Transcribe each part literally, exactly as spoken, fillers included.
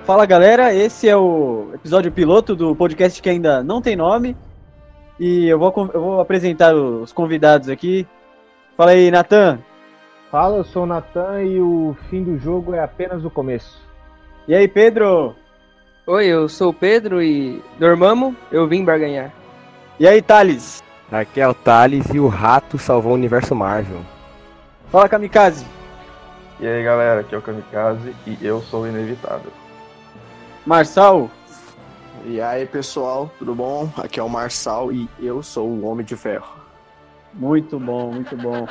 Fala galera, esse é o episódio piloto do podcast que ainda não tem nome. E eu vou, eu vou apresentar os convidados aqui. Fala aí, Natan. Fala, eu sou o Natan e o fim do jogo é apenas o começo. E aí, Pedro? Oi, eu sou o Pedro e dormamos, eu vim barganhar. E aí, Thales? Aqui é o Thales e o rato salvou o universo Marvel. Fala, Kamikaze. E aí galera, aqui é o Kamikaze e eu sou o inevitável. Marçal. E aí pessoal, tudo bom? Aqui é o Marçal e eu sou o Homem de Ferro. Muito bom, muito bom.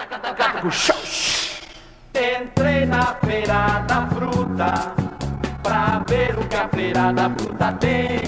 Entrei na feira da fruta pra ver o que a feira da fruta tem.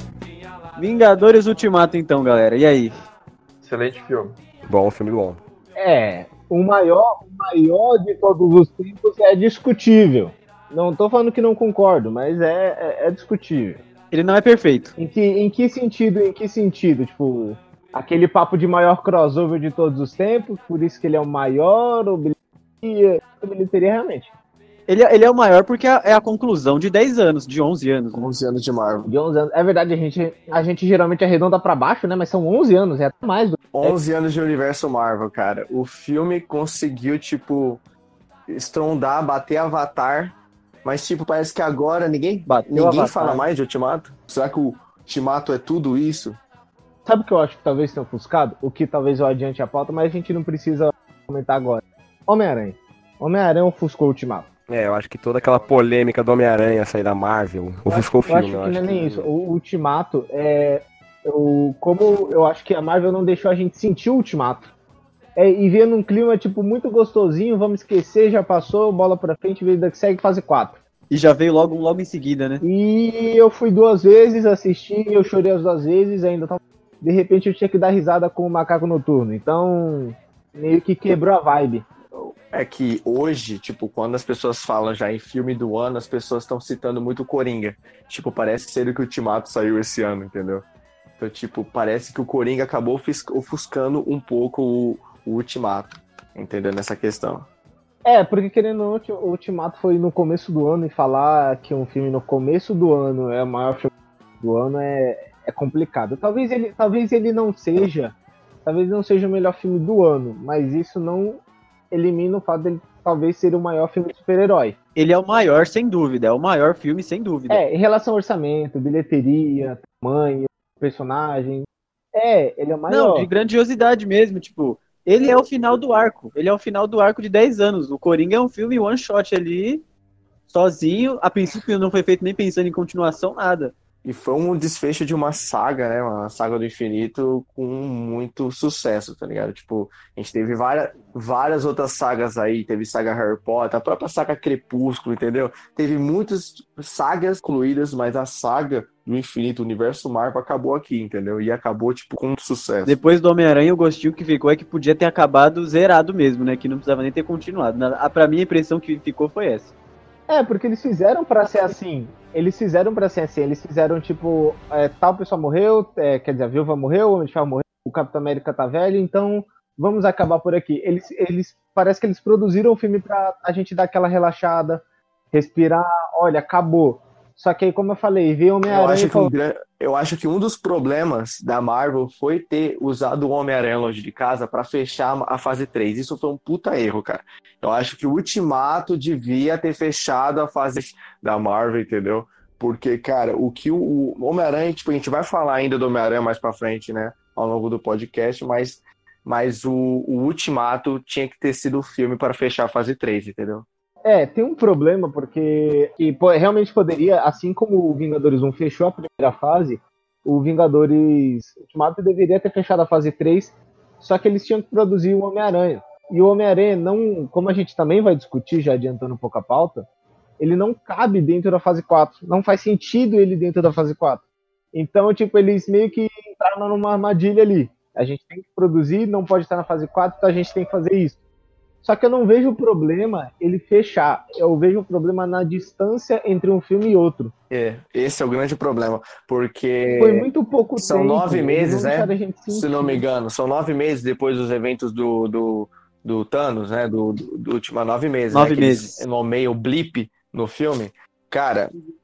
Vingadores Ultimato então, galera, e aí? Excelente filme. Bom, filme bom. É, o maior, o maior de todos os tempos é discutível. Não tô falando que não concordo, mas é, é, é discutível. Ele não é perfeito. Em que, em que sentido, em que sentido? Tipo, aquele papo de maior crossover de todos os tempos, por isso que ele é o maior, ou bilheteria, bilheteria realmente. Ele, ele é o maior porque é a, é a conclusão de dez anos, de onze anos. Né? onze anos de Marvel. De onze anos. É verdade, a gente, a gente geralmente arredonda pra baixo, né? Mas são onze anos, é até mais. Do... onze anos de universo Marvel, cara. O filme conseguiu, tipo, estrondar, bater Avatar, mas, tipo, parece que agora ninguém, ninguém fala mais de Ultimato. Será que o Ultimato é tudo isso? Sabe o que eu acho que talvez tenha ofuscado? O que talvez eu adiante a pauta, mas a gente não precisa comentar agora. Homem-Aranha. Homem-Aranha ofuscou o Ultimato. É, eu acho que toda aquela polêmica do Homem-Aranha sair da Marvel ofuscou o filme. Eu acho que não é nem isso. O Ultimato é... Eu, como eu acho que a Marvel não deixou a gente sentir o Ultimato. É, e vendo um clima, tipo, muito gostosinho, vamos esquecer, já passou, bola pra frente, vida que segue, fase quatro. E já veio logo, logo em seguida, né? E eu fui duas vezes, assisti, eu chorei as duas vezes, ainda tava... De repente eu tinha que dar risada com o Macaco Noturno, então meio que quebrou a vibe. É que hoje, tipo, quando as pessoas falam já em filme do ano, as pessoas estão citando muito Coringa. Tipo, parece ser o que o Ultimato saiu esse ano, entendeu? Então, tipo, parece que o Coringa acabou ofuscando um pouco o, o Ultimato, entendeu? Nessa questão. É, porque querendo ou não, o Ultimato foi no começo do ano e falar que um filme no começo do ano é o maior filme do ano é, é complicado. Talvez ele, talvez ele não seja, talvez não seja o melhor filme do ano, mas isso não elimina o fato dele talvez ser o maior filme de super-herói. Ele é o maior, sem dúvida, é o maior filme, sem dúvida. É, em relação ao orçamento, bilheteria, tamanho, personagem, é, ele é o maior. Não, de grandiosidade mesmo, tipo, ele é o final do arco, ele é o final do arco de dez anos. O Coringa é um filme one shot ali, sozinho, a princípio não foi feito nem pensando em continuação, nada. E foi um desfecho de uma saga, né? Uma saga do infinito com muito sucesso, tá ligado? Tipo, a gente teve várias, várias outras sagas aí. Teve saga Harry Potter, a própria saga Crepúsculo, entendeu? Teve muitas sagas concluídas, mas a saga do infinito, o universo Marvel, acabou aqui, entendeu? E acabou, tipo, com sucesso. Depois do Homem-Aranha, o gostinho que ficou é que podia ter acabado zerado mesmo, né? Que não precisava nem ter continuado. Na, pra mim, a impressão que ficou foi essa. É, porque eles fizeram pra ser assim. Eles fizeram pra ser assim. Eles fizeram, tipo, é, tal pessoa morreu, é, quer dizer, a Viúva morreu, o Homem de Ferro morreu, o Capitão América tá velho, então vamos acabar por aqui. Eles, eles parece que eles produziram o filme pra a gente dar aquela relaxada, respirar, olha, acabou. Só que aí, como eu falei, veio o Homem-Aranha... Eu acho, que falou... um, eu acho que um dos problemas da Marvel foi ter usado o Homem-Aranha Longe de Casa pra fechar a fase três. Isso foi um puta erro, cara. Eu acho que o Ultimato devia ter fechado a fase da Marvel, entendeu? Porque, cara, o que o, o Homem-Aranha... Tipo, a gente vai falar ainda do Homem-Aranha mais pra frente, né? Ao longo do podcast, mas, mas o, o Ultimato tinha que ter sido o filme para fechar a fase três, entendeu? É, tem um problema, porque que, pô, realmente poderia, assim como o Vingadores um fechou a primeira fase, o Vingadores Ultimato deveria ter fechado a fase três, só que eles tinham que produzir o Homem-Aranha. E o Homem-Aranha, não, como a gente também vai discutir, já adiantando um pouco a pauta, ele não cabe dentro da fase quatro. Não faz sentido ele dentro da fase quatro. Então, tipo, eles meio que entraram numa armadilha ali. A gente tem que produzir, não pode estar na fase quatro, então a gente tem que fazer isso. Só que eu não vejo o problema ele fechar. Eu vejo o problema na distância entre um filme e outro. É, esse é o grande problema. Porque foi muito pouco são tempo. nove meses, né? Se não me engano. São nove meses depois dos eventos do, do, do Thanos, né? Do, do, do último nove meses. Nove né? meses. Que eles nomeiam o Blip no filme. Cara,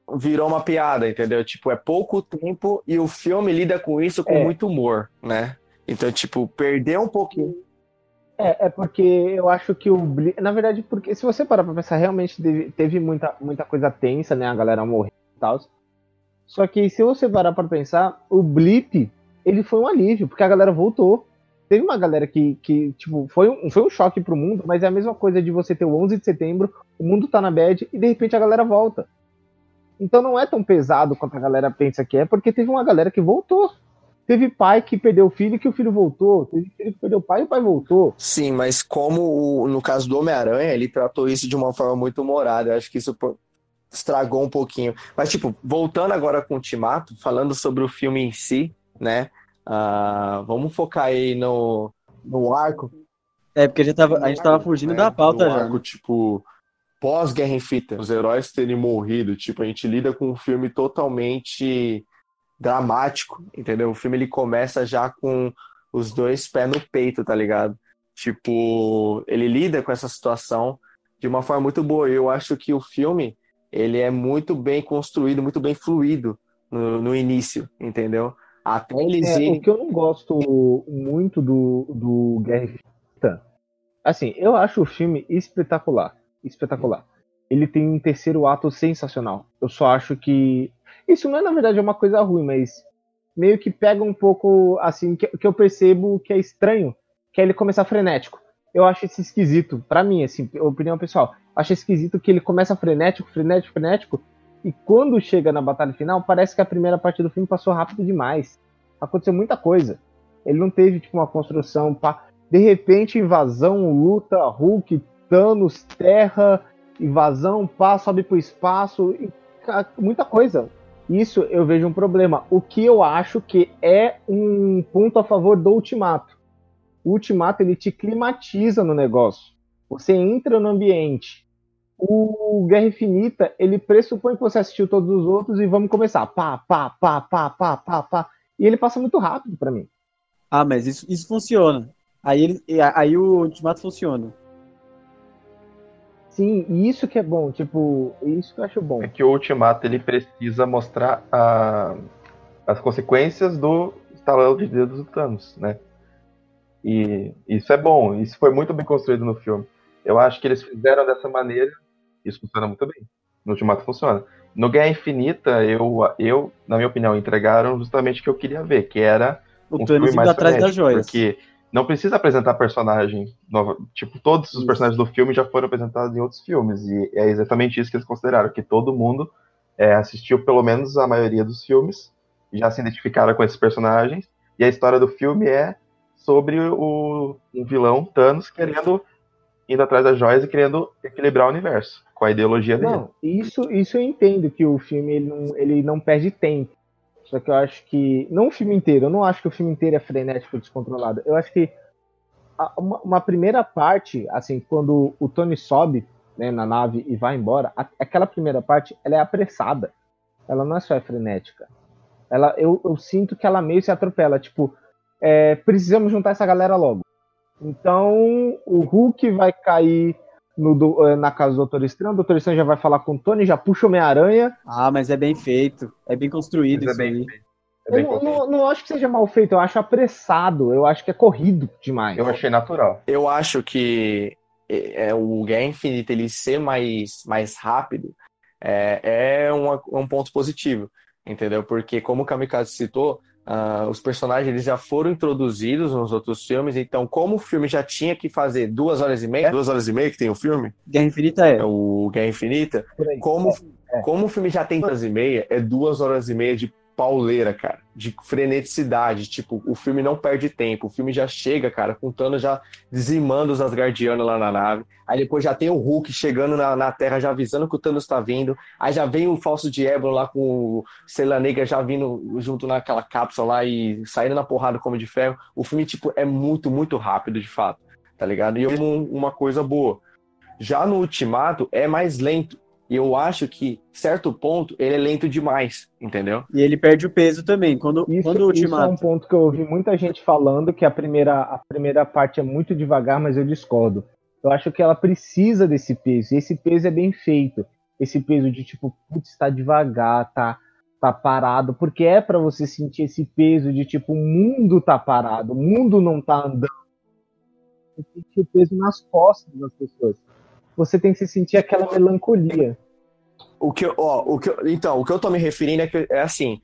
virou uma piada, entendeu? Tipo, é pouco tempo e o filme lida com isso com É. muito humor, né? Então, tipo, perdeu um pouquinho. É, é porque eu acho que o Blip. Na verdade, porque se você parar pra pensar, realmente teve, teve muita, muita coisa tensa, né? A galera morreu e tal. Só que se você parar pra pensar, o Blip, ele foi um alívio, porque a galera voltou. Teve uma galera que, que tipo, foi um, foi um choque pro mundo, mas é a mesma coisa de você ter o onze de setembro, o mundo tá na bad e de repente a galera volta. Então não é tão pesado quanto a galera pensa que é, porque teve uma galera que voltou. Teve pai que perdeu o filho e que o filho voltou. Teve filho que perdeu o pai e o pai voltou. Sim, mas como o- no caso do Homem-Aranha, ele tratou isso de uma forma muito humorada. Eu acho que isso pô, estragou um pouquinho. Mas, tipo, voltando agora com o Ultimato, falando sobre o filme em si, né? Ah, vamos focar aí no, no arco. É, porque já tava, a gente tava fugindo da pauta no já. arco, né? tipo, Pós-Guerra Infinita. os heróis terem morrido. Tipo, a gente lida com um filme totalmente Dramático, entendeu? O filme ele começa já com os dois pés no peito, tá ligado? Tipo, ele lida com essa situação de uma forma muito boa. Eu acho que o filme, ele é muito bem construído, muito bem fluido no, no início, entendeu? Até eles É, o irem... que eu não gosto muito do, do Guerra Infinita, assim, eu acho o filme espetacular. Espetacular. Ele tem um terceiro ato sensacional. Eu só acho que. Isso não é, na verdade, uma coisa ruim, mas meio que pega um pouco, assim, que, que eu percebo que é estranho, que é ele começar frenético. Eu acho isso esquisito, pra mim, assim, opinião pessoal. Acho esquisito que ele começa frenético, frenético, frenético, e quando chega na batalha final, parece que a primeira parte do filme passou rápido demais. Aconteceu muita coisa. Ele não teve, tipo, uma construção, pá. De repente, invasão, luta, Hulk, Thanos, Terra, invasão, pá, sobe pro espaço, e, ca- muita coisa. Isso eu vejo um problema. O que eu acho que é um ponto a favor do Ultimato. O Ultimato, ele te climatiza no negócio. Você entra no ambiente. O Guerra Infinita, ele pressupõe que você assistiu todos os outros e vamos começar. Pá, pá, pá, pá, pá, pá, pá. E ele passa muito rápido pra mim. Ah, mas isso, isso funciona. Aí, ele, e a- aí o Ultimato funciona. Sim, e isso que é bom. Tipo, isso que eu acho bom. é que o Ultimato ele precisa mostrar a- as consequências do estalão de dedos do Thanos, né? E isso é bom, isso foi muito bem construído no filme. Eu acho que eles fizeram dessa maneira, isso funciona muito bem. No Ultimato funciona. No Guerra Infinita, eu, eu na minha opinião, entregaram justamente o que eu queria ver, que era O um Thanos filme indo mais atrás das frenético, joias. porque não precisa apresentar personagem nova. Tipo, todos os Isso. personagens do filme já foram apresentados em outros filmes. E é exatamente isso que eles consideraram, que todo mundo é, assistiu pelo menos a maioria dos filmes, já se identificaram com esses personagens. E a história do filme é sobre o um vilão, Thanos, querendo indo atrás das joias e querendo equilibrar o universo com a ideologia dele. Não, isso, isso eu entendo que o filme ele não, ele não perde tempo. Só que eu acho que. Não o filme inteiro, eu não acho que o filme inteiro é frenético, descontrolado. Eu acho que a- uma, uma primeira parte, assim, quando o Tony sobe, né, na nave e vai embora, a- aquela primeira parte ela é apressada. Ela não é só frenética. Ela, eu, eu sinto que ela meio se atropela. Tipo, é, precisamos juntar essa galera logo. Então, o Hulk vai cair no do- eh, na casa do Doutor Estranho, o Doutor Estranho já vai falar com o Tony, já puxa o Homem-Aranha. Ah, mas é bem feito. É bem construído Mas é isso bem aí. feito. É Eu bem não, construído. não, não acho que seja mal feito, eu acho apressado, eu acho que é corrido demais. Eu achei natural. Eu acho que é, é, o Guerra Infinita ele ser mais, mais rápido é, é uma- um ponto positivo, entendeu? Porque, como o Kamikaze citou, ah, os personagens eles já foram introduzidos nos outros filmes, então, como o filme já tinha que fazer duas horas e meia, duas horas e meia que tem o filme, Guerra Infinita é. é o Guerra Infinita, Por aí. como, É, é. como o filme já tem duas horas e meia, é duas horas e meia de pauleira, cara, de freneticidade, tipo, o filme não perde tempo, o filme já chega, cara, com o Thanos já dizimando os Asgardianos lá na nave, aí depois já tem o Hulk chegando na, na Terra, já avisando que o Thanos tá vindo, aí já vem o Falso Diablo lá com o Selena Negra já vindo junto naquela cápsula lá e saindo na porrada como de ferro, o filme, tipo, é muito, muito rápido, de fato, tá ligado? E é um- uma coisa boa. Já no Ultimato, é mais lento, e eu acho que, certo ponto, ele é lento demais, entendeu? E ele perde o peso também. Quando, Isso, quando o isso é um Ultimato. ponto que eu ouvi muita gente falando, que a primeira, a primeira parte é muito devagar, mas eu discordo. Eu acho que ela precisa desse peso, e esse peso é bem feito. esse peso de tipo, putz, tá devagar, tá, tá parado, porque é pra você sentir esse peso de tipo, o mundo tá parado, o mundo não tá andando. Você sente o peso nas costas das pessoas. Você tem que se sentir aquela melancolia. O que, eu- ó, o que, eu- então, o que eu tô me referindo é que é assim,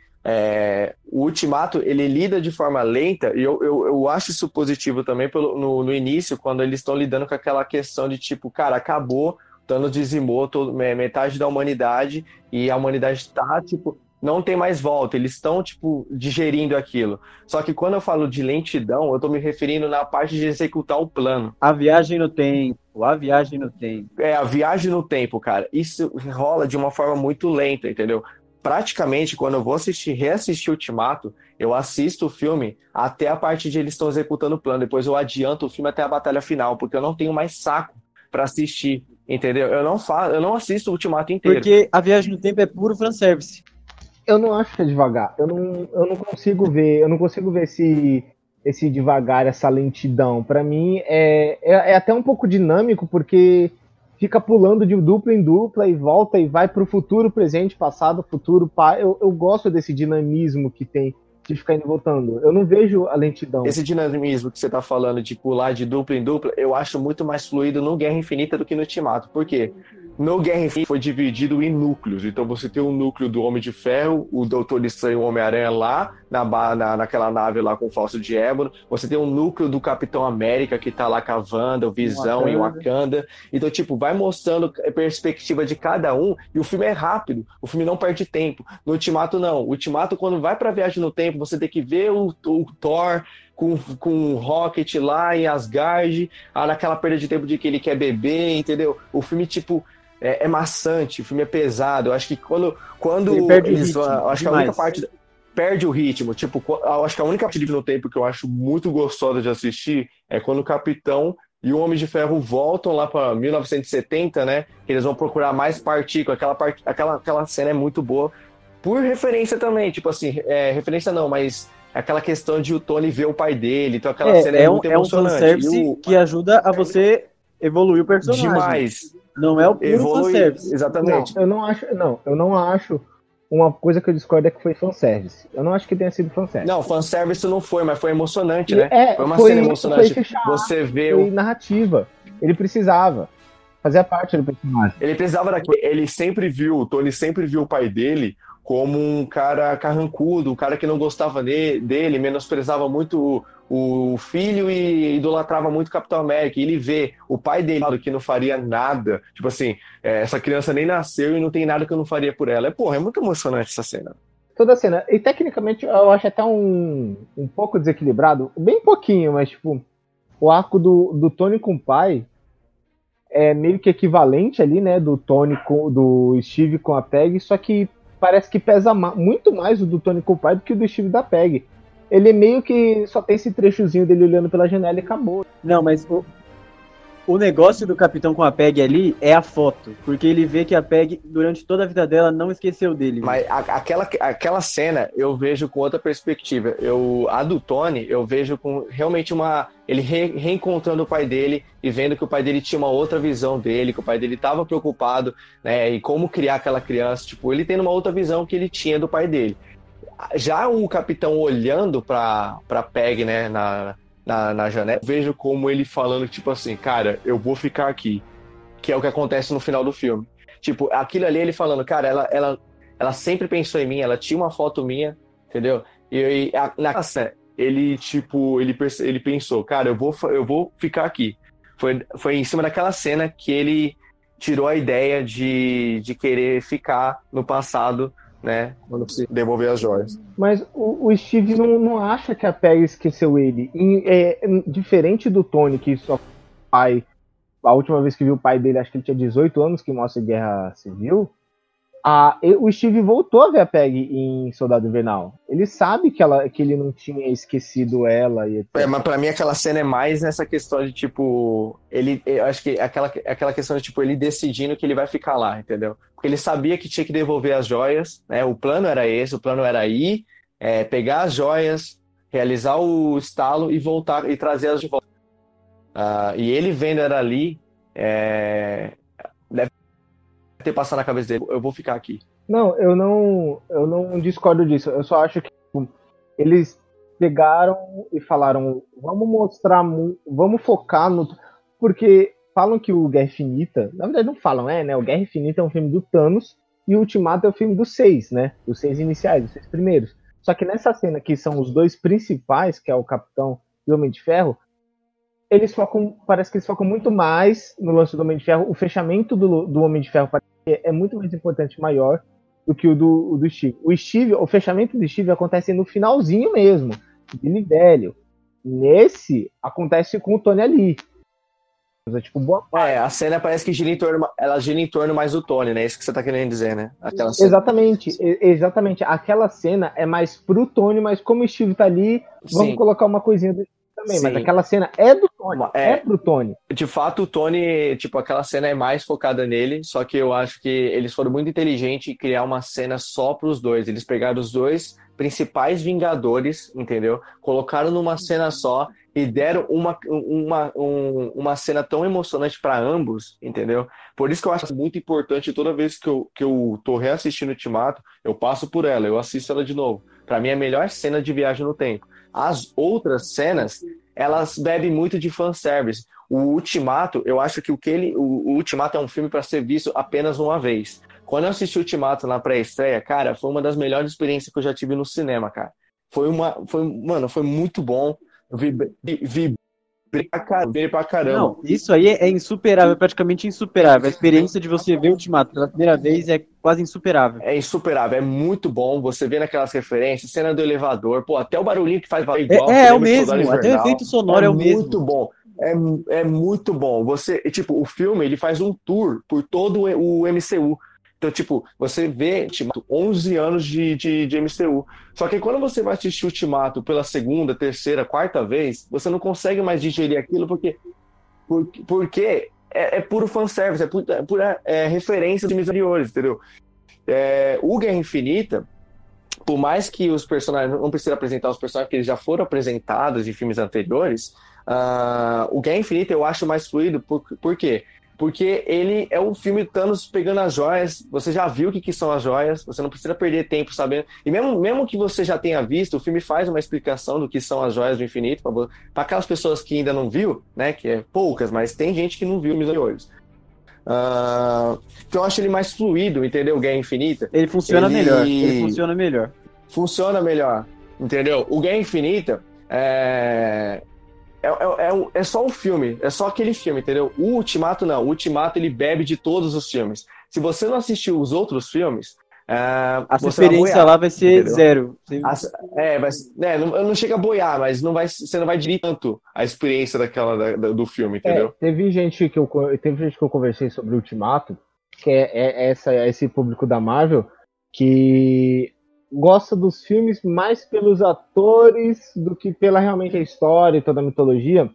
é, o Ultimato, ele lida de forma lenta, e eu, eu, eu acho isso positivo também pelo, no, no início, quando eles estão lidando com aquela questão de tipo, cara, acabou, Thanos dizimou todo, me- metade da humanidade, e a humanidade tá, tipo, não tem mais volta, eles estão, tipo, digerindo aquilo. Só que quando eu falo de lentidão, eu tô me referindo na parte de executar o plano. A viagem no tempo, a viagem no tempo. É, a viagem no tempo, cara, isso rola de uma forma muito lenta, entendeu? Praticamente, quando eu vou assistir, reassistir Ultimato, eu assisto o filme até a parte de eles estão executando o plano. Depois eu adianto o filme até a batalha final, porque eu não tenho mais saco pra assistir, entendeu? Eu não faço, eu não assisto o Ultimato inteiro. Porque a viagem no tempo é puro fanservice. Eu não acho que é devagar. Eu não, eu não consigo ver, eu não consigo ver esse, esse devagar, essa lentidão. Pra mim é, é, é até um pouco dinâmico, porque fica pulando de dupla em dupla e volta e vai pro futuro, presente, passado, futuro. pa- Eu, eu gosto desse dinamismo que tem de ficar indo e voltando. Eu não vejo a lentidão. Esse dinamismo que você tá falando de pular de dupla em dupla, eu acho muito mais fluido no Guerra Infinita do que no Ultimato. Por quê? No Guerra Infinita foi dividido em núcleos. Então você tem um núcleo do Homem de Ferro, o Doutor Estranho e o Homem-Aranha lá, na, ba- na, naquela nave lá com o Falso de Ébano. Você tem um núcleo do Capitão América que tá lá com a Wanda, o Visão e o Wakanda. Então, tipo, vai mostrando a perspectiva de cada um e o filme é rápido. O filme não perde tempo. No Ultimato, não. O Ultimato, quando vai pra viagem no tempo, você tem que ver o, o Thor com, com o Rocket lá em Asgard, ah, naquela perda de tempo de que ele quer beber, entendeu? O filme, tipo, é, é maçante, o filme é pesado. Eu acho que quando, quando Ele perde o eles ritmo, vão- eu acho que a única demais. parte perde o ritmo. Tipo, qu- eu acho que a única parte de no tempo que eu acho muito gostosa de assistir é quando o Capitão e o Homem de Ferro voltam lá para mil novecentos e setenta, né? Que eles vão procurar mais partículas. Aquela, part... aquela, aquela cena é muito boa. Por referência também, tipo assim, é, referência não, mas aquela questão de o Tony ver o pai dele. Então aquela cena É, é, é um, muito é um emocionante. fanservice E o... que ajuda a você evoluir o personagem. Demais. Não é o puro Evolui. fanservice. Não, Exatamente. eu não acho, não, eu não acho. Uma coisa que eu discordo é que foi fanservice. Eu não acho que tenha sido fanservice. Não, fanservice não foi, mas foi emocionante, né? É, foi uma foi- cena emocionante. foi fechado, Você vê Foi o... narrativa. Ele precisava. Fazia parte do personagem. Ele precisava daquilo. Ele sempre viu, o Tony sempre viu o pai dele como um cara carrancudo, um cara que não gostava de- dele, menosprezava muito o, o filho e idolatrava muito o Capitão América. E ele vê o pai dele que não faria nada. Tipo assim, é, essa criança nem nasceu e não tem nada que eu não faria por ela. É, porra, é muito emocionante essa cena. Toda a cena. E tecnicamente eu acho até um, um pouco desequilibrado. Bem pouquinho, mas tipo, o arco do, do Tony com o pai é meio que equivalente ali, né? Do Tony com do Steve com a Peg, só que parece que pesa ma- muito mais o do Tony com o pai do que o do Steve da Peg. Ele meio que só tem esse trechozinho dele olhando pela janela e acabou. Não, mas o, o negócio do Capitão com a Peg ali é a foto. Porque ele vê que a Peg, durante toda a vida dela, não esqueceu dele. Mas a- aquela, aquela cena eu vejo com outra perspectiva. Eu, a do Tony, eu vejo com realmente uma. Ele re- reencontrando o pai dele e vendo que o pai dele tinha uma outra visão dele, que o pai dele estava preocupado, né, em como criar aquela criança. Tipo, ele tendo uma outra visão que ele tinha do pai dele. Já o capitão olhando pra, pra Peg, né, na, na, na janela, eu vejo como ele falando, tipo assim, cara, eu vou ficar aqui. Que é o que acontece no final do filme. Tipo, aquilo ali ele falando, cara, ela, ela, ela sempre pensou em mim, ela tinha uma foto minha, entendeu? E, e a, na cena, ele, tipo, ele, perce- ele pensou, cara, eu vou, fa- eu vou ficar aqui. Foi, foi em cima daquela cena que ele tirou a ideia de, de querer ficar no passado, né? Quando se devolver as joias. Mas o, o Steve não, não acha que a Peg esqueceu ele. E, é, diferente do Tony, que só pai. A última vez que viu o pai dele, acho que ele tinha dezoito anos, que mostra Guerra Civil. A, e- o Steve voltou a ver a Peg em Soldado Invernal. Ele sabe que, ela, que ele não tinha esquecido ela. E É, mas pra mim aquela cena é mais nessa questão de, tipo, ele, eu acho que aquela, aquela questão de, tipo, ele decidindo que ele vai ficar lá, entendeu? Porque ele sabia que tinha que devolver as joias, né? O plano era esse, o plano era ir, é, pegar as joias, realizar o estalo e voltar e trazê-las de volta. Ah, e ele vendo ela ali, é, deve ter passado na cabeça dele, eu vou ficar aqui. Não, eu não, eu não discordo disso. Eu só acho que tipo, eles pegaram e falaram, vamos mostrar, vamos focar no... Porque falam que o Guerra Infinita, na verdade não falam, é, né? O Guerra Infinita é um filme do Thanos e o Ultimato é o filme dos seis, né? Dos seis iniciais, dos seis primeiros. Só que nessa cena que são os dois principais, que é o Capitão e o Homem de Ferro, eles focam, parece que eles focam muito mais no lance do Homem de Ferro. O fechamento do, do Homem de Ferro parece que é muito mais importante, maior do que o do, o do Steve. O Steve, o fechamento do Steve acontece no finalzinho mesmo, dele velho. Nesse, acontece com o Tony ali. É, tipo, boa é, a cena parece que gira em torno, ela gira em torno mais do Tony, né? Isso que você tá querendo dizer, né? Aquela cena. Exatamente, exatamente. Aquela cena é mais pro Tony, mas como o Steve tá ali, vamos Sim. colocar uma coisinha do Steve também. Sim. Mas aquela cena é do Tony, é, é pro Tony. De fato, o Tony, tipo, aquela cena é mais focada nele, só que eu acho que eles foram muito inteligentes em criar uma cena só pros dois. Eles pegaram os dois principais Vingadores, entendeu? Colocaram numa cena só e deram uma, uma, um, uma cena tão emocionante para ambos, entendeu? Por isso que eu acho muito importante, toda vez que eu, que eu tô reassistindo o Ultimato, eu passo por ela, eu assisto ela de novo. Para mim é a melhor cena de viagem no tempo. As outras cenas, elas bebem muito de fanservice. O Ultimato, eu acho que o, que ele, o, o Ultimato é um filme para ser visto apenas uma vez. Quando eu assisti o Ultimato na pré-estreia, cara, foi uma das melhores experiências que eu já tive no cinema, cara. Foi uma, foi, mano, foi muito bom. Vibrei vi, vi, vi, pra caramba. Não, isso aí é insuperável, praticamente insuperável. A experiência de você ver o Ultimato pela primeira vez é quase insuperável. É insuperável, é muito bom. Você vê naquelas referências, cena do elevador, pô, até o barulhinho que faz igual. É, é o mesmo, até o efeito sonoro é, é o mesmo. É muito bom. É, é muito bom. Você, tipo, o filme, ele faz um tour por todo o M C U. Então, tipo, você vê Ultimato, onze anos de, de, de M C U. Só que quando você vai assistir Ultimato pela segunda, terceira, quarta vez, você não consegue mais digerir aquilo porque, porque, porque é, é puro fanservice, é pura, é pura é, referência de filmes anteriores, entendeu? É, o Guerra Infinita, por mais que os personagens, não precisa apresentar os personagens, porque eles já foram apresentados em filmes anteriores, uh, o Guerra Infinita eu acho mais fluido, por, por quê? Porque ele é um filme Thanos pegando as joias, você já viu o que, que são as joias, você não precisa perder tempo sabendo. E mesmo, mesmo que você já tenha visto, o filme faz uma explicação do que são as joias do infinito, para aquelas pessoas que ainda não viu, né, que é poucas, mas tem gente que não viu os olhos. Uh, então eu acho ele mais fluido, entendeu? Guerra Infinita. Ele funciona ele... melhor, ele funciona melhor. Funciona melhor, entendeu? O Guerra Infinita é... É, é, é só um filme, é só aquele filme, entendeu? O Ultimato não, o Ultimato ele bebe de todos os filmes. Se você não assistiu os outros filmes, uh, a experiência lá vai ser entendeu? Zero. A, é, vai, é não, não chega a boiar, mas não vai, você não vai dividir tanto a experiência daquela, da, do filme, entendeu? É, teve, gente que eu, teve gente que eu conversei sobre o Ultimato, que é, é, essa, é esse público da Marvel, que gosta dos filmes mais pelos atores do que pela realmente a história e toda a mitologia,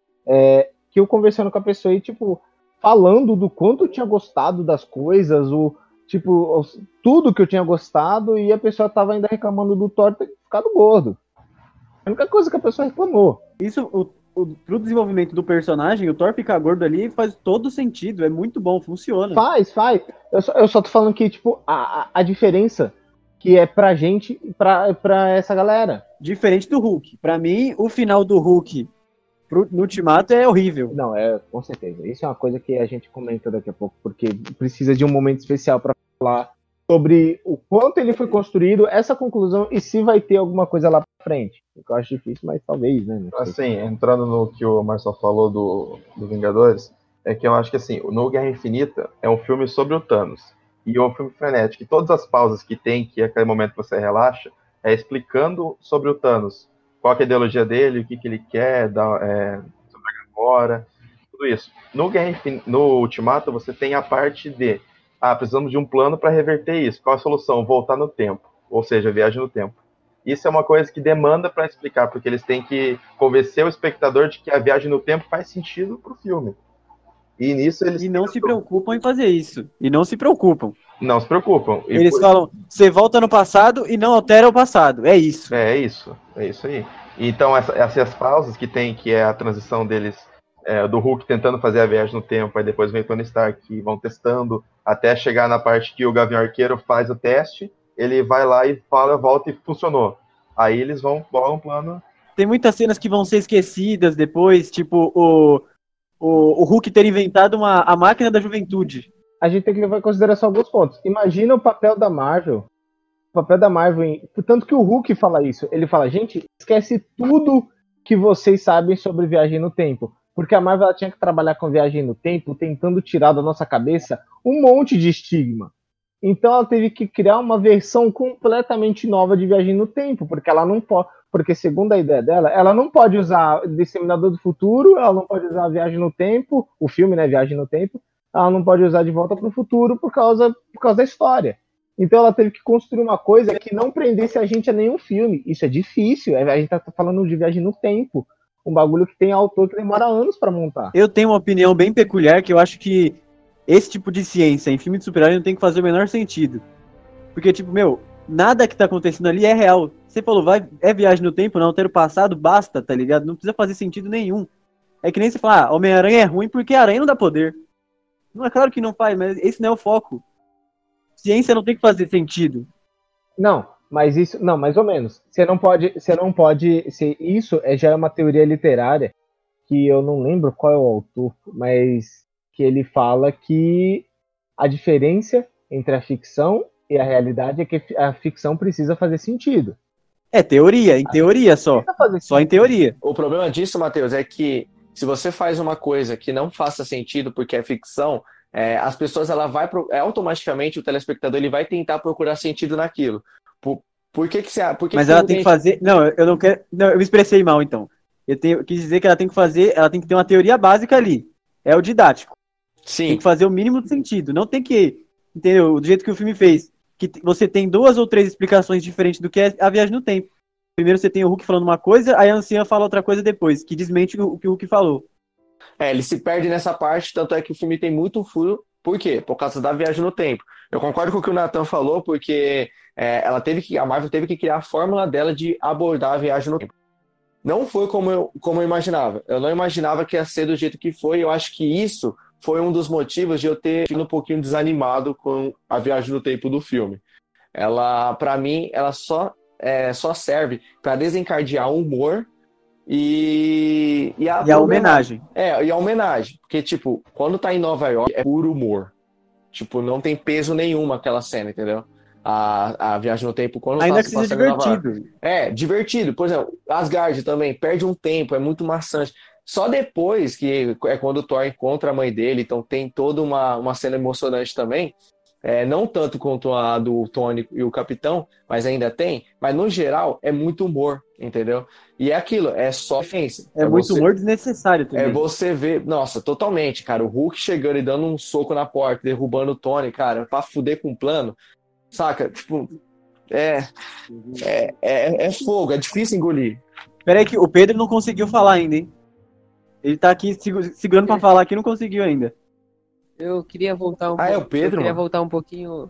é, que eu conversando com a pessoa e, tipo, falando do quanto eu tinha gostado das coisas, o, tipo, tudo que eu tinha gostado, e a pessoa tava ainda reclamando do Thor ter ficado gordo. A única coisa que a pessoa reclamou. Isso, o, o, pro desenvolvimento do personagem, o Thor ficar gordo ali faz todo sentido, é muito bom, funciona. Faz, faz. Eu só, eu só tô falando que, tipo, a, a, a diferença que é pra gente e pra, pra essa galera. Diferente do Hulk. Pra mim, o final do Hulk pro, no Ultimato é horrível. Não, é, com certeza. Isso é uma coisa que a gente comenta daqui a pouco, porque precisa de um momento especial pra falar sobre o quanto ele foi construído, essa conclusão, e se vai ter alguma coisa lá pra frente. Eu acho difícil, mas talvez, né? Assim, entrando no que o Marcelo falou do, do Vingadores, é que eu acho que, assim, no Guerra Infinita é um filme sobre o Thanos. E é um filme frenético. E todas as pausas que tem, que é aquele momento que você relaxa, é explicando sobre o Thanos. Qual é a ideologia dele, o que, que ele quer, da, é, sobre a Gamora, tudo isso. No, Guerra Infin... no Ultimato, você tem a parte de ah, precisamos de um plano para reverter isso. Qual a solução? Voltar no tempo. Ou seja, viagem no tempo. Isso é uma coisa que demanda para explicar, porque eles têm que convencer o espectador de que a viagem no tempo faz sentido pro filme. E nisso eles e não se preocupam em fazer isso. E não se preocupam. Não se preocupam. E eles por... falam, você volta no passado e não altera o passado. É isso. É, é isso. É isso aí. Então, essa, essas pausas que tem, que é a transição deles é, do Hulk tentando fazer a viagem no tempo, aí depois vem Tony Stark e vão testando, até chegar na parte que o Gavião Arqueiro faz o teste, ele vai lá e fala, volta e funcionou. Aí eles vão bolar um plano. Tem muitas cenas que vão ser esquecidas depois, tipo o, o, o Hulk ter inventado uma, a máquina da juventude. A gente tem que levar em consideração alguns pontos. Imagina o papel da Marvel. O papel da Marvel, em... tanto que o Hulk fala isso. Ele fala, gente, esquece tudo que vocês sabem sobre viagem no tempo. Porque a Marvel ela tinha que trabalhar com viagem no tempo, tentando tirar da nossa cabeça um monte de estigma. Então ela teve que criar uma versão completamente nova de viagem no tempo, porque ela não pode, porque segundo a ideia dela, ela não pode usar Disseminador do Futuro, ela não pode usar a Viagem no Tempo, o filme, né, Viagem no Tempo, ela não pode usar De Volta para o Futuro por causa, por causa da história. Então ela teve que construir uma coisa que não prendesse a gente a nenhum filme. Isso é difícil, a gente tá falando de Viagem no Tempo, um bagulho que tem autor que demora anos para montar. Eu tenho uma opinião bem peculiar, que eu acho que esse tipo de ciência em filme de super-herói não tem que fazer o menor sentido. Porque, tipo, meu, nada que tá acontecendo ali é real. Você falou, vai, é viagem no tempo, não ter o passado, basta, tá ligado? Não precisa fazer sentido nenhum. É que nem você falar, ah, Homem-Aranha é ruim porque a aranha não dá poder. Não é claro que não faz, mas esse não é o foco. Ciência não tem que fazer sentido. Não, mas isso, não, mais ou menos. Você não pode, você não pode, se isso é já é uma teoria literária que eu não lembro qual é o autor, mas que ele fala que a diferença entre a ficção e a realidade é que a ficção precisa fazer sentido. É teoria, em teoria só. Só em teoria. O problema disso, Matheus, é que se você faz uma coisa que não faça sentido porque é ficção, é, as pessoas, ela vai pro, é, automaticamente o telespectador ele vai tentar procurar sentido naquilo. Por, por que que você... Por que Mas que ela tem tem que gente... fazer... Não, eu não quero... Não, eu me expressei mal, então. Eu, tenho, eu quis dizer que ela tem que fazer... Ela tem que ter uma teoria básica ali. É o didático. Sim. Tem que fazer o mínimo de sentido. Não tem que... Entendeu? Do jeito que o filme fez. Que você tem duas ou três explicações diferentes do que é a viagem no tempo. Primeiro você tem o Hulk falando uma coisa, aí a anciã fala outra coisa depois, que desmente o que o Hulk falou. É, ele se perde nessa parte, tanto é que o filme tem muito furo. Por quê? Por causa da viagem no tempo. Eu concordo com o que o Nathan falou, porque é, ela teve que, a Marvel teve que criar a fórmula dela de abordar a viagem no tempo. Não foi como eu, como eu imaginava. Eu não imaginava que ia ser do jeito que foi. Eu acho que isso foi um dos motivos de eu ter ficado um pouquinho desanimado com a viagem no tempo do filme. Ela, pra mim, ela só, é, só serve para desencadear o humor e, e, a, e a homenagem. É, e a homenagem. Porque, tipo, quando tá em Nova York, é puro humor. Tipo, não tem peso nenhum aquela cena, entendeu? A, a viagem no tempo, quando ainda tá que se seja divertido. É, divertido. Por exemplo, Asgard também perde um tempo, é muito maçante. Só depois, que é quando o Thor encontra a mãe dele, então tem toda uma, uma cena emocionante também. É, não tanto quanto a do Tony e o Capitão, mas ainda tem. Mas no geral, é muito humor, entendeu? E é aquilo, é só ofensa. É, é muito você, humor desnecessário também. É você ver, nossa, totalmente, cara, o Hulk chegando e dando um soco na porta, derrubando o Tony, cara, pra fuder com o plano. Saca? Tipo, é, é, é, é fogo, é difícil engolir. Peraí que o Pedro não conseguiu falar ainda, hein? Ele tá aqui segurando pra falar aqui e não conseguiu ainda. Eu queria voltar um ah, po... é o Pedro, eu queria mano? voltar um pouquinho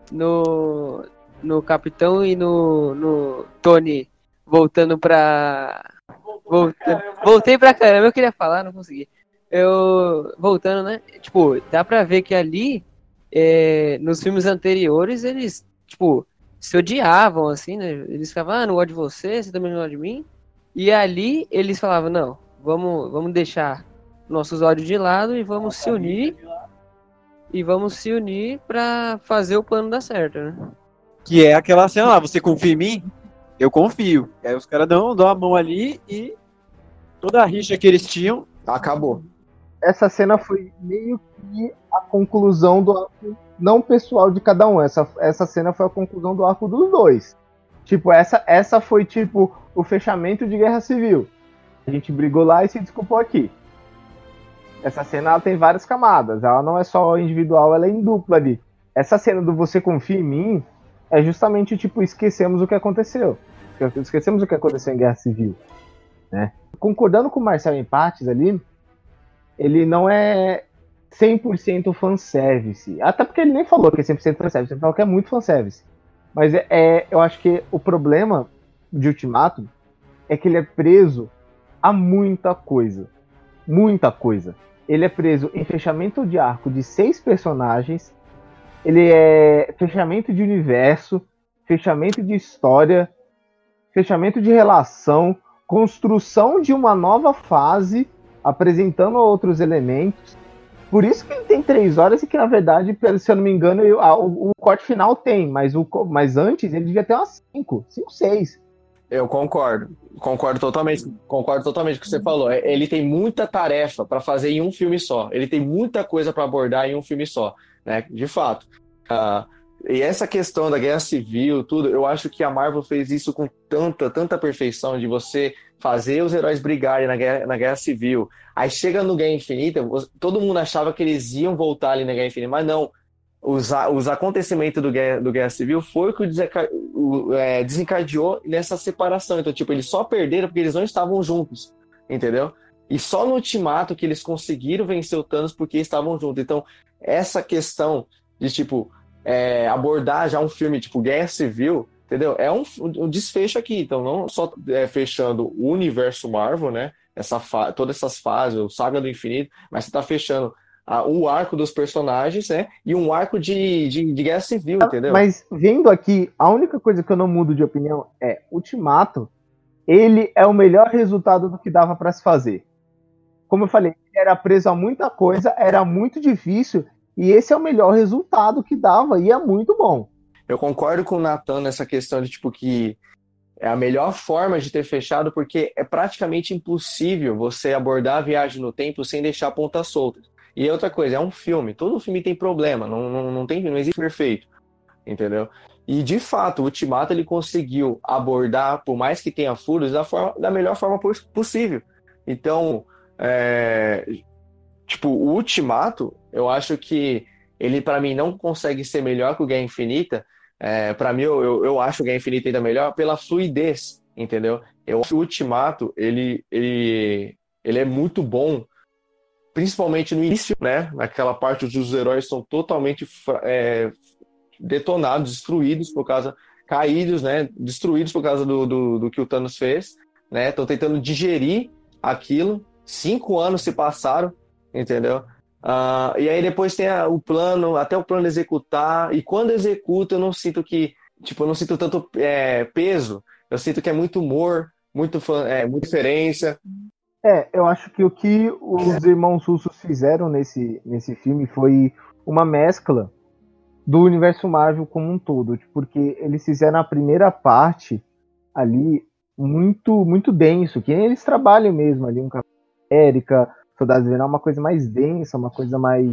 no, no Capitão e no, no Tony voltando pra... Voltando... Voltei pra caramba, eu queria falar, não consegui. Eu... Voltando, né? Tipo, dá pra ver que ali, é... nos filmes anteriores, eles, tipo, se odiavam, assim, né? Eles ficavam, ah, não gosto de você, você também não gosta de mim. E ali, eles falavam, não, vamos, vamos deixar nossos ódios de lado e vamos se unir... E vamos se unir pra fazer o plano dar certo, né? Que é aquela cena lá, você confia em mim? Eu confio. E aí os caras dão, dão a mão ali e toda a rixa que eles tinham... Acabou. Essa cena foi meio que a conclusão do arco, não pessoal de cada um. Essa, essa cena foi a conclusão do arco dos dois. Tipo, essa, essa foi tipo o fechamento de Guerra Civil. A gente brigou lá e se desculpou aqui. Essa cena ela tem várias camadas, ela não é só individual, ela é em dupla ali. Essa cena do você confia em mim é justamente tipo, esquecemos o que aconteceu. Esquecemos o que aconteceu em Guerra Civil. Né? Concordando com o Marcel em partes ali, ele não é cem por cento fanservice. Até porque ele nem falou que é cem por cento fanservice, ele falou que é muito fanservice. Mas é, é, eu acho que o problema de Ultimato é que ele é preso a muita coisa. muita coisa. Ele é preso em fechamento de arco de seis personagens, ele é fechamento de universo, fechamento de história, fechamento de relação, construção de uma nova fase, apresentando outros elementos. Por isso que ele tem três horas e que, na verdade, se eu não me engano, eu, a, o, o corte final tem, mas, o, mas antes ele devia ter umas cinco, cinco, seis. Eu concordo, concordo totalmente, concordo totalmente com o que você falou. Ele tem muita tarefa para fazer em um filme só. Ele tem muita coisa para abordar em um filme só, né? De fato. Uh, e essa questão da guerra civil, tudo, eu acho que a Marvel fez isso com tanta, tanta perfeição, de você fazer os heróis brigarem na guerra, na guerra civil. Aí chega no Guerra Infinita, todo mundo achava que eles iam voltar ali na Guerra Infinita, mas não. Os, os acontecimentos do Guerra, do Guerra Civil foi o que o, é, desencadeou nessa separação. Então, tipo, eles só perderam porque eles não estavam juntos, entendeu? E só no Ultimato que eles conseguiram vencer o Thanos porque estavam juntos. Então, essa questão de, tipo, é, abordar já um filme tipo Guerra Civil, entendeu? É um, um desfecho aqui. Então, não só é, fechando o universo Marvel, né? Essa fa- todas essas fases, o Saga do Infinito, mas você tá fechando a, o arco dos personagens, né? E um arco de, de, de Guerra Civil, entendeu? Mas vendo aqui, a única coisa que eu não mudo de opinião é Ultimato, ele é o melhor resultado do que dava para se fazer. Como eu falei, era preso a muita coisa, era muito difícil, e esse é o melhor resultado que dava, e é muito bom. Eu concordo com o Nathan nessa questão de, tipo, que é a melhor forma de ter fechado, porque é praticamente impossível você abordar a viagem no tempo sem deixar pontas soltas. E outra coisa, é um filme. Todo filme tem problema, não, não, não, tem, não existe perfeito, entendeu? E, de fato, o Ultimato ele conseguiu abordar, por mais que tenha furos, da, forma, da melhor forma possível. Então, é, tipo, o Ultimato, eu acho que ele, para mim, não consegue ser melhor que o Guerra Infinita. É, para mim, eu, eu, eu acho o Guerra Infinita ainda melhor pela fluidez, entendeu? Eu acho que o Ultimato, ele, ele, ele é muito bom, principalmente no início, né? Naquela parte onde os heróis são totalmente é, detonados, destruídos por causa... Caídos, né? Destruídos por causa do, do, do que o Thanos fez, né? Estão tentando digerir aquilo. Cinco anos se passaram, entendeu? Uh, e aí depois tem a, o plano, até o plano executar, e quando executa eu não sinto que, tipo, eu não sinto tanto é, peso, eu sinto que é muito humor, muito, é, muita diferença. É, eu acho que o que os irmãos russos fizeram nesse, nesse filme foi uma mescla do universo Marvel como um todo, porque eles fizeram a primeira parte ali muito, muito denso, que eles trabalham mesmo ali, um Capitão América, Soldado Invernal, uma coisa mais densa, uma coisa mais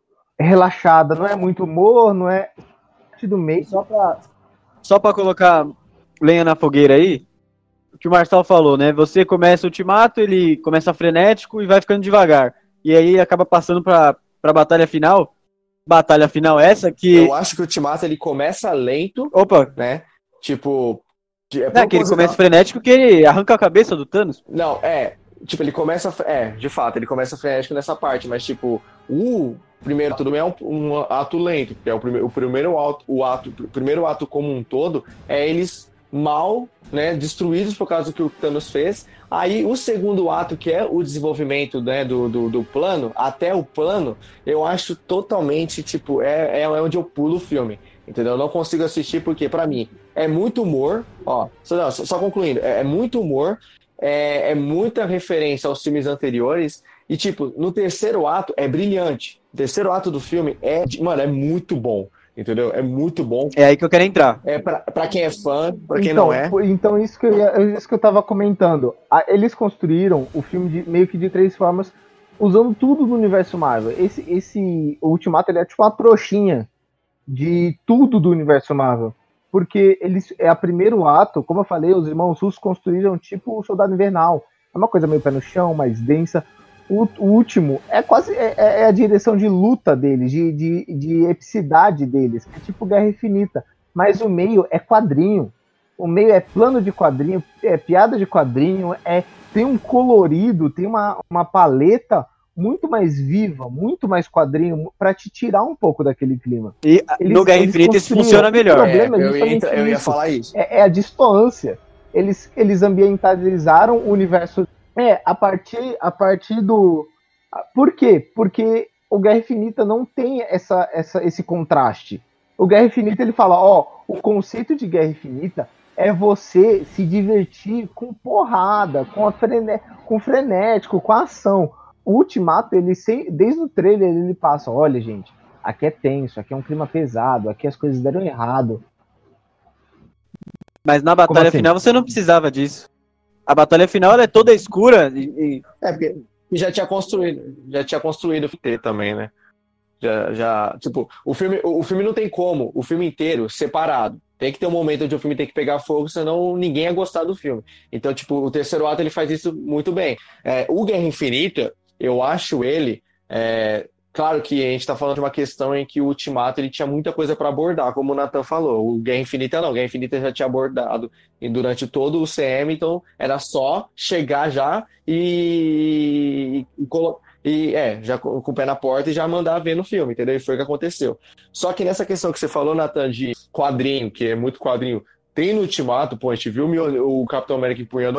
relaxada, não é muito humor, não é do meio. Só pra, só pra colocar lenha na fogueira aí, o que o Marcel falou, né? Você começa o Ultimato, ele começa frenético e vai ficando devagar. E aí acaba passando pra, pra batalha final. Batalha final essa que... Eu acho que o Ultimato ele começa lento. Opa! Né? Tipo... É não, que ele começa frenético que ele arranca a cabeça do Thanos. Não, é... Tipo, ele começa... É, de fato, ele começa frenético nessa parte, mas, tipo, o primeiro tudo bem é um, um ato lento, que é o, prime, o primeiro ato, o ato, o primeiro ato como um todo, é eles mal, né, destruídos por causa do que o Thanos fez. Aí, o segundo ato, que é o desenvolvimento, né, do, do, do plano, até o plano, eu acho totalmente, tipo, é, é onde eu pulo o filme, entendeu? Eu não consigo assistir porque, pra mim, é muito humor, ó, só, não, só, só concluindo, é, é muito humor, É, é muita referência aos filmes anteriores. E, tipo, no terceiro ato é brilhante. O terceiro ato do filme é, mano, é muito bom. Entendeu? É muito bom. É aí que eu quero entrar. É pra, pra quem é fã, pra quem então, não é. Então, isso que, eu ia, isso que eu tava comentando. Eles construíram o filme de, meio que de três formas, usando tudo do universo Marvel. Esse, esse o Ultimato, ele é tipo uma trouxinha de tudo do universo Marvel. Porque eles, é o primeiro ato, como eu falei, os irmãos russos construíram tipo o Soldado Invernal. É uma coisa meio pé no chão, mais densa. O, o último é quase é, é a direção de luta deles, de, de, de epicidade deles, que é tipo Guerra Infinita. Mas o meio é quadrinho. O meio é plano de quadrinho, é piada de quadrinho, é, tem um colorido, tem uma, uma paleta muito mais viva, muito mais quadrinho, pra te tirar um pouco daquele clima. E eles, no Guerra Infinita isso funciona melhor. O problema é, eu, ia, eu ia falar isso. É, é a distância. Eles, eles ambientalizaram o universo É, a partir, a partir do... Por quê? Porque o Guerra Infinita não tem essa, essa, esse contraste. O Guerra Infinita, ele fala, ó, o conceito de Guerra Infinita é você se divertir com porrada, com, a frené, com frenético, com a ação. O Ultimato, ele sem, desde o trailer, ele passa, olha, gente, aqui é tenso, aqui é um clima pesado, aqui as coisas deram errado. Mas na batalha assim? final você não precisava disso. A batalha final ela é toda escura e, e... É, porque já tinha construído, já tinha construído o T também, né? Já, já, tipo, o filme, o filme não tem como, o filme inteiro separado. Tem que ter um momento onde o filme tem que pegar fogo, senão ninguém ia gostar do filme. Então, tipo, o terceiro ato ele faz isso muito bem. É, o Guerra Infinita, eu acho ele, é, claro que a gente tá falando de uma questão em que o Ultimato ele tinha muita coisa para abordar, como o Nathan falou. O Guerra Infinita não, o Guerra Infinita já tinha abordado e durante todo o C M, então era só chegar já e, e colocar. E é, já com o pé na porta e já mandar ver no filme, entendeu? E foi o que aconteceu. Só que nessa questão que você falou, Nathan, de quadrinho, que é muito quadrinho, tem no Ultimato, pô, a gente viu o Capitão América empunhando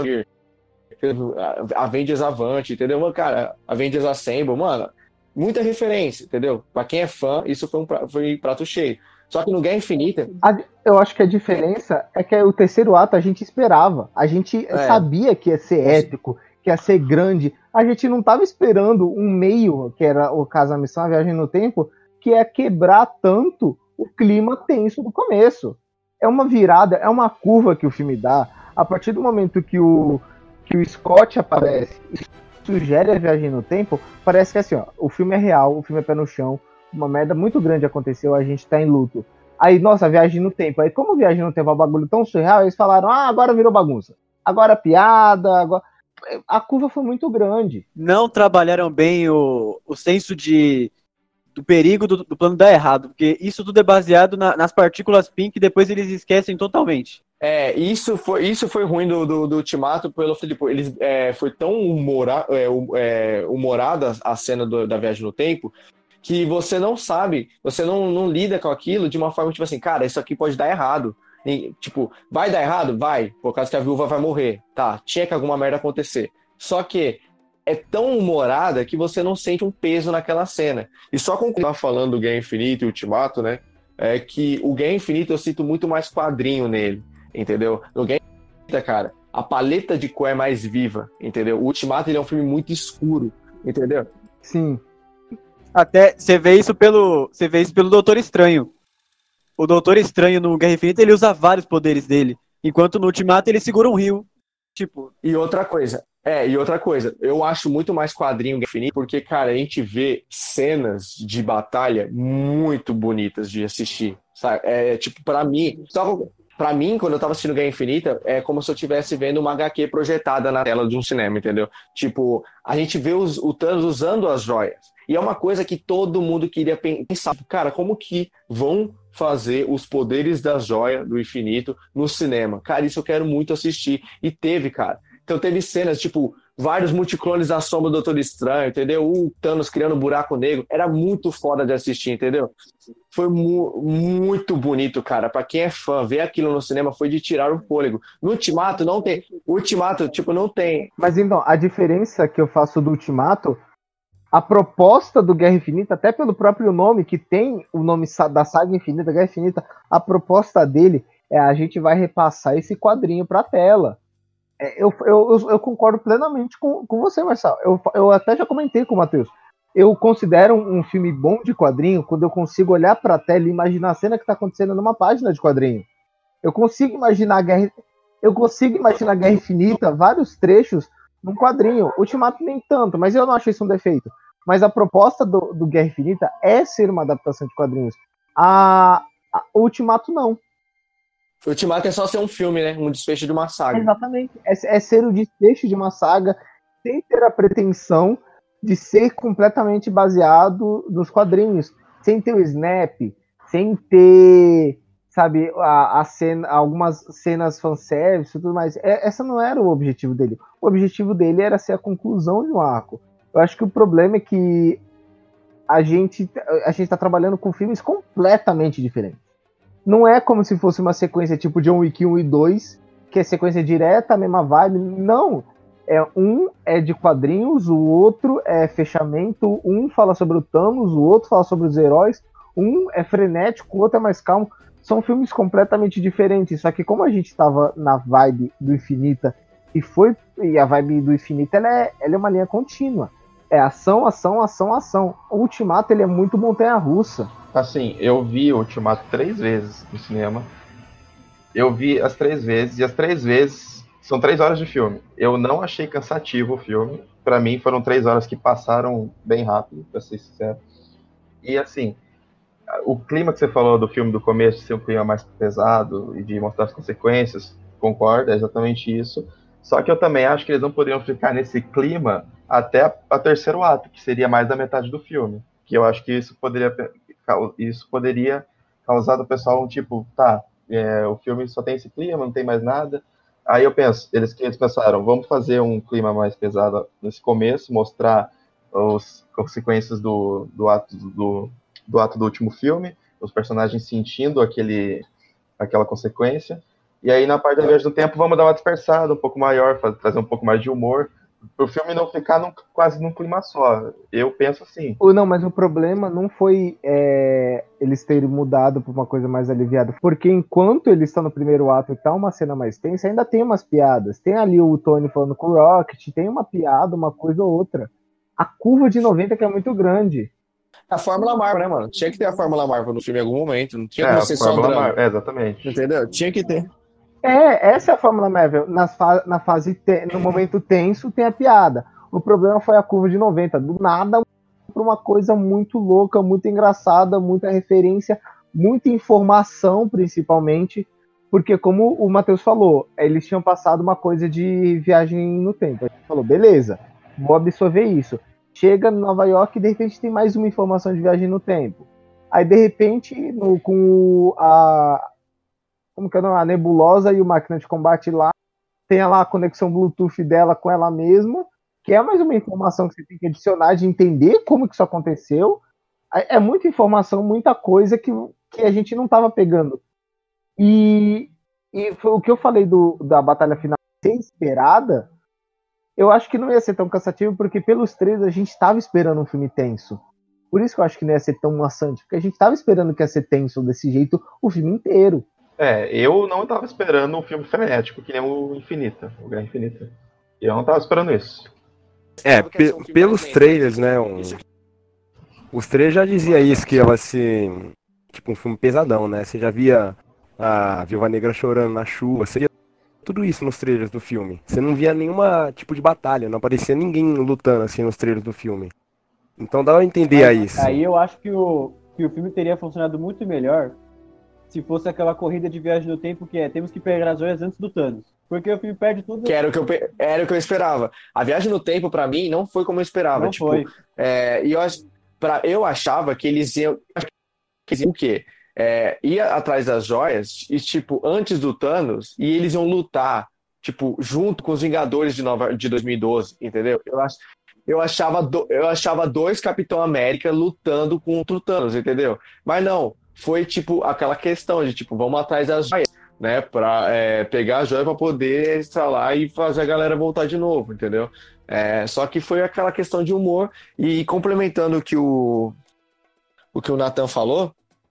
Avengers Avante, entendeu? Mano, cara, Avengers Assemble, mano, muita referência, entendeu? Pra quem é fã, isso foi um prato, foi um prato cheio. Só que no Guerra Infinita... A, eu acho que a diferença é que o terceiro ato a gente esperava. A gente É. sabia que ia ser épico, que ia ser grande. A gente não estava esperando um meio, que era o caso da missão, a viagem no tempo, que ia quebrar tanto o clima tenso do começo. É uma virada, é uma curva que o filme dá. A partir do momento que o, que o Scott aparece e sugere a viagem no tempo, parece que assim, ó, o filme é real, o filme é pé no chão, uma merda muito grande aconteceu, a gente tá em luto. Aí, nossa, viagem no tempo. Aí, como viagem no tempo é um bagulho tão surreal, eles falaram, ah, agora virou bagunça. Agora é piada, agora... A curva foi muito grande. não trabalharam bem o, o senso de, do perigo do, do plano dar errado, porque isso tudo é baseado na, nas partículas pink e depois eles esquecem totalmente. É, isso foi, isso foi ruim do, do, do Ultimato, pelo tipo, eles, é, foi tão humora, é, é, humorada a cena do, da viagem no tempo, que você não sabe, você não, não lida com aquilo de uma forma tipo assim, cara, isso aqui pode dar errado. E, tipo, vai dar errado? Vai, por causa que a viúva vai morrer. Tá, tinha que alguma merda acontecer. Só que é tão humorada que você não sente um peso naquela cena. E só concluir falando do Guerra Infinita e Ultimato, né? É que o Guerra Infinita eu sinto muito mais quadrinho nele, entendeu? No Guerra Infinita, cara, a paleta de cor é mais viva, entendeu? O Ultimato ele é um filme muito escuro, entendeu? Sim. Até você vê isso pelo, você vê isso pelo Doutor Estranho. O Doutor Estranho no Guerra Infinita, ele usa vários poderes dele, enquanto no Ultimato ele segura um rio. Tipo, E outra coisa, é, e outra coisa, eu acho muito mais quadrinho Guerra Infinita, porque, cara, a gente vê cenas de batalha muito bonitas de assistir, sabe? É, tipo, pra mim, só pra mim, quando eu tava assistindo Guerra Infinita, é como se eu estivesse vendo uma agá quê projetada na tela de um cinema, entendeu? Tipo, a gente vê os, o Thanos usando as joias, e é uma coisa que todo mundo queria pensar, cara, como que vão fazer os poderes da joia do infinito no cinema? Cara, isso eu quero muito assistir. E teve, cara. Então teve cenas, tipo, vários multiclones da sombra do Doutor Estranho, entendeu? O Thanos criando um buraco negro. Era muito foda de assistir, entendeu? Foi mu- muito bonito, cara. Pra quem é fã, ver aquilo no cinema foi de tirar o fôlego. No Ultimato não tem. O Ultimato, tipo, não tem. Mas então, a diferença que eu faço do Ultimato, a proposta do Guerra Infinita, até pelo próprio nome, que tem o nome sa- da saga Infinita, Guerra Infinita, a proposta dele é a gente vai repassar esse quadrinho pra tela. É, eu, eu, eu, eu concordo plenamente com, com você, Marcelo. Eu, eu até já comentei com o Matheus. Eu considero um, um filme bom de quadrinho quando eu consigo olhar pra tela e imaginar a cena que tá acontecendo numa página de quadrinho. Eu consigo imaginar a Guerra, eu consigo imaginar a Guerra Infinita, vários trechos num quadrinho. Ultimato nem tanto, mas eu não acho isso um defeito. Mas a proposta do, do Guerra Infinita é ser uma adaptação de quadrinhos. A, a o Ultimato não. O Ultimato é só ser um filme, né? Um desfecho de uma saga. Exatamente. É, é ser o desfecho de uma saga sem ter a pretensão de ser completamente baseado nos quadrinhos. Sem ter o snap, sem ter, sabe, a, a cena, algumas cenas fanservice e tudo mais. É, essa não era o objetivo dele. O objetivo dele era ser a conclusão de um arco. Eu acho que o problema é que a gente a gente tá trabalhando com filmes completamente diferentes. Não é como se fosse uma sequência tipo John Wick um e dois, que é sequência direta, a mesma vibe. Não. É, um é de quadrinhos, o outro é fechamento, um fala sobre o Thanos, o outro fala sobre os heróis, um é frenético, o outro é mais calmo. São filmes completamente diferentes, só que como a gente estava na vibe do Infinita, e foi e a vibe do Infinita ela é, ela é uma linha contínua. É ação, ação, ação, ação. O Ultimato ele é muito montanha-russa. Assim, eu vi o Ultimato três vezes no cinema. Eu vi as três vezes, e as três vezes são três horas de filme. Eu não achei cansativo o filme. Pra mim foram três horas que passaram bem rápido, pra ser sincero. E assim, o clima que você falou do filme do começo, ser um clima mais pesado e de mostrar as consequências, concordo, é exatamente isso. Só que eu também acho que eles não poderiam ficar nesse clima até o terceiro ato, que seria mais da metade do filme. Que eu acho que isso poderia, isso poderia causar do pessoal um tipo, tá, é, o filme só tem esse clima, não tem mais nada. Aí eu penso, eles, eles pensaram, vamos fazer um clima mais pesado nesse começo, mostrar os consequências do, do, ato, do, do ato do último filme, os personagens sentindo aquele, aquela consequência. E aí, na parte da viagem do tempo, vamos dar uma dispersada um pouco maior, fazer, trazer um pouco mais de humor, para o filme não ficar num, quase num clima só. Eu penso assim. Ou não, mas o problema não foi é, eles terem mudado para uma coisa mais aliviada, porque enquanto eles estão no primeiro ato e tá uma cena mais tensa, ainda tem umas piadas. Tem ali o Tony falando com o Rocket, tem uma piada, uma coisa ou outra. A curva de noventa que é muito grande. A Fórmula Marvel, né, mano? Tinha que ter a Fórmula Marvel no filme em algum momento. Não tinha É, como ser só um drama. Mar... É, exatamente. Entendeu? Tinha que ter. É, essa é a Fórmula Marvel. Na, fa- na fase, te- no momento tenso, tem a piada. O problema foi a curva de noventa. Do nada, para uma coisa muito louca, muito engraçada, muita referência, muita informação, principalmente. Porque, como o Matheus falou, eles tinham passado uma coisa de viagem no tempo. A gente falou, beleza, vou absorver isso. Chega em Nova York e, de repente, tem mais uma informação de viagem no tempo. Aí, de repente, no, com a... como que é a nebulosa e o máquina de combate lá, tem lá a conexão Bluetooth dela com ela mesma, que é mais uma informação que você tem que adicionar de entender como que isso aconteceu. É muita informação, muita coisa que, que a gente não estava pegando. E, e foi o que eu falei do, da batalha final ser esperada, eu acho que não ia ser tão cansativo, porque pelos três a gente estava esperando um filme tenso. Por isso que eu acho que não ia ser tão maçante, porque a gente estava esperando que ia ser tenso desse jeito o filme inteiro. É, eu não estava esperando um filme frenético, que nem o Infinita, o Guerra Infinita. Eu não estava esperando isso. É, pe- pelos trailers, né? Um... Os trailers já dizia isso, que ia ser tipo um filme pesadão, né? Você já via a Viúva Negra chorando na chuva, você via tudo isso nos trailers do filme. Você não via nenhuma tipo de batalha, não aparecia ninguém lutando assim nos trailers do filme. Então dá pra entender aí, aí isso. Aí eu acho que o, que o filme teria funcionado muito melhor se fosse aquela corrida de viagem no tempo que é, temos que pegar as joias antes do Thanos. Porque o filme perde tudo. Que era o que eu, pe- era o que eu esperava. A viagem no tempo, pra mim, não foi como eu esperava. Não tipo, foi. É, e eu, ach- pra, eu achava que eles iam. Que eles iam o quê? É, ia atrás das joias e, tipo, antes do Thanos, e eles iam lutar, tipo, junto com os Vingadores de, Nova, de dois mil e doze, entendeu? Eu, ach, eu, achava do, eu achava dois Capitão América lutando contra o Thanos, entendeu? Mas não, foi, tipo, aquela questão de, tipo, vamos atrás das joias, né? Pra é, pegar a joia pra poder estralar e fazer a galera voltar de novo, entendeu? É, só que foi aquela questão de humor. E complementando o que o, o, que o Nathan falou,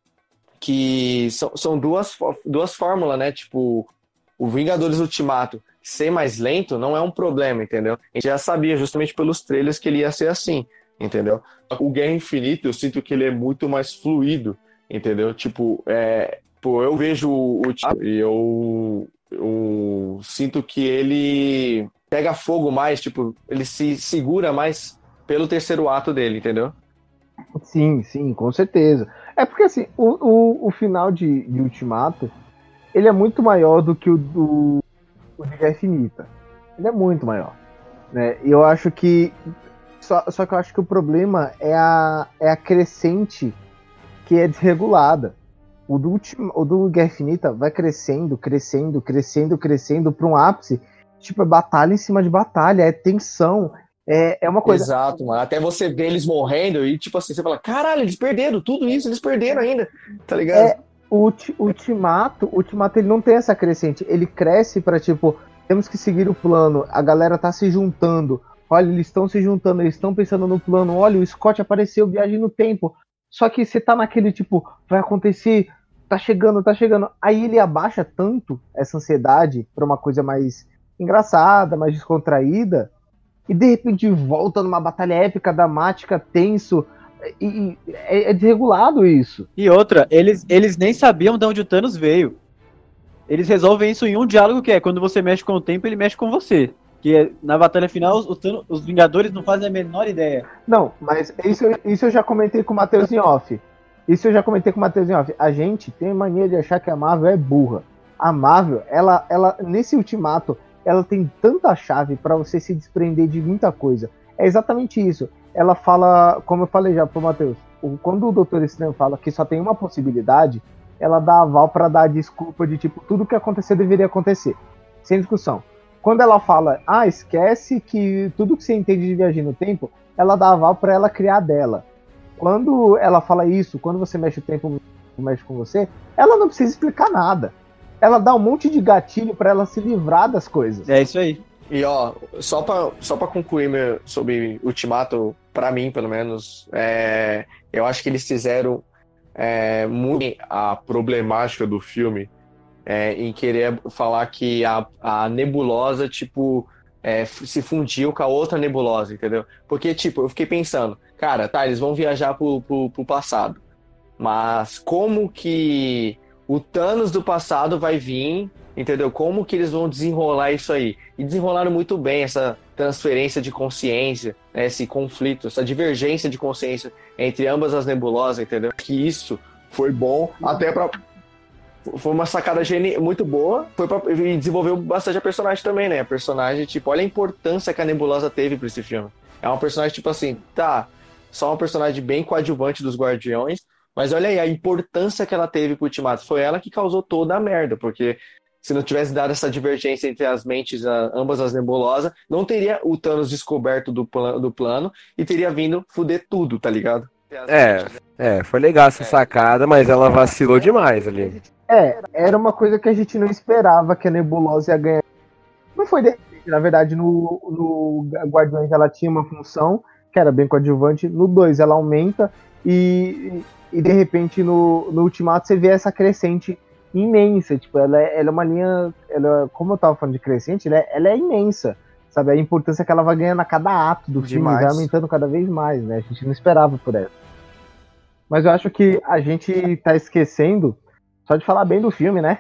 que são, são duas, duas fórmulas, né? Tipo, o Vingadores Ultimato ser mais lento não é um problema, entendeu? A gente já sabia, justamente pelos trailers, que ele ia ser assim, entendeu? O Guerra Infinita, eu sinto que ele é muito mais fluido, entendeu? Tipo, é, pô, eu vejo o Ultimato e eu, eu sinto que ele pega fogo mais, tipo, ele se segura mais pelo terceiro ato dele, entendeu? Sim, sim, com certeza. É porque assim, o, o, o final de, de Ultimato, ele é muito maior do que o do o de Guerra Infinita. Ele é muito maior, né? E eu acho que só, só que eu acho que o problema é a, é a crescente que é desregulada. O do, ultima, o do Guerra Infinita vai crescendo, crescendo, crescendo, crescendo para um ápice. Tipo, é batalha em cima de batalha, é tensão. É, é uma coisa. Exato, mano. Até você ver eles morrendo e, tipo assim, você fala, caralho, eles perderam tudo isso, eles perderam ainda, tá ligado? É, o Ultimato, o Ultimato, ele não tem essa crescente. Ele cresce pra, tipo, temos que seguir o plano, a galera tá se juntando, olha, eles estão se juntando, eles estão pensando no plano, olha, o Scott apareceu, viagem no tempo, só que você tá naquele tipo, vai acontecer, tá chegando, tá chegando, aí ele abaixa tanto essa ansiedade pra uma coisa mais engraçada, mais descontraída, e de repente volta numa batalha épica, dramática, tenso, e, e é, é desregulado isso. E outra, eles, eles nem sabiam de onde o Thanos veio. Eles resolvem isso em um diálogo que é, quando você mexe com o tempo, ele mexe com você. Que é, na batalha final, os, Thanos, os Vingadores não fazem a menor ideia. Não, mas isso, isso eu já comentei com o Matheus em off. Isso eu já comentei com o Matheus em off. A gente tem mania de achar que a Marvel é burra. A Marvel, ela, ela nesse Ultimato, ela tem tanta chave pra você se desprender de muita coisa. É exatamente isso. Ela fala, como eu falei já pro Matheus, quando o Doutor Estranho fala que só tem uma possibilidade, ela dá aval pra dar a desculpa de tipo, tudo que acontecer deveria acontecer. Sem discussão. Quando ela fala, ah, esquece que tudo que você entende de viagem no tempo, ela dá aval pra ela criar dela. Quando ela fala isso, quando você mexe o tempo, mexe com você, ela não precisa explicar nada. Ela dá um monte de gatilho pra ela se livrar das coisas. É isso aí. E ó, só pra, só pra concluir meu, sobre Ultimato, pra mim, pelo menos, é, eu acho que eles fizeram é, muito a problemática do filme é, em querer falar que a, a nebulosa, tipo, é, se fundiu com a outra nebulosa, entendeu? Porque, tipo, eu fiquei pensando, cara, tá, eles vão viajar pro, pro, pro passado, mas como que o Thanos do passado vai vir, entendeu? Como que eles vão desenrolar isso aí? E desenrolaram muito bem essa transferência de consciência, né, esse conflito, essa divergência de consciência entre ambas as nebulosas, entendeu? Que isso foi bom, até pra... Foi uma sacada geni... muito boa, foi pra... e desenvolveu bastante a personagem também, né? A personagem, tipo, olha a importância que a nebulosa teve pra esse filme. É uma personagem, tipo assim, tá, só uma personagem bem coadjuvante dos Guardiões, mas olha aí a importância que ela teve pro Ultimato. Foi ela que causou toda a merda, porque se não tivesse dado essa divergência entre as mentes, a, ambas as nebulosas, não teria o Thanos descoberto do, plan, do plano e teria vindo fuder tudo, tá ligado? É, é, foi legal essa sacada, mas ela vacilou demais ali. É, era uma coisa que a gente não esperava que a nebulosa ia ganhar. Não foi de repente, na verdade, no, no Guardiões ela tinha uma função que era bem coadjuvante, no dois ela aumenta e, e de repente no, no Ultimato você vê essa crescente imensa, tipo, ela é, ela é uma linha, ela, como eu tava falando de crescente, ela é, ela é imensa, sabe, a importância que ela vai ganhando a cada ato do filme, Demais. vai aumentando cada vez mais, né, a gente não esperava por essa. Mas eu acho que a gente tá esquecendo só de falar bem do filme, né?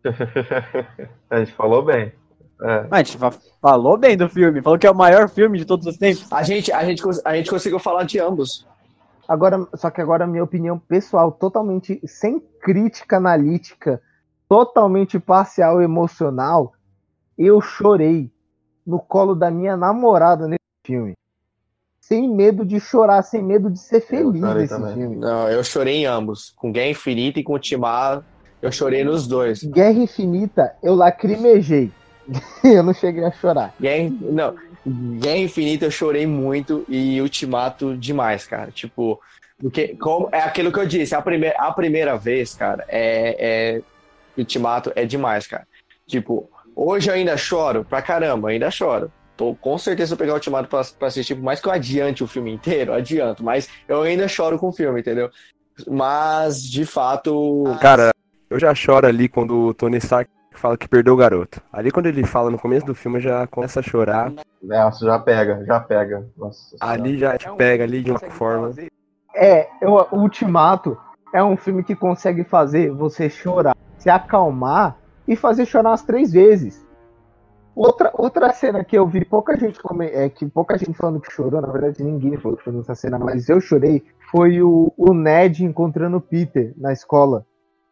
A gente falou bem. É. A gente fa- falou bem do filme, falou que é o maior filme de todos os tempos. A gente, a gente, cons- a gente conseguiu falar de ambos. Agora, só que agora a minha opinião pessoal, totalmente sem crítica analítica, totalmente parcial e emocional, eu chorei no colo da minha namorada nesse filme. Sem medo de chorar, sem medo de ser feliz chorei nesse também. filme. Não, eu chorei em ambos. Com Guerra Infinita e com Ultimato, eu chorei nos dois. Guerra Infinita, eu lacrimejei. Eu não cheguei a chorar. Guerra, não, Guerra Infinita eu chorei muito e Ultimato demais, cara. Tipo, porque como, é aquilo que eu disse, a primeira, a primeira vez, cara, é, é Ultimato é demais, cara. Tipo, hoje eu ainda choro pra caramba, ainda choro. Tô com certeza pegar o Ultimato pra, pra assistir, por mais que eu adiante o filme inteiro, adianto, mas eu ainda choro com o filme, entendeu? Mas, de fato... Cara, eu já choro ali quando o Tony Stark fala que perdeu o garoto. Ali quando ele fala no começo do filme, eu já começa a chorar. Nossa, já pega, já pega. Nossa, Ali já te pega ali de uma forma. É, eu, o Ultimato é um filme que consegue fazer você chorar, se acalmar e fazer chorar umas três vezes. Outra, outra cena que eu vi pouca gente come, é, que pouca gente falando que chorou, na verdade ninguém falou que chorou nessa cena, mas eu chorei, foi o, o Ned encontrando o Peter na escola.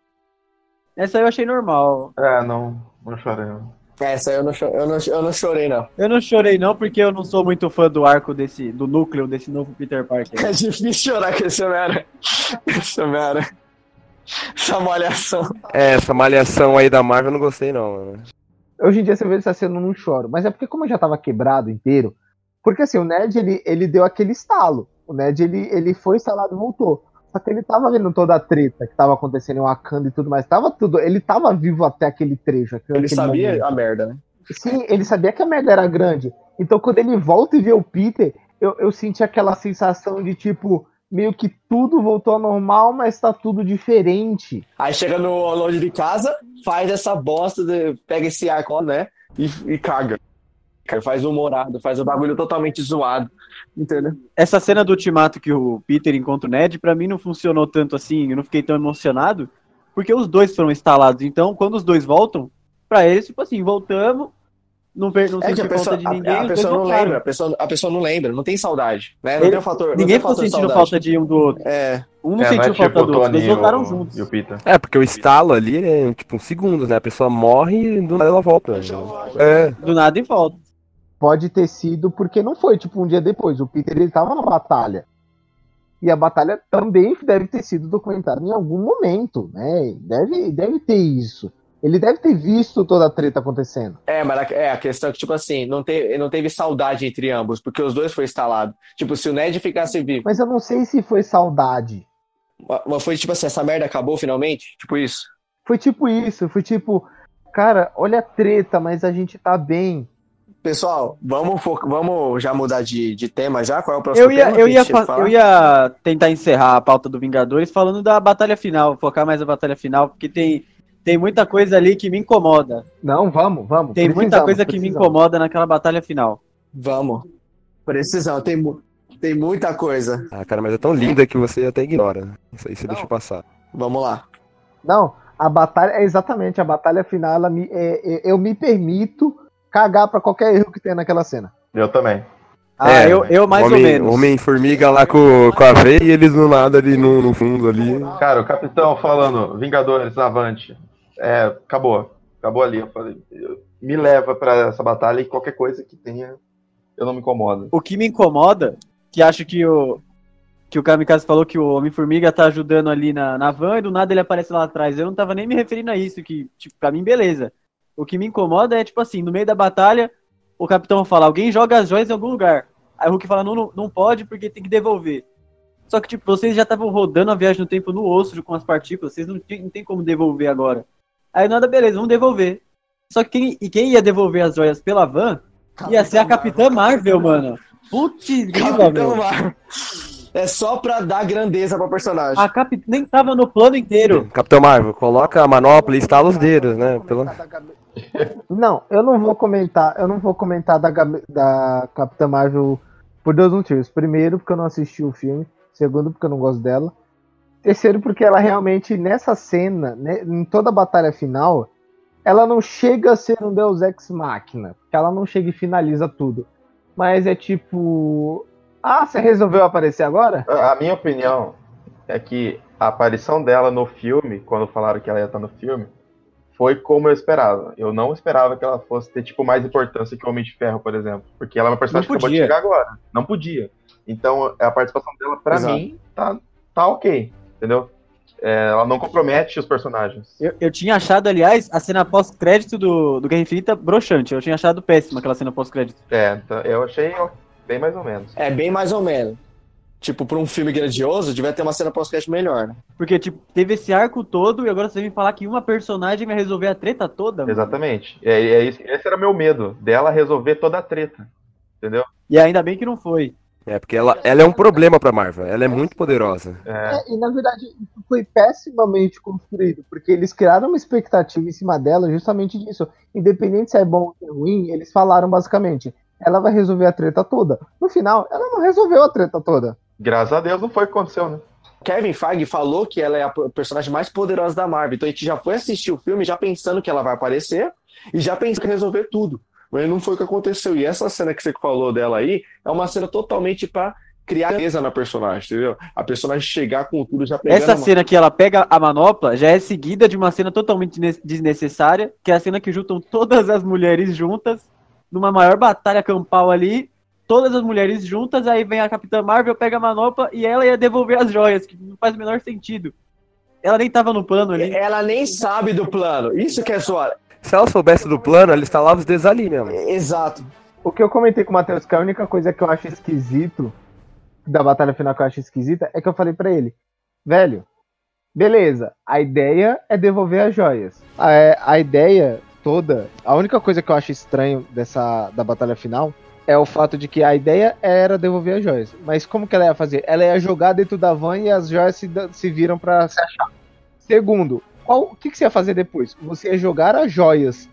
Essa eu achei normal. É, não, não chorei. Não. Essa eu não, cho- eu, não, eu não chorei, não. Eu não chorei não, porque eu não sou muito fã do arco desse, do núcleo desse novo Peter Parker. É difícil chorar com esse Homem-Aranha. Esse Homem-Aranha. Essa malhação. É, essa malhação aí da Marvel eu não gostei não, mano. Hoje em dia você vê essa cena, eu não choro, mas é porque como eu já tava quebrado inteiro, porque assim, o Ned, ele, ele deu aquele estalo, o Ned, ele, ele foi instalado e voltou. Só que ele tava vendo toda a treta que tava acontecendo em Wakanda e tudo mais. Tava tudo. Ele tava vivo até aquele trecho. Aquele Ele sabia momento. a merda, né? Sim, ele sabia que a merda era grande. Então quando ele volta e vê o Peter, eu, eu senti aquela sensação de tipo, meio que tudo voltou ao normal, mas tá tudo diferente. Aí chega no longe de casa, faz essa bosta, de, pega esse arco, né? E, e caga. Faz o humorado, faz o bagulho totalmente zoado. Entendeu? Essa cena do ultimato que o Peter encontra o Ned, pra mim não funcionou tanto assim, eu não fiquei tão emocionado, porque os dois foram instalados. Então, quando os dois voltam, pra eles, tipo assim, voltamos, não, per- não É que senti a pessoa, falta de ninguém. a, a os dois pessoa não voltaram. lembra, a pessoa, a pessoa não lembra, não tem saudade. Né? Não Ele- tem o fator. não Ninguém tem o ficou fator sentindo saudade. falta de um do outro. É. Um não É, não sentiu é falta tipo o do outro, os dois Tony voltaram e o, juntos. e o Peter. É, porque o estalo ali é tipo uns segundos, né? A pessoa morre e do nada ela volta. É. Do nada e volta. Pode ter sido porque não foi tipo um dia depois. O Peter ele tava na batalha. E a batalha também deve ter sido documentada em algum momento, né? Deve, deve ter isso. Ele deve ter visto toda a treta acontecendo. É, mas a, é, a questão é que, tipo assim, não, te, não teve saudade entre ambos, porque os dois foram instalados. Tipo, se o Ned ficasse vivo. Mas eu não sei se foi saudade. Mas foi tipo assim, essa merda acabou finalmente? Tipo isso. Foi tipo isso. Foi tipo, cara, olha a treta, mas a gente tá bem. Pessoal, vamos, fo- vamos já mudar de, de tema já? Qual é o próximo Eu ia, tema? eu, que a ia gente tinha que fa- falar? eu ia tentar encerrar a pauta do Vingadores falando da batalha final, focar mais na batalha final, porque tem, tem muita coisa ali que me incomoda. Não, vamos, vamos. Tem muita precisamos, coisa que me precisamos. incomoda naquela batalha final. Vamos. Precisão, tem, mu- tem muita coisa. Ah, cara, mas é tão linda que você até ignora. Isso aí você Não. deixa passar. Vamos lá. Não, a batalha é exatamente a batalha final. Ela me, é- é- eu me permito cagar pra qualquer erro que tenha naquela cena. Eu também. Ah, É, eu, eu mais homem, ou menos. Homem-formiga lá com, com a veia e eles do nada ali no, no fundo ali. Cara, o capitão falando, Vingadores, avante. É, acabou. Acabou ali. Eu falei, eu- me leva pra essa batalha e qualquer coisa que tenha, eu não me incomodo. O que me incomoda, que acho que o que o Kamikaze falou que o Homem-Formiga tá ajudando ali na, na van e do nada ele aparece lá atrás. Eu não tava nem me referindo a isso, que, tipo, pra mim, beleza. O que me incomoda é, tipo assim, no meio da batalha, o capitão fala, alguém joga as joias em algum lugar. Aí o Hulk fala, não, não, não pode porque tem que devolver. Só que, tipo, vocês já estavam rodando a viagem no tempo no osso com as partículas, vocês não, tem- não tem como devolver agora. Aí nada, beleza, vamos devolver. Só que quem, e quem ia devolver as joias pela van ia ser a Capitã Marvel, mano. Putz, grila, Capitão meu. Marvel. É só pra dar grandeza pra personagem. A Capitã nem tava no plano inteiro. Capitão Marvel, coloca a manopla e estala os dedos, né? Pelo... Não, eu não vou comentar, eu não vou comentar da, Gabi- da Capitã Marvel por dois motivos. Primeiro, porque eu não assisti o filme. Segundo, porque eu não gosto dela. Terceiro, porque ela realmente, nessa cena, né, em toda a batalha final, ela não chega a ser um Deus Ex Machina. Porque ela não chega e finaliza tudo. Mas é tipo... Ah, você resolveu aparecer agora? A a minha opinião é que a aparição dela no filme, quando falaram que ela ia estar no filme, foi como eu esperava. Eu não esperava que ela fosse ter, tipo, mais importância que o Homem de Ferro, por exemplo. Porque ela é uma personagem que Não acabou de podia. chegar agora. Não podia. Então, a participação dela, pra Exato. mim, tá, tá ok. Entendeu? É, ela não compromete os personagens. Eu, eu tinha achado, aliás, a cena pós-crédito do, do Guerra Infinita broxante. Eu tinha achado péssima aquela cena pós-crédito. É, então, eu achei ó, bem mais ou menos. É bem mais ou menos. Tipo, pra um filme grandioso, devia ter uma cena pós-crédito melhor, né? Porque, tipo, teve esse arco todo e agora você vem falar que uma personagem vai resolver a treta toda, mano. Exatamente. É, é isso, esse era meu medo, dela resolver toda a treta. Entendeu? E ainda bem que não foi. É, porque ela, ela é um problema pra Marvel. Ela é muito poderosa. É, É, e na verdade isso foi pessimamente construído, porque eles criaram uma expectativa em cima dela justamente disso. Independente se é bom ou se é ruim, eles falaram basicamente, ela vai resolver a treta toda. No final, ela não resolveu a treta toda. graças a Deus não foi o que aconteceu, né? Kevin Feige falou que ela é a personagem mais poderosa da Marvel. Então a gente já foi assistir o filme já pensando que ela vai aparecer e já pensando que ia resolver tudo. Mas não foi o que aconteceu. E essa cena que você falou dela aí é uma cena totalmente pra criar beleza na personagem, entendeu? A personagem chegar com tudo já pegando... Essa uma- cena que ela pega a manopla já é seguida de uma cena totalmente des- desnecessária, que é a cena que juntam todas as mulheres juntas numa maior batalha campal ali, todas as mulheres juntas, aí vem a Capitã Marvel, pega a manopla e ela ia devolver as joias, que não faz o menor sentido. Ela nem tava no plano ali. Ela nem sabe do plano. Isso que é zoado. Se ela soubesse do plano, ela instalava os dedos ali mesmo. Exato. O que eu comentei com o Matheus, que a única coisa que eu acho esquisito, da batalha final que eu acho esquisita, é que eu falei pra ele, velho, beleza, a ideia é devolver as joias. A, a ideia toda, a única coisa que eu acho estranho dessa da batalha final é o fato de que a ideia era devolver as joias. Mas como que ela ia fazer? Ela ia jogar dentro da van e as joias se, se viram pra se achar. Segundo, qual, o que, que você ia fazer depois? Você ia jogar as joias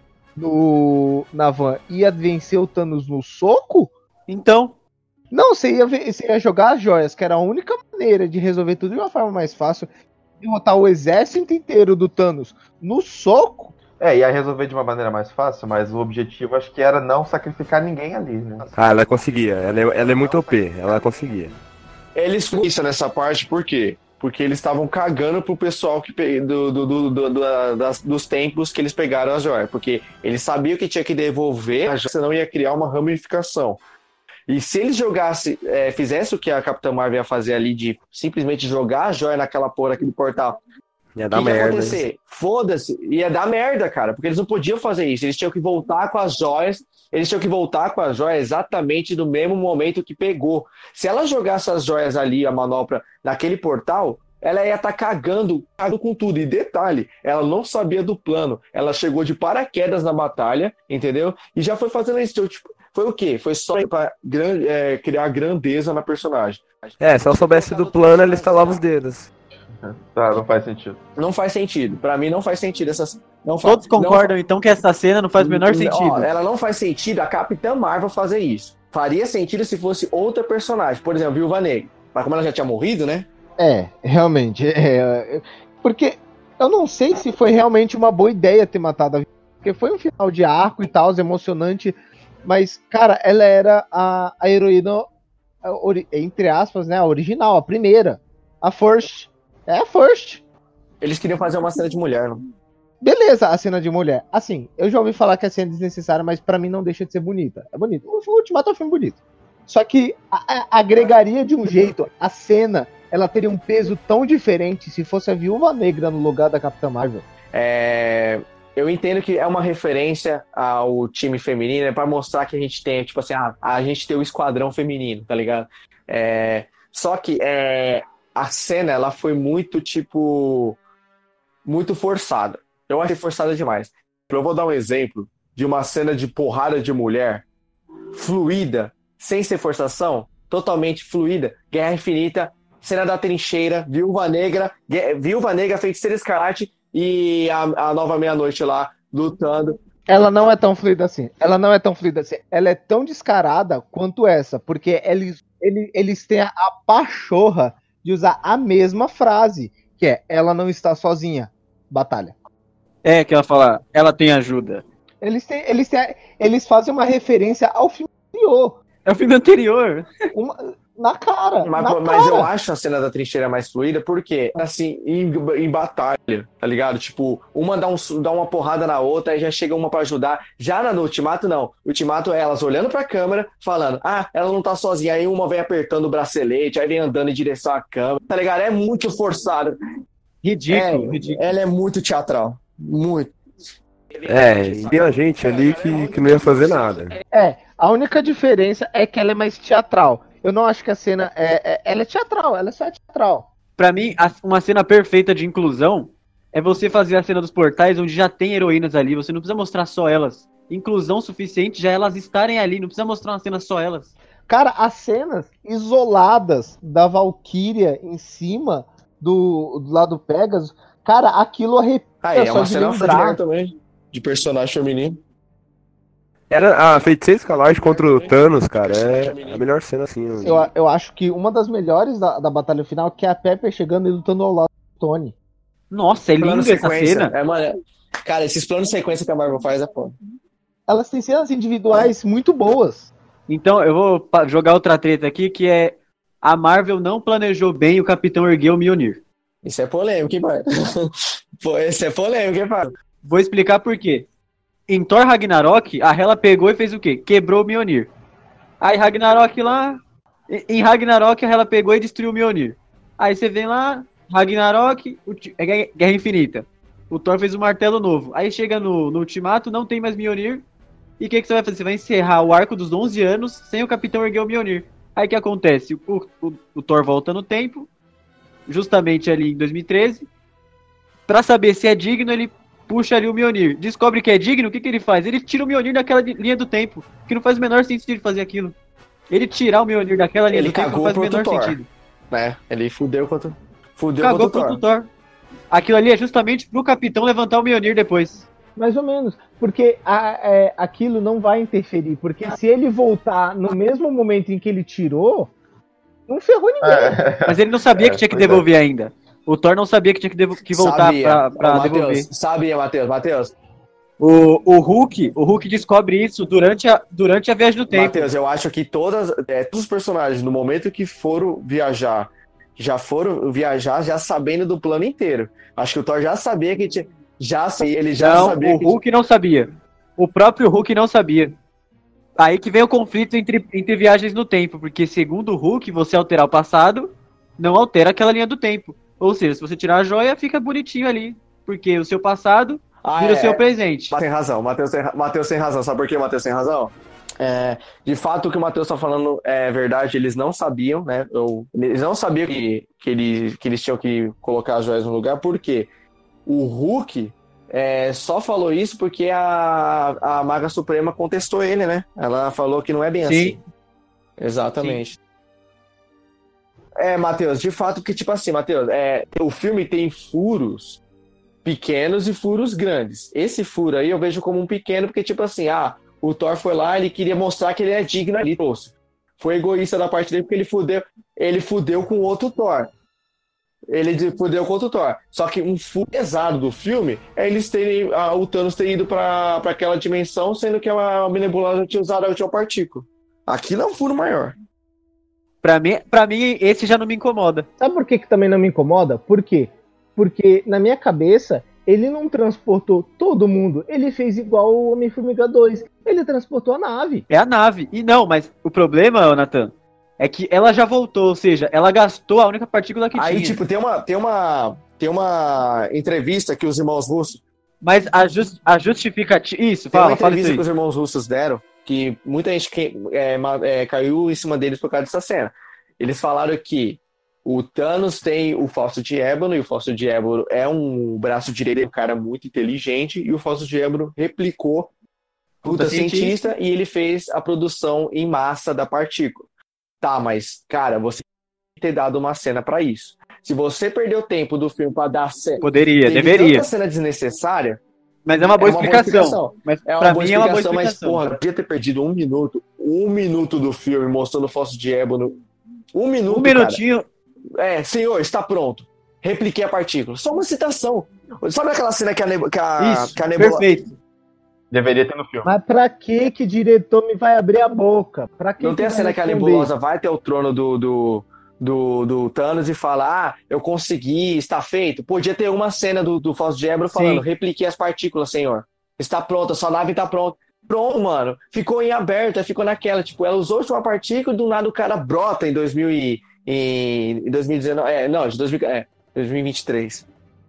no, na van e ia vencer o Thanos no soco? Então... Não, você ia, você ia jogar as joias, que era a única maneira de resolver tudo de uma forma mais fácil, derrotar o exército inteiro do Thanos no soco. É, ia resolver de uma maneira mais fácil, mas o objetivo acho que era não sacrificar ninguém ali, né? Ah, ela conseguia. Ela é, ela é muito O P. Ela conseguia. Eles fizeram isso nessa parte por quê? Porque eles estavam cagando pro pessoal que pe... do, do, do, do, do, das, dos templos que eles pegaram as joias. Porque eles sabiam que tinha que devolver, senão ia criar uma ramificação. E se eles jogassem, é, fizessem o que a Capitã Marvel ia fazer ali, de simplesmente jogar a joia naquela porra, naquele portal, ia o dar que, que ia merda. acontecer? Foda-se, ia dar merda, cara, porque eles não podiam fazer isso, eles tinham que voltar com as joias, eles tinham que voltar com as joias exatamente no mesmo momento que pegou. Se ela jogasse as joias ali, a manopla, naquele portal, ela ia estar tá cagando, cagando com tudo. E detalhe, ela não sabia do plano, ela chegou de paraquedas na batalha, entendeu? E já foi fazendo isso, tipo, foi o quê? Foi só pra gran, é, criar grandeza na personagem. É, se ela soubesse do plano, ela estalava os dedos. Tá, não faz sentido. Não faz sentido. Pra mim não faz sentido essa. Não faz, Todos concordam não, então que essa cena não faz o menor sentido. Ó, ela não faz sentido a Capitã Marvel fazer isso. Faria sentido se fosse outra personagem. Por exemplo, Viúva Negra. Mas como ela já tinha morrido, né? É, realmente. É, porque eu não sei se foi realmente uma boa ideia ter matado a Viúva. Porque foi um final de arco e tal, emocionante. Mas, cara, ela era a, a heroína, entre aspas, né? A original, a primeira. A first. É a first. Eles queriam fazer uma cena de mulher, não? Beleza, a cena de mulher. Assim, eu já ouvi falar que a cena é desnecessária, mas pra mim não deixa de ser bonita. É bonito. O Ultimato é um filme bonito. Só que a, a, agregaria de um jeito. A cena, ela teria um peso tão diferente se fosse a Viúva Negra no lugar da Capitã Marvel. É... Eu entendo que é uma referência ao time feminino, é pra mostrar que a gente tem, tipo assim, ah, a gente tem o esquadrão feminino, tá ligado? É... Só que é... a cena, ela foi muito, tipo, muito forçada. Eu achei forçada demais. Eu vou dar um exemplo de uma cena de porrada de mulher fluida, sem ser forçação, totalmente fluida. Guerra Infinita, cena da trincheira, Viúva Negra, Viúva Negra, Feiticeira Escarlate e a, a Nova Meia-Noite lá, lutando. Ela não é tão fluida assim. Ela não é tão fluida assim. Ela é tão descarada quanto essa, porque eles, eles, eles têm a, a pachorra de usar a mesma frase, que é, ela não está sozinha, batalha. É, que ela fala, ela tem ajuda. Eles, têm, eles, têm, eles fazem uma referência ao filme anterior. É o filme anterior. Uma, na cara, Mas, na mas cara. eu acho a cena da trincheira mais fluida porque, assim, em, em batalha, tá ligado? Tipo, uma dá, um, dá uma porrada na outra, aí já chega uma pra ajudar. Já na, no Ultimato, não. O Ultimato é elas olhando pra câmera, falando, ah, ela não tá sozinha. Aí uma vem apertando o bracelete, aí vem andando em direção à câmera, tá ligado? É muito forçado. Ridículo, é, ridículo. Ela é muito teatral. Muito. É, e tem a gente ali que, que não ia fazer nada. É, a única diferença é que ela é mais teatral. Eu não acho que a cena é, é ela é teatral, ela é só teatral. Pra mim, a, uma cena perfeita de inclusão é você fazer a cena dos portais onde já tem heroínas ali, você não precisa mostrar só elas. Inclusão suficiente já elas estarem ali, não precisa mostrar uma cena só elas. Cara, as cenas isoladas da Valkyria em cima do, do lado do Pegasus, cara, aquilo arrepia. Ah, é só uma de cena lembrar. mulher também, de personagem feminino. Era a Feiticeira Escarlate contra o Thanos, cara, é a melhor cena assim. Né? Eu, eu acho que uma das melhores da, da batalha final que é a Pepper chegando e lutando ao lado do Tony. Nossa, é Plano linda essa sequência. cena. É, mano, cara, esses planos de sequência que a Marvel faz é foda. Elas têm cenas individuais muito boas. Então, eu vou pa- jogar outra treta aqui, que é a Marvel não planejou bem o Capitão erguer o Mjolnir. Isso é polêmico, hein, pai? Pô, isso é polêmico, hein, pai? Vou explicar por quê. Em Thor Ragnarok, a Hela pegou e fez o quê? Quebrou o Mjolnir. Aí Ragnarok lá... Em Ragnarok, a Hela pegou e destruiu o Mjolnir. Aí você vem lá, Ragnarok, é Guerra Infinita. O Thor fez um martelo novo. Aí chega no, no Ultimato, não tem mais Mjolnir. E o que, que você vai fazer? Você vai encerrar o arco dos onze anos sem o Capitão erguer o Mjolnir. Aí o que acontece? O, o, o Thor volta no tempo, justamente ali em dois mil e treze. Pra saber se é digno, ele puxa ali o Mjolnir, descobre que é digno, o que, que ele faz? Ele tira o Mjolnir daquela linha do tempo, que não faz o menor sentido ele fazer aquilo. Ele tirar o Mjolnir daquela linha Ele do tempo não cagou faz o pro menor Thor. sentido. Né? Ele fudeu contra, fudeu Cagou contra o pro Thor. Thor. Aquilo ali é justamente pro capitão levantar o Mjolnir depois. Mais ou menos. Porque a, é, aquilo não vai interferir. Porque se ele voltar no mesmo momento em que ele tirou, não ferrou ninguém. É. Mas ele não sabia que tinha que pois é. devolver ainda. O Thor não sabia que tinha que, devo- que voltar Sabia. pra, pra Ô, devolver. Matheus, sabia, Matheus, Matheus. O, o Hulk, o Hulk descobre isso durante a, durante a viagem do tempo. Matheus, eu acho que todas, é, todos os personagens, no momento que foram viajar, já foram viajar já sabendo do plano inteiro. Acho que o Thor já sabia que tinha. Já sabia, ele já Não, sabia o que Hulk não sabia. O próprio Hulk não sabia. Aí que vem o conflito entre, entre viagens no tempo, porque segundo o Hulk, você alterar o passado não altera aquela linha do tempo. Ou seja, se você tirar a joia, fica bonitinho ali, porque o seu passado Ah, vira é. o seu presente. Mas tem razão, Matheus tem, Matheus tem razão. Sabe por que o Matheus tem razão? É, de fato, o que o Matheus tá falando é verdade, eles não sabiam, né? Ou, eles não sabiam que, que, eles, que eles tinham que colocar as joias no lugar, porque o Hulk é, só falou isso porque a, a Maga Suprema contestou ele, né? Ela falou que não é bem Sim. assim. Exatamente. É, Matheus, de fato, que tipo assim, Matheus, é, o filme tem furos pequenos e furos grandes. Esse furo aí eu vejo como um pequeno, porque tipo assim, ah, o Thor foi lá, ele queria mostrar que ele é digno ali, trouxe. Foi egoísta da parte dele, porque ele fudeu, ele fudeu com outro Thor. Ele de- fudeu com outro Thor. Só que um furo pesado do filme é eles terem, ah, o Thanos ter ido pra, pra aquela dimensão, sendo que a Nebulosa tinha usado a última partícula. Aquilo é um furo maior. Pra mim, pra mim, esse já não me incomoda. Sabe por que, que também não me incomoda? Por quê? Porque na minha cabeça, ele não transportou todo mundo. Ele fez igual o Homem-Formiga dois. Ele transportou a nave. É a nave. E não, mas o problema, Nathan, é que ela já voltou, ou seja, ela gastou a única partícula que Aí, tinha. tipo, tem uma, tem uma, tem uma entrevista que os irmãos russos Mas a, just, a justificativa... Isso, Tem uma fala, fala isso entrevista aí. que os irmãos russos deram, que muita gente que, é, ma- é, caiu em cima deles por causa dessa cena. Eles falaram que o Thanos tem o Fausto de Ébano, e o Fausto de Ébano é um braço direito, um cara muito inteligente, e o Fausto de Ébano replicou puta Puta cientista, cientista. e ele fez a produção em massa da partícula. Tá, mas, cara, você tem que ter dado uma cena pra isso. Se você perdeu tempo do filme pra dar cena... Poderia, teve deveria. tanta cena desnecessária. Mas é uma boa É uma boa explicação. explicação. Mas É uma pra boa mim é uma boa explicação, mas, explicação. porra, podia ter perdido um minuto, um minuto do filme mostrando o Fausto de Ébano. Um minuto, Um minutinho... cara. É, senhor, está pronto. Repliquei a partícula. Só uma citação. Sabe aquela cena que a, neb que a, Isso, que a Nebula... perfeito. Deveria ter no filme. Mas pra que que diretor me vai abrir a boca? Pra que Não que tem a vai cena que a responder? Nebulosa vai até o trono do, do, do, do Thanos e fala, ah, eu consegui, está feito. Podia ter uma cena do, do Fausto de Ébano falando, Sim. repliquei as partículas, senhor. Está pronta, sua nave está pronta. Pronto, mano. Ficou em aberto, ficou naquela. Tipo, ela usou uma partícula e do nada o cara brota em dois mil e, em, em dois mil e dezenove. É, não, de dois mil, é, dois mil e vinte e três.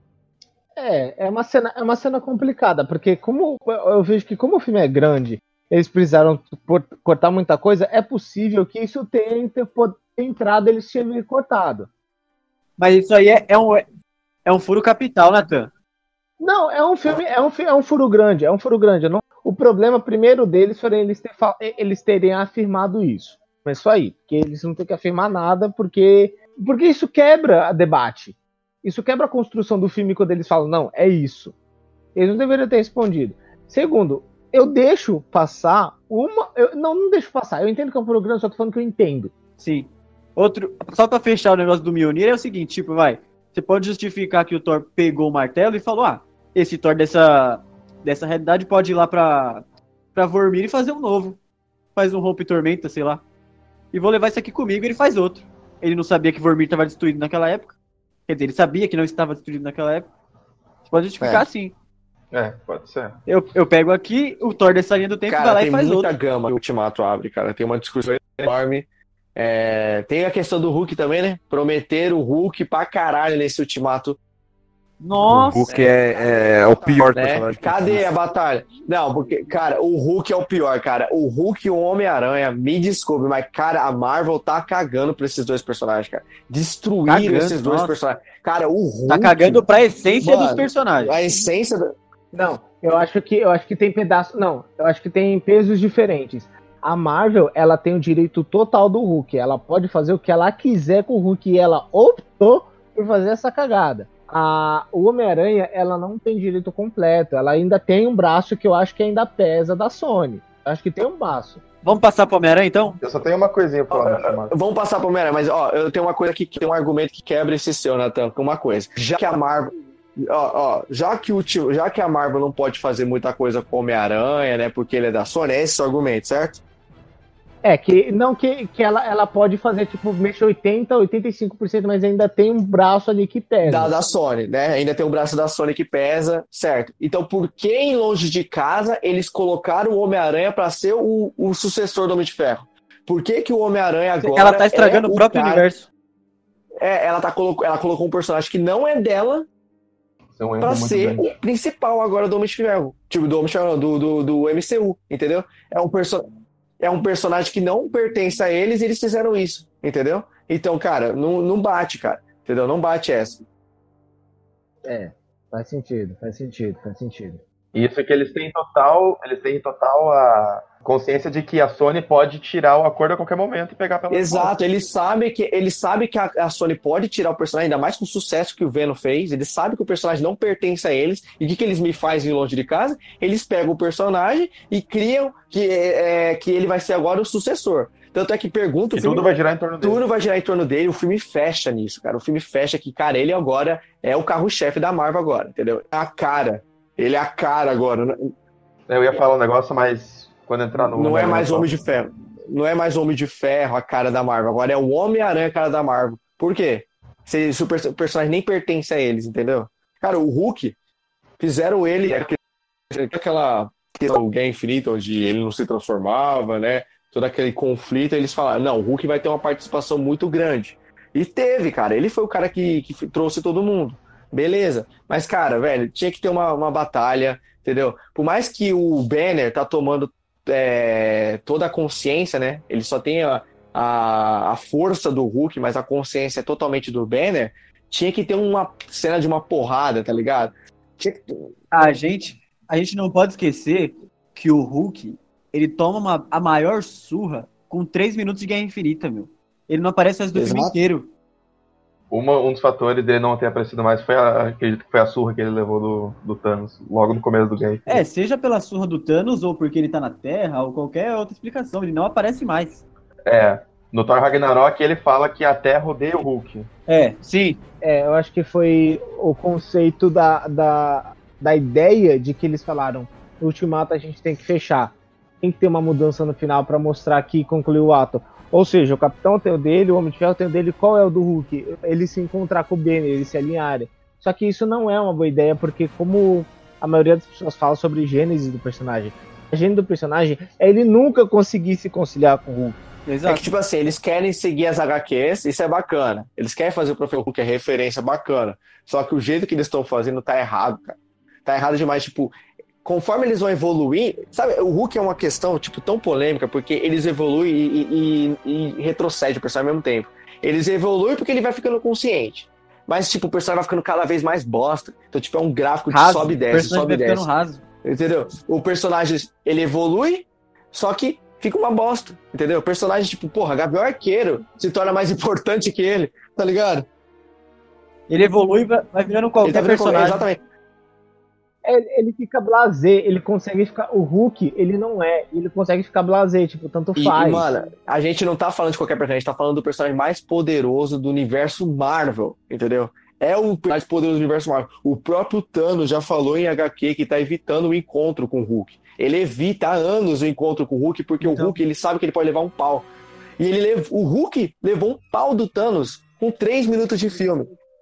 É, é uma cena, é uma cena complicada, porque como eu vejo que como o filme é grande, eles precisaram por- cortar muita coisa, é possível que isso tenha inter- po- entrado, eles tinham cortado. Mas isso aí é, é um, é um furo capital, Nathan. Não, é um filme, é um, fi- é um furo grande, é um furo grande. Não- o problema primeiro deles foi eles, ter, fa- eles terem afirmado isso. Mas só aí, porque eles não têm que afirmar nada, porque, porque isso quebra a debate. Isso quebra a construção do filme quando eles falam, não, é isso. Eles não deveriam ter respondido. Segundo, eu deixo passar uma. Eu, não, não deixo passar. Eu entendo que é um furo grande, só tô falando que eu entendo. Sim. Outro, só pra fechar o negócio do Mjolnir é o seguinte, tipo, vai, você pode justificar que o Thor pegou o martelo e falou, ah, esse Thor dessa, dessa realidade pode ir lá pra, pra Vormir e fazer um novo. Faz um Rompe Tormenta, sei lá. E vou levar isso aqui comigo e ele faz outro. Ele não sabia que Vormir estava destruído naquela época. Quer dizer, ele sabia que não estava destruído naquela época. Você pode justificar É. assim. É, pode ser. Eu, eu pego aqui, o Thor dessa linha do tempo vai Cara, lá tem e faz muita outro. gama que o Ultimato abre, cara. Tem uma discussão enorme. É, tem a questão do Hulk também, né? Prometeram o Hulk pra caralho nesse Ultimato. Nossa! O Hulk é, é o pior Né? personagem. que Cadê existe. a batalha? Não, porque, cara, o Hulk é o pior, cara. O Hulk e o Homem-Aranha, me desculpe, mas, cara, a Marvel tá cagando pra esses dois personagens, cara. Destruíram Cagando, esses dois nossa. personagens. Cara, o Hulk... Tá cagando pra essência Mano, dos personagens. A essência... do- Não, eu acho que eu acho que tem pedaço. Não, eu acho que tem pesos diferentes. A Marvel, ela tem o direito total do Hulk. Ela pode fazer o que ela quiser com o Hulk e ela optou por fazer essa cagada. A, o Homem-Aranha, ela não tem direito completo. Ela ainda tem um braço que eu acho que ainda pesa da Sony. Eu acho que tem um braço. Vamos passar pro Homem-Aranha, então? Eu só tenho uma coisinha pra falar no Ultimato. Vamos passar pro Homem-Aranha, mas ó, eu tenho uma coisa que tem um argumento que quebra esse seu, Nathan, com uma coisa. Já que a Marvel. Ó, ó, já que, o, já que a Marvel não pode fazer muita coisa com o Homem-Aranha, né? Porque ele é da Sony, é esse o argumento, certo? É, que não que, que ela, ela pode fazer, tipo, mexer oitenta, oitenta e cinco por cento, mas ainda tem um braço ali que pesa. Da, da Sony, né? Ainda tem um braço da Sony que pesa, certo? Então, por que em Longe de Casa eles colocaram o Homem-Aranha pra ser o, o sucessor do Homem de Ferro? Por que que o Homem-Aranha agora Ela tá estragando é o próprio cara... universo. É, ela, tá colo... ela colocou um personagem que não é dela É um erro pra muito ser grande. o principal agora do Homem de Ferro. Tipo, do Homem de Ferro, não, do, do, do M C U, entendeu? É um, perso... é um personagem que não pertence a eles e eles fizeram isso, entendeu? Então, cara, não, não bate, cara. Entendeu? Não bate essa. É, faz sentido, faz sentido, faz sentido. Isso que eles têm total, eles têm total a consciência de que a Sony pode tirar o acordo a qualquer momento e pegar pela Exato, ele sabe que, ele sabe que a, a Sony pode tirar o personagem, ainda mais com o sucesso que o Venom fez, ele sabe que o personagem não pertence a eles, e o que, que eles me fazem longe de casa? Eles pegam o personagem e criam que, é, que ele vai ser agora o sucessor. Tanto é que pergunta... E tudo vai girar em torno dele. Tudo vai girar em torno dele, o filme fecha nisso, cara. O filme fecha que, cara, ele agora é o carro-chefe da Marvel agora, entendeu? É a cara. Ele é a cara agora. Eu ia falar um negócio, mas quando entrar no... Não é mais Homem de Ferro. Não é mais Homem de Ferro a cara da Marvel. Agora é o Homem-Aranha a cara da Marvel. Por quê? Se, se o, per- o personagem nem pertence a eles, entendeu? Cara, o Hulk, fizeram ele... Aquela questão do Guerra Infinita, onde ele não se transformava, né? Todo aquele conflito, eles falaram, não, o Hulk vai ter uma participação muito grande. E teve, cara. Ele foi o cara que, que trouxe todo mundo. Beleza. Mas, cara, velho, tinha que ter uma, uma batalha, entendeu? Por mais que o Banner tá tomando é, toda a consciência, né? Ele só tem a, a, a força do Hulk, mas a consciência é totalmente do Banner. Tinha que ter uma cena de uma porrada, tá ligado? Tinha que... A gente, a gente não pode esquecer que o Hulk, ele toma uma, a maior surra com três minutos de Guerra Infinita, meu. Ele não aparece mais do Exato. filme inteiro. Uma, um dos fatores dele não ter aparecido mais foi a, acredito que foi a surra que ele levou do, do Thanos, logo no começo do game. É, seja pela surra do Thanos ou porque ele tá na Terra ou qualquer outra explicação, ele não aparece mais. É, no Thor Ragnarok ele fala que a Terra odeia o Hulk. É, sim. É, eu acho que foi o conceito da, da, da ideia de que eles falaram, no Ultimato a gente tem que fechar. Tem que ter uma mudança no final pra mostrar que concluiu o ato. Ou seja, o Capitão tem o dele, o Homem de Ferro tem o dele, qual é o do Hulk? Ele se encontrar com o Banner, eles se alinharem. Só que isso não é uma boa ideia, porque como a maioria das pessoas fala sobre a gênese do personagem, a gênese do personagem é ele nunca conseguir se conciliar com o Hulk. Exato. É que, tipo assim, eles querem seguir as H Qs, isso é bacana. Eles querem fazer o Professor Hulk, é referência bacana. Só que o jeito que eles estão fazendo tá errado, cara. Tá errado demais, tipo... Conforme eles vão evoluir, sabe, o Hulk é uma questão, tipo, tão polêmica, porque eles evoluem e, e, e retrocedem o personagem ao mesmo tempo. Eles evoluem porque ele vai ficando consciente. Mas, tipo, o personagem vai ficando cada vez mais bosta. Então, tipo, é um gráfico de Raso. sobe e O desce, personagem sobe e vai ficando desce. raso. Entendeu? O personagem, ele evolui, só que fica uma bosta, entendeu? O personagem, tipo, porra, Gabriel Arqueiro se torna mais importante que ele, tá ligado? Ele evolui e vai vai virando qualquer Ele tá vendo como- personagem. Exatamente. É, ele fica blasé, ele consegue ficar... O Hulk, ele não é, ele consegue ficar blasé, tipo, tanto E, faz. e, mano, a gente não tá falando de qualquer personagem, a gente tá falando do personagem mais poderoso do universo Marvel, entendeu? É o personagem poderoso do universo Marvel. O próprio Thanos já falou em H Q que tá evitando o encontro com o Hulk. Ele evita há anos o encontro com o Hulk, porque Então. o Hulk, ele sabe que ele pode levar um pau. E ele lev... o Hulk levou um pau do Thanos com três minutos de filme.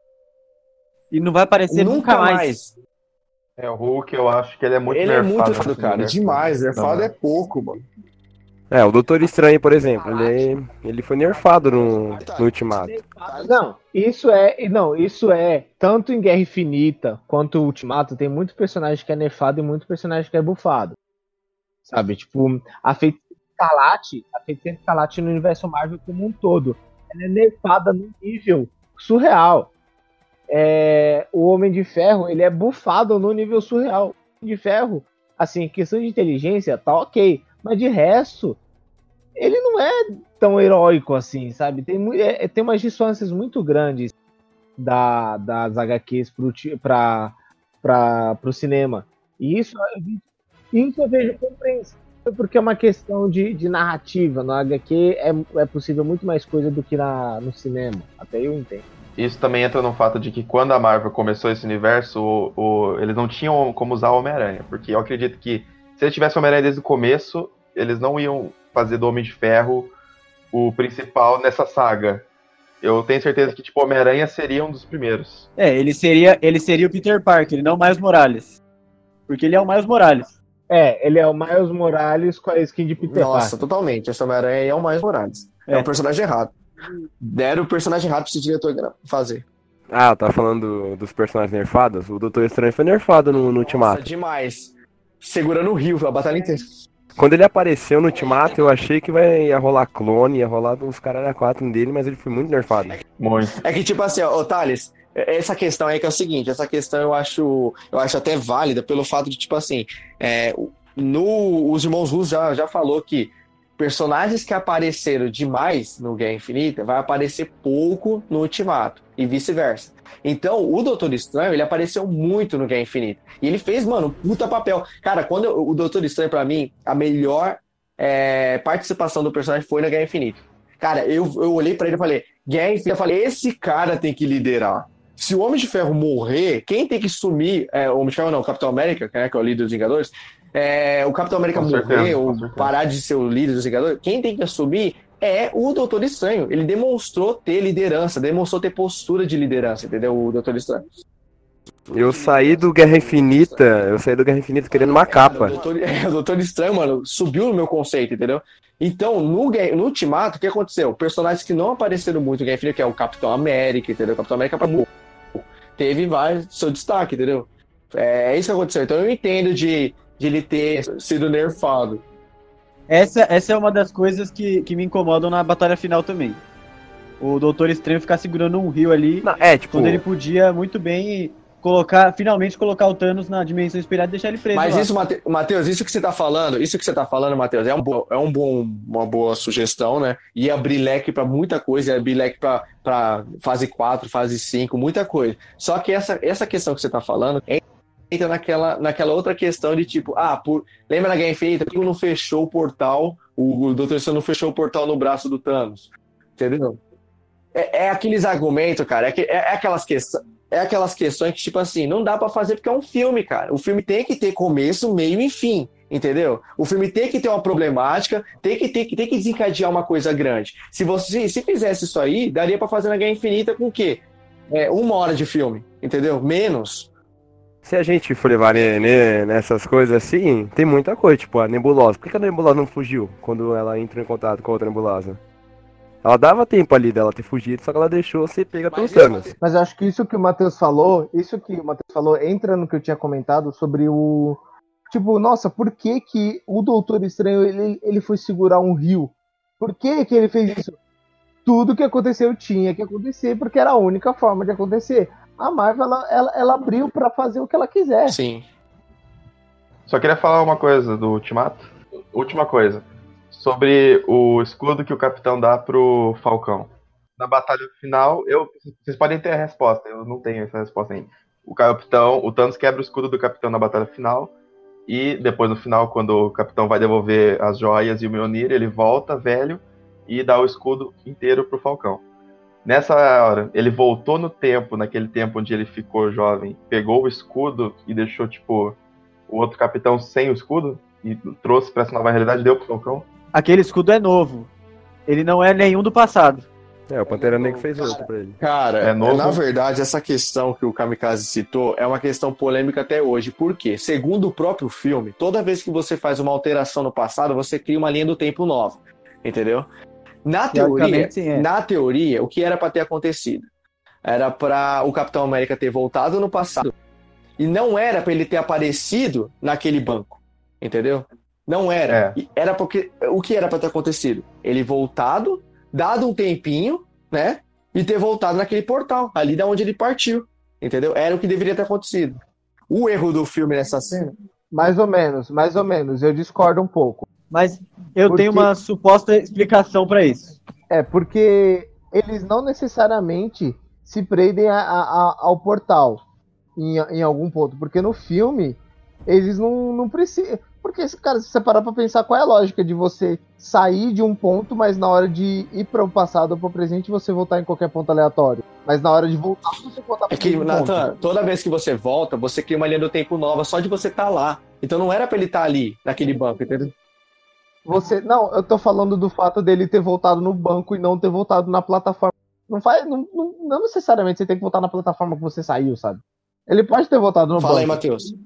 E não vai aparecer nunca, mais. É, o Hulk eu acho que ele é muito Ele é nerfado muito nesse nerfado, cara. universo. Demais. Nerfado Não, é pouco, mano. É, o Doutor Estranho, por exemplo, ele, ele foi nerfado no, no Ultimato. Não, isso é, não, isso é tanto em Guerra Infinita quanto Ultimato, tem muito personagem que é nerfado e muito personagem que é bufado. Sabe, tipo, a Feiticeira Escarlate, a Feiticeira Escarlate no universo Marvel como um todo, ela é nerfada num nível surreal. É, o Homem de Ferro, ele é bufado no nível surreal. de Ferro, assim, questão de inteligência, tá ok. Mas de resto, ele não é tão heróico assim, sabe? Tem, é, tem umas distâncias muito grandes da, das agá quês pro, pra, pra, pro cinema. E isso, isso eu vejo compreensível, porque é uma questão de, de narrativa. No agá quê é, é possível muito mais coisa do que na, no cinema. Até eu entendo. Isso também entra no fato de que quando a Marvel começou esse universo, o, o, eles não tinham como usar o Homem-Aranha. Porque eu acredito que se eles tivessem o Homem-Aranha desde o começo, eles não iam fazer do Homem de Ferro o principal nessa saga. Eu tenho certeza que tipo, o Homem-Aranha seria um dos primeiros. É, ele seria, ele seria o Peter Parker, não o Miles Morales. Porque ele é o Miles Morales. É, ele é o Miles Morales com a skin de Peter Nossa, Parker. totalmente. Esse Homem-Aranha aí é o Miles Morales. É, É. um personagem errado. Deram o personagem errado pra esse diretor fazer. Ah, tá falando do- dos personagens nerfados? O Doutor Estranho foi nerfado no, no Nossa, Ultimato. demais. Segurando o rio a batalha inteira. Quando ele apareceu no Ultimato, eu achei que vai, ia rolar clone, ia rolar uns caras quatro dele, mas ele foi muito nerfado. Muito. É que tipo assim, ó, ô, Thales, essa questão aí que é o seguinte, essa questão eu acho, eu acho até válida pelo fato de, tipo assim, é, no, os irmãos Russo já, já falou que personagens que apareceram demais no Guerra Infinita vai aparecer pouco no Ultimato e vice-versa. Então, o Doutor Estranho, ele apareceu muito no Guerra Infinita. E ele fez, mano, um puta papel. Cara, quando eu, o Doutor Estranho, pra mim, a melhor é, participação do personagem foi na Guerra Infinita. Cara, eu, eu olhei pra ele e falei, Guerra Infinita, eu falei, esse cara tem que liderar. Se o Homem de Ferro morrer, quem tem que sumir, é, o Homem de Ferro não, o Capitão América, né, que é o líder dos Vingadores, é, o Capitão América Com morrer certeza, ou com certeza. parar de ser o líder dos Vingadores, quem tem que assumir é o Doutor Estranho. Ele demonstrou ter liderança, demonstrou ter postura de liderança, entendeu? O Doutor Estranho. Eu saí do Guerra Infinita, eu saí do Guerra Infinita querendo uma capa. O Doutor, é, o Doutor Estranho, mano, subiu no meu conceito, entendeu? Então, no, Guerra- no Ultimato, o que aconteceu? Personagens que não apareceram muito no Guerra Infinita, que é o Capitão América, entendeu? O Capitão América pra pouco. Teve vários, seu destaque, entendeu? É, é isso que aconteceu. Então eu entendo de, de ele ter sido nerfado. Essa, essa é uma das coisas que, que me incomodam na batalha final também. O Doutor Estranho ficar segurando um rio ali, Não, é, tipo, quando ele podia muito bem colocar, finalmente colocar o Thanos na dimensão espelhada e deixar ele preso Mas lá. isso, Mate- Matheus, isso que você tá falando, isso que você tá falando, Matheus, é, um bo- é um bom, uma boa sugestão, né? Ia abrir leque pra muita coisa, ia abrir leque pra, pra fase quatro, fase cinco, muita coisa. Só que essa, essa questão que você tá falando entra naquela, naquela outra questão de tipo, ah, por, lembra na Guerra Infinita, por que não fechou o portal, o, o doutor Estranho não fechou o portal no braço do Thanos? Entendeu? É, é aqueles argumentos, cara, é, que, é, é aquelas questões. É aquelas questões que, tipo assim, não dá pra fazer porque é um filme, cara. O filme tem que ter começo, meio e fim, entendeu? O filme tem que ter uma problemática, tem que, ter, tem que desencadear uma coisa grande. Se você se fizesse isso aí, daria pra fazer na Guerra Infinita com o quê? É, uma hora de filme, entendeu? Menos. se a gente for levar ne- ne- nessas coisas assim, tem muita coisa, tipo a nebulosa. Por que que a nebulosa não fugiu quando ela entrou em contato com a outra nebulosa? Ela dava tempo ali dela ter fugido, só que ela deixou ser pega pelos Thanos. Mas eu acho que isso que o Matheus falou, isso que o Matheus falou, entra no que eu tinha comentado sobre o... Tipo, nossa, por que que o Doutor Estranho, ele, ele foi segurar um rio? Por que que ele fez isso? Tudo que aconteceu tinha que acontecer, porque era a única forma de acontecer. A Marvel, ela, ela, ela abriu pra fazer o que ela quiser. Sim. Só queria falar uma coisa do Ultimato. Última coisa. Sobre o escudo que o Capitão dá pro Falcão. Na batalha final, eu, vocês podem ter a resposta, eu não tenho essa resposta ainda. O Capitão, o Thanos quebra o escudo do Capitão na batalha final. E depois no final, quando o Capitão vai devolver as joias e o Mjolnir, ele volta velho e dá o escudo inteiro pro Falcão. Nessa hora, ele voltou no tempo, naquele tempo onde ele ficou jovem, pegou o escudo e deixou, tipo, o outro Capitão sem o escudo e trouxe pra essa nova realidade e deu pro Falcão. Aquele escudo é novo. Ele não é nenhum do passado. É, o Pantera Negra fez outro pra ele. Cara, É novo? na verdade, essa questão que o Kamikaze citou é uma questão polêmica até hoje. Por quê? Segundo o próprio filme, toda vez que você faz uma alteração no passado, você cria uma linha do tempo nova. Entendeu? Na teoria, Teoricamente, sim, é. na teoria, o que era pra ter acontecido? Era pra o Capitão América ter voltado no passado. E não era pra ele ter aparecido naquele banco. Entendeu? Não era. É. E Era porque. O que era pra ter acontecido? Ele voltado, dado um tempinho, né? E ter voltado naquele portal, ali da onde ele partiu. Entendeu? Era o que deveria ter acontecido. o erro do filme nessa cena? Mais ou menos, mais ou menos. Eu discordo um pouco. Mas eu Porque- tenho uma suposta explicação pra isso. É, porque eles não necessariamente se prendem a- a- a- ao portal em, em algum ponto. Porque no filme, eles não, não precisam. Porque, cara, se você parar pra pensar, qual é a lógica de você sair de um ponto, mas na hora de ir para o passado ou para o presente, você voltar em qualquer ponto aleatório? Mas na hora de voltar, você voltar É pro que, mesmo ponto. Nathan, toda vez que você volta, você cria uma linha do tempo nova só de você estar lá. Então não era pra ele estar ali, naquele banco, entendeu? Você, não, eu tô falando do fato dele ter voltado no banco e não ter voltado na plataforma. Não faz, não, não, não necessariamente você tem que voltar na plataforma que você saiu, sabe? Ele pode ter voltado no Fala aí, banco. Matheus.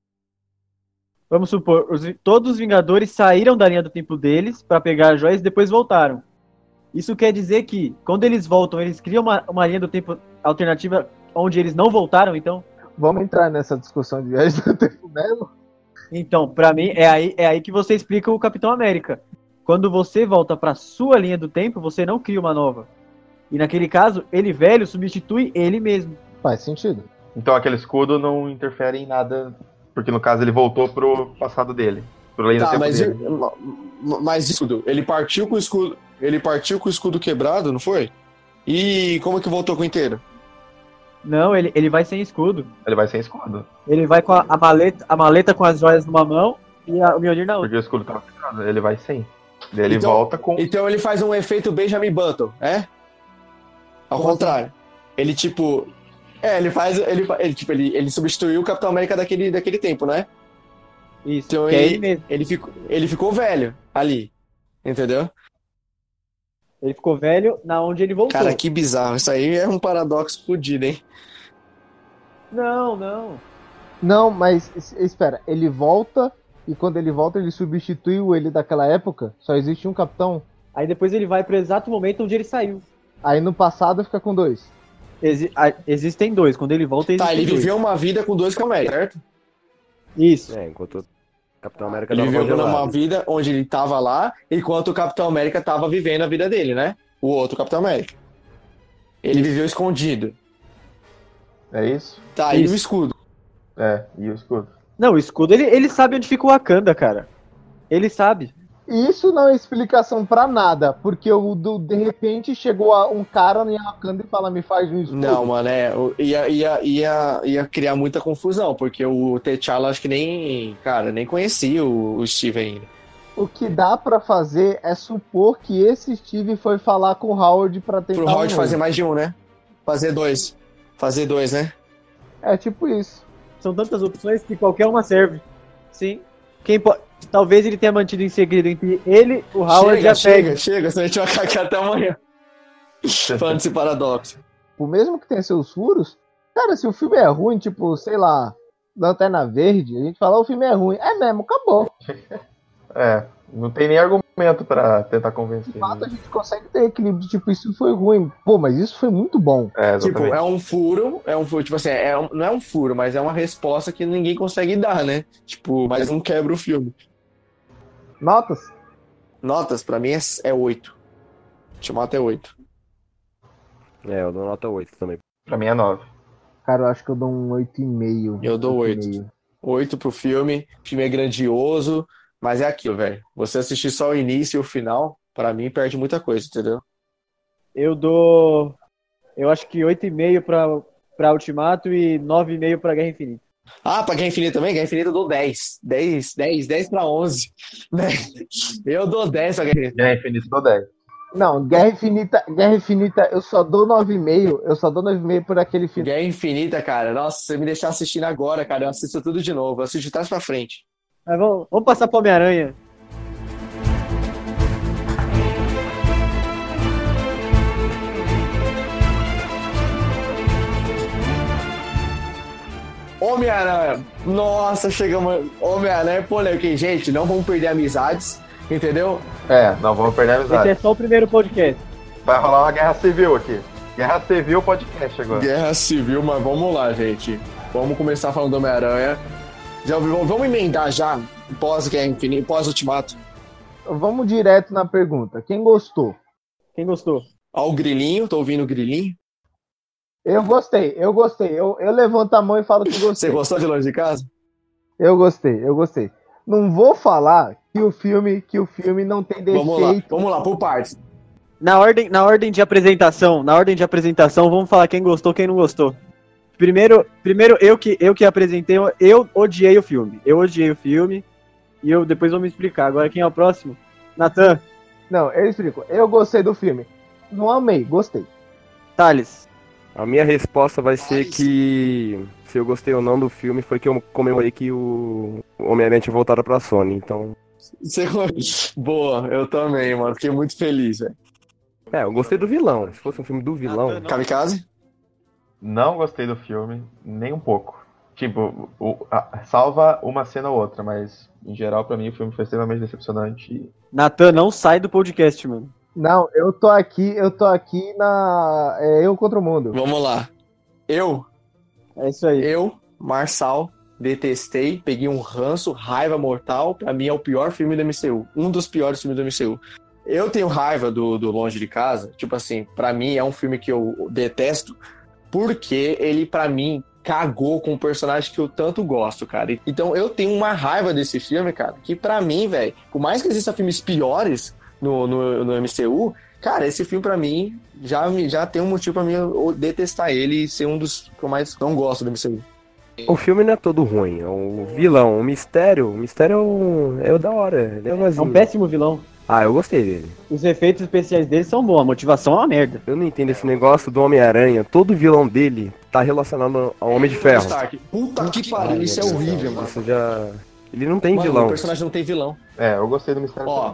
Vamos supor, os- todos os Vingadores saíram da linha do tempo deles pra pegar as joias e depois voltaram. Isso quer dizer que, quando eles voltam, eles criam uma, uma linha do tempo alternativa onde eles não voltaram, então? Vamos entrar nessa discussão de viagem do tempo mesmo? Então, pra mim, é aí, é aí que você explica o Capitão América. Quando você volta pra sua linha do tempo, você não cria uma nova. E naquele caso, ele velho substitui ele mesmo. Faz sentido. Então aquele escudo não interfere em nada, porque no caso ele voltou pro passado dele. Pro linha do Tá, tempo mas, dele. mas escudo, ele partiu com o escudo. Ele partiu com o escudo quebrado, não foi? E como é que voltou com o inteiro? Não, ele, ele vai sem escudo. Ele vai sem escudo. Ele vai com a, a maleta, a maleta com as joias numa mão e a, o Mjolnir na outra. Porque o escudo tava quebrado. Ele vai sem. Daí ele Então- volta com. Então ele faz um efeito Benjamin Button, é? Ao Como contrário. Ele tipo. É, ele faz. Ele, fa- ele, tipo, ele, ele substituiu o Capitão América daquele, daquele tempo, né? Isso, Então que é ele- ele mesmo. Ele ficou, ele ficou velho ali. Entendeu? Ele ficou velho na onde ele voltou. Cara, que bizarro. Isso aí é um paradoxo fodido, hein? Não, não. Não, mas es- espera, ele volta e quando ele volta ele substitui o ele daquela época? Só existe um capitão? Aí depois ele vai pro exato momento onde ele saiu. Aí no passado fica com dois. Exi- a- existem dois. Quando ele volta, existem Tá, ele dois. viveu uma vida com dois Capitão América, certo? Isso. É, enquanto o Capitão América Ele tava viveu congelado. uma vida onde ele tava lá, enquanto o Capitão América tava vivendo a vida dele, né? O outro Capitão América. Ele viveu escondido. É isso? Tá, e Isso. o escudo? É, e o escudo. Não, o escudo, ele, ele sabe onde fica o Wakanda, cara. Ele sabe. E isso não é explicação pra nada, porque o do, de repente chegou a- um cara em Wakanda e fala, me faz um escudo. Não, mano, é. o- Ia, ia, ia, ia criar muita confusão, porque o T'Challa acho que nem. Cara, nem conhecia o, o Steve ainda. O que dá pra fazer é supor que esse Steve foi falar com o Howard pra tentar Pro um Howard novo. fazer mais de um, né? Fazer dois. Fazer dois, né? É tipo isso. São tantas opções que qualquer uma serve. Sim. Quem po... Talvez ele tenha mantido em segredo entre ele, o Howard chega, e a chega, Peggy. chega, senão a gente vai ficar aqui até amanhã. Falando desse paradoxo. O mesmo que tem seus furos, cara, se o filme é ruim, tipo, sei lá, Lanterna Verde, a gente fala o filme é ruim. É mesmo, acabou. É, não tem nem argumento pra tentar convencer. De fato, a gente consegue ter equilíbrio, tipo, isso foi ruim. Pô, mas isso foi muito bom. É, Tipo, exatamente. é um furo, é um furo, tipo assim, é um- não é um furo, mas é uma resposta que ninguém consegue dar, né? Tipo, mas não quebra o filme. Notas? Notas, pra mim, é, é oito. Ultimato é oito. É, eu dou nota oito também. Pra mim é nove. Cara, eu acho que eu dou um oito e meio. Eu dou oito. Oito pro filme. O filme é grandioso, mas é aquilo, velho. Você assistir só o início e o final, pra mim, perde muita coisa, entendeu? Eu dou. Eu acho que oito e meio pra, pra Ultimato e nove e meio pra Guerra Infinita. Ah, pra Guerra Infinita também? Guerra Infinita eu dou dez. dez, dez, dez pra onze. Eu dou dez pra Guerra Infinita. Guerra Infinita dou dez. Não, Guerra Infinita, Guerra Infinita, eu só dou nove e meio. Eu só dou nove e meio por aquele filme. Guerra Infinita, cara. Nossa, se você me deixar assistindo agora, cara, eu assisto tudo de novo. Eu assisto de trás pra frente. Mas vamos, vamos passar pro Homem-Aranha. Homem-Aranha. Nossa, chegamos. Homem-Aranha é polêmico. Gente, não vamos perder amizades, entendeu? É, não vamos perder a Esse amizade. é só o primeiro podcast. Vai rolar uma guerra civil aqui. Guerra civil podcast agora. Guerra Civil, mas vamos lá, gente. Vamos começar falando do Homem-Aranha. Já ouviu? Vamos emendar já, pós-Guerra Infinita, pós-Ultimato. Vamos direto na pergunta. Quem gostou? Quem gostou? Ó, o Grilinho, tô ouvindo o Grilinho. Eu gostei, eu gostei. Eu, eu levanto a mão e falo que Você gostei. gostou de Longe de Casa? Eu gostei, eu gostei. Não vou falar que o filme, que o filme não tem defeito. Vamos lá, vamos lá, por partes. Na ordem, na ordem de apresentação, na ordem de apresentação, vamos falar quem gostou, quem não gostou. Primeiro, primeiro eu que eu que apresentei, eu, eu odiei o filme. Eu odiei o filme e eu depois vou me explicar. Agora quem é o próximo? Natan, Não, eu explico. Eu gostei do filme. Não amei, gostei. Thales. A minha resposta vai ser que se eu gostei ou não do filme foi que eu comemorei que o Homem-Aranha tinha voltado pra Sony, então... Você... Boa, eu também, mano. Fiquei muito feliz, velho. É, eu gostei do vilão. Se fosse um filme do vilão... Kamikaze? Não gostei do filme, nem um pouco. Tipo, o, a- salva uma cena ou outra, mas em geral, pra mim, o filme foi extremamente decepcionante. e- Natan, não sai do podcast, mano. Não, eu tô aqui, eu tô aqui na. É, eu contra o mundo. Vamos lá. Eu, É isso aí. eu, Marçal, detestei, peguei um ranço, raiva mortal. Pra mim é o pior filme do M C U. Um dos piores filmes do M C U. Eu tenho raiva do, do Longe de Casa. Tipo assim, pra mim é um filme que eu detesto, porque ele, pra mim, cagou com um personagem que eu tanto gosto, cara. Então eu tenho uma raiva desse filme, cara, que pra mim, velho, por mais que existam filmes piores no, no, no M C U, cara, esse filme pra mim já, me- já tem um motivo pra mim eu detestar ele e ser um dos que eu mais não gosto do M C U. O filme não é todo ruim, é o vilão, o mistério, o mistério é o, é o da hora, ele é É um legalzinho. péssimo vilão. Ah, eu gostei dele. Os efeitos especiais dele são bons, a motivação é uma merda. Eu não entendo esse negócio do Homem-Aranha, todo vilão dele tá relacionado ao Homem de Ferro. Stark. Puta que pariu, isso é horrível, mano. Isso já... Ele não tem Mano, vilão. o personagem não tem vilão. É, eu gostei do Mistério. Ó,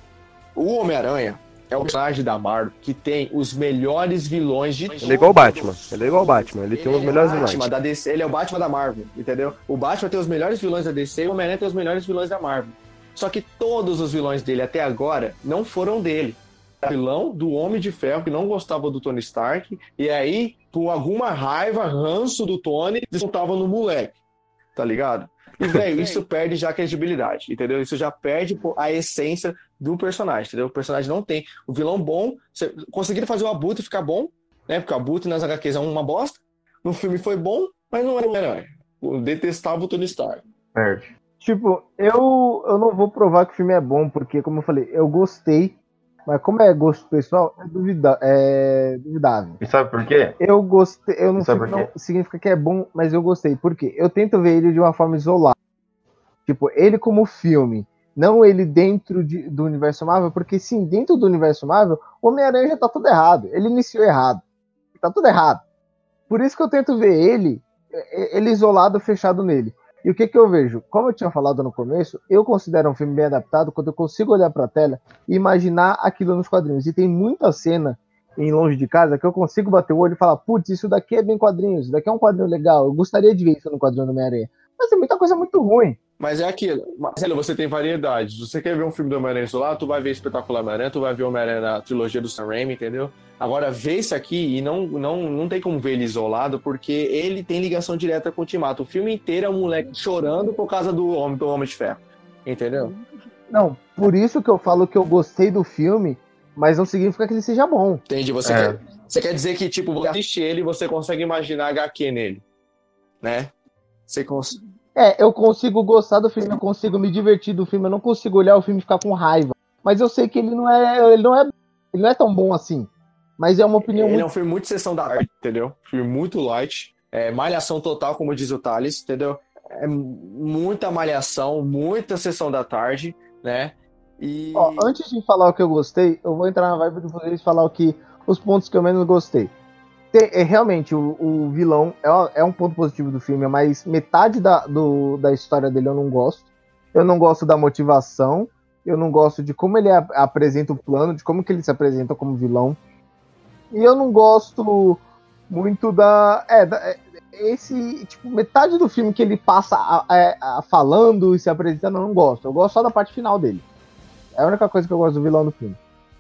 o Homem-Aranha é o personagem da Marvel que tem os melhores vilões de Ele é igual o Batman, ele é igual o Batman, ele tem os melhores o vilões. Batman da D C, ele é o Batman da Marvel, entendeu? O Batman tem os melhores vilões da D C e o Homem-Aranha tem os melhores vilões da Marvel. Só que todos os vilões dele até agora não foram dele. O vilão do Homem de Ferro que não gostava do Tony Stark e aí, por alguma raiva, ranço do Tony, descontava no moleque, tá ligado? E, velho, isso perde já a credibilidade, entendeu? Isso já perde pô, a essência do personagem, entendeu? O personagem não tem. O vilão bom, você- conseguiram fazer o Abutre ficar bom, né? Porque o Abutre nas H Qs é uma bosta. No filme foi bom, mas não era o herói. Eu detestava o Tony Stark. Perde. Tipo, eu, eu não vou provar que o filme é bom, porque, como eu falei, eu gostei, mas como é gosto pessoal, é, duvida, é duvidável. E sabe por quê? Eu gostei, eu não sei Sabe por não quê? significa que é bom, mas eu gostei. Por quê? Eu tento ver ele de uma forma isolada. Tipo, ele como filme, não ele dentro de- do universo Marvel, porque sim, dentro do universo Marvel, o Homem-Aranha já tá tudo errado. Ele iniciou errado. Tá tudo errado. Por isso que eu tento ver ele, é, ele isolado, fechado nele. E o que que eu vejo? Como eu tinha falado no começo, eu considero um filme bem adaptado quando eu consigo olhar pra tela e imaginar aquilo nos quadrinhos. E tem muita cena em Longe de Casa que eu consigo bater o olho e falar, putz, isso daqui é bem quadrinhos, isso daqui é um quadrinho legal, eu gostaria de ver isso no quadrinho do Homem-Aranha. Mas tem muita coisa muito ruim. Mas é aquilo, Marcelo, você tem variedade. Se você quer ver um filme do Homem-Aranha isolado, tu vai ver Espetacular Homem-Aranha, tu vai ver Homem-Aranha na trilogia do Sam Raimi, entendeu? Agora, vê esse aqui e não, não, não tem como ver ele isolado, porque ele tem ligação direta com o Ultimato. O filme inteiro é um moleque chorando por causa do Homem, do Homem de Ferro, entendeu? Não, por isso que eu falo que eu gostei do filme, mas não significa que ele seja bom. Entende? Você, É. quer, você quer dizer que, tipo, você assiste ele e você consegue imaginar H Q nele, né? Você consegue... É, eu consigo gostar do filme, eu consigo me divertir do filme, eu não consigo olhar o filme e ficar com raiva. Mas eu sei que ele não é, ele não é, ele não é tão bom assim. Mas é uma opinião Ele é muito... um filme muito sessão da tarde, entendeu? Filme muito light. É, malhação total, como diz o Thales, entendeu? É muita malhação, muita sessão da tarde, né? E. Ó, antes de falar o que eu gostei, eu vou entrar na vibe de vocês falar o que, os pontos que eu menos gostei. Tem- é, realmente, o, o vilão é, uma- é um ponto positivo do filme, mas metade da, do- da história dele eu não gosto. Eu não gosto da motivação, eu não gosto de como ele a- apresenta o plano, de como que ele se apresenta como vilão. E eu não gosto muito da... É, da- é, esse, tipo, metade do filme que ele passa a- a- a falando e se apresentando, eu não gosto. Eu gosto só da parte final dele. É a única coisa que eu gosto do vilão do filme.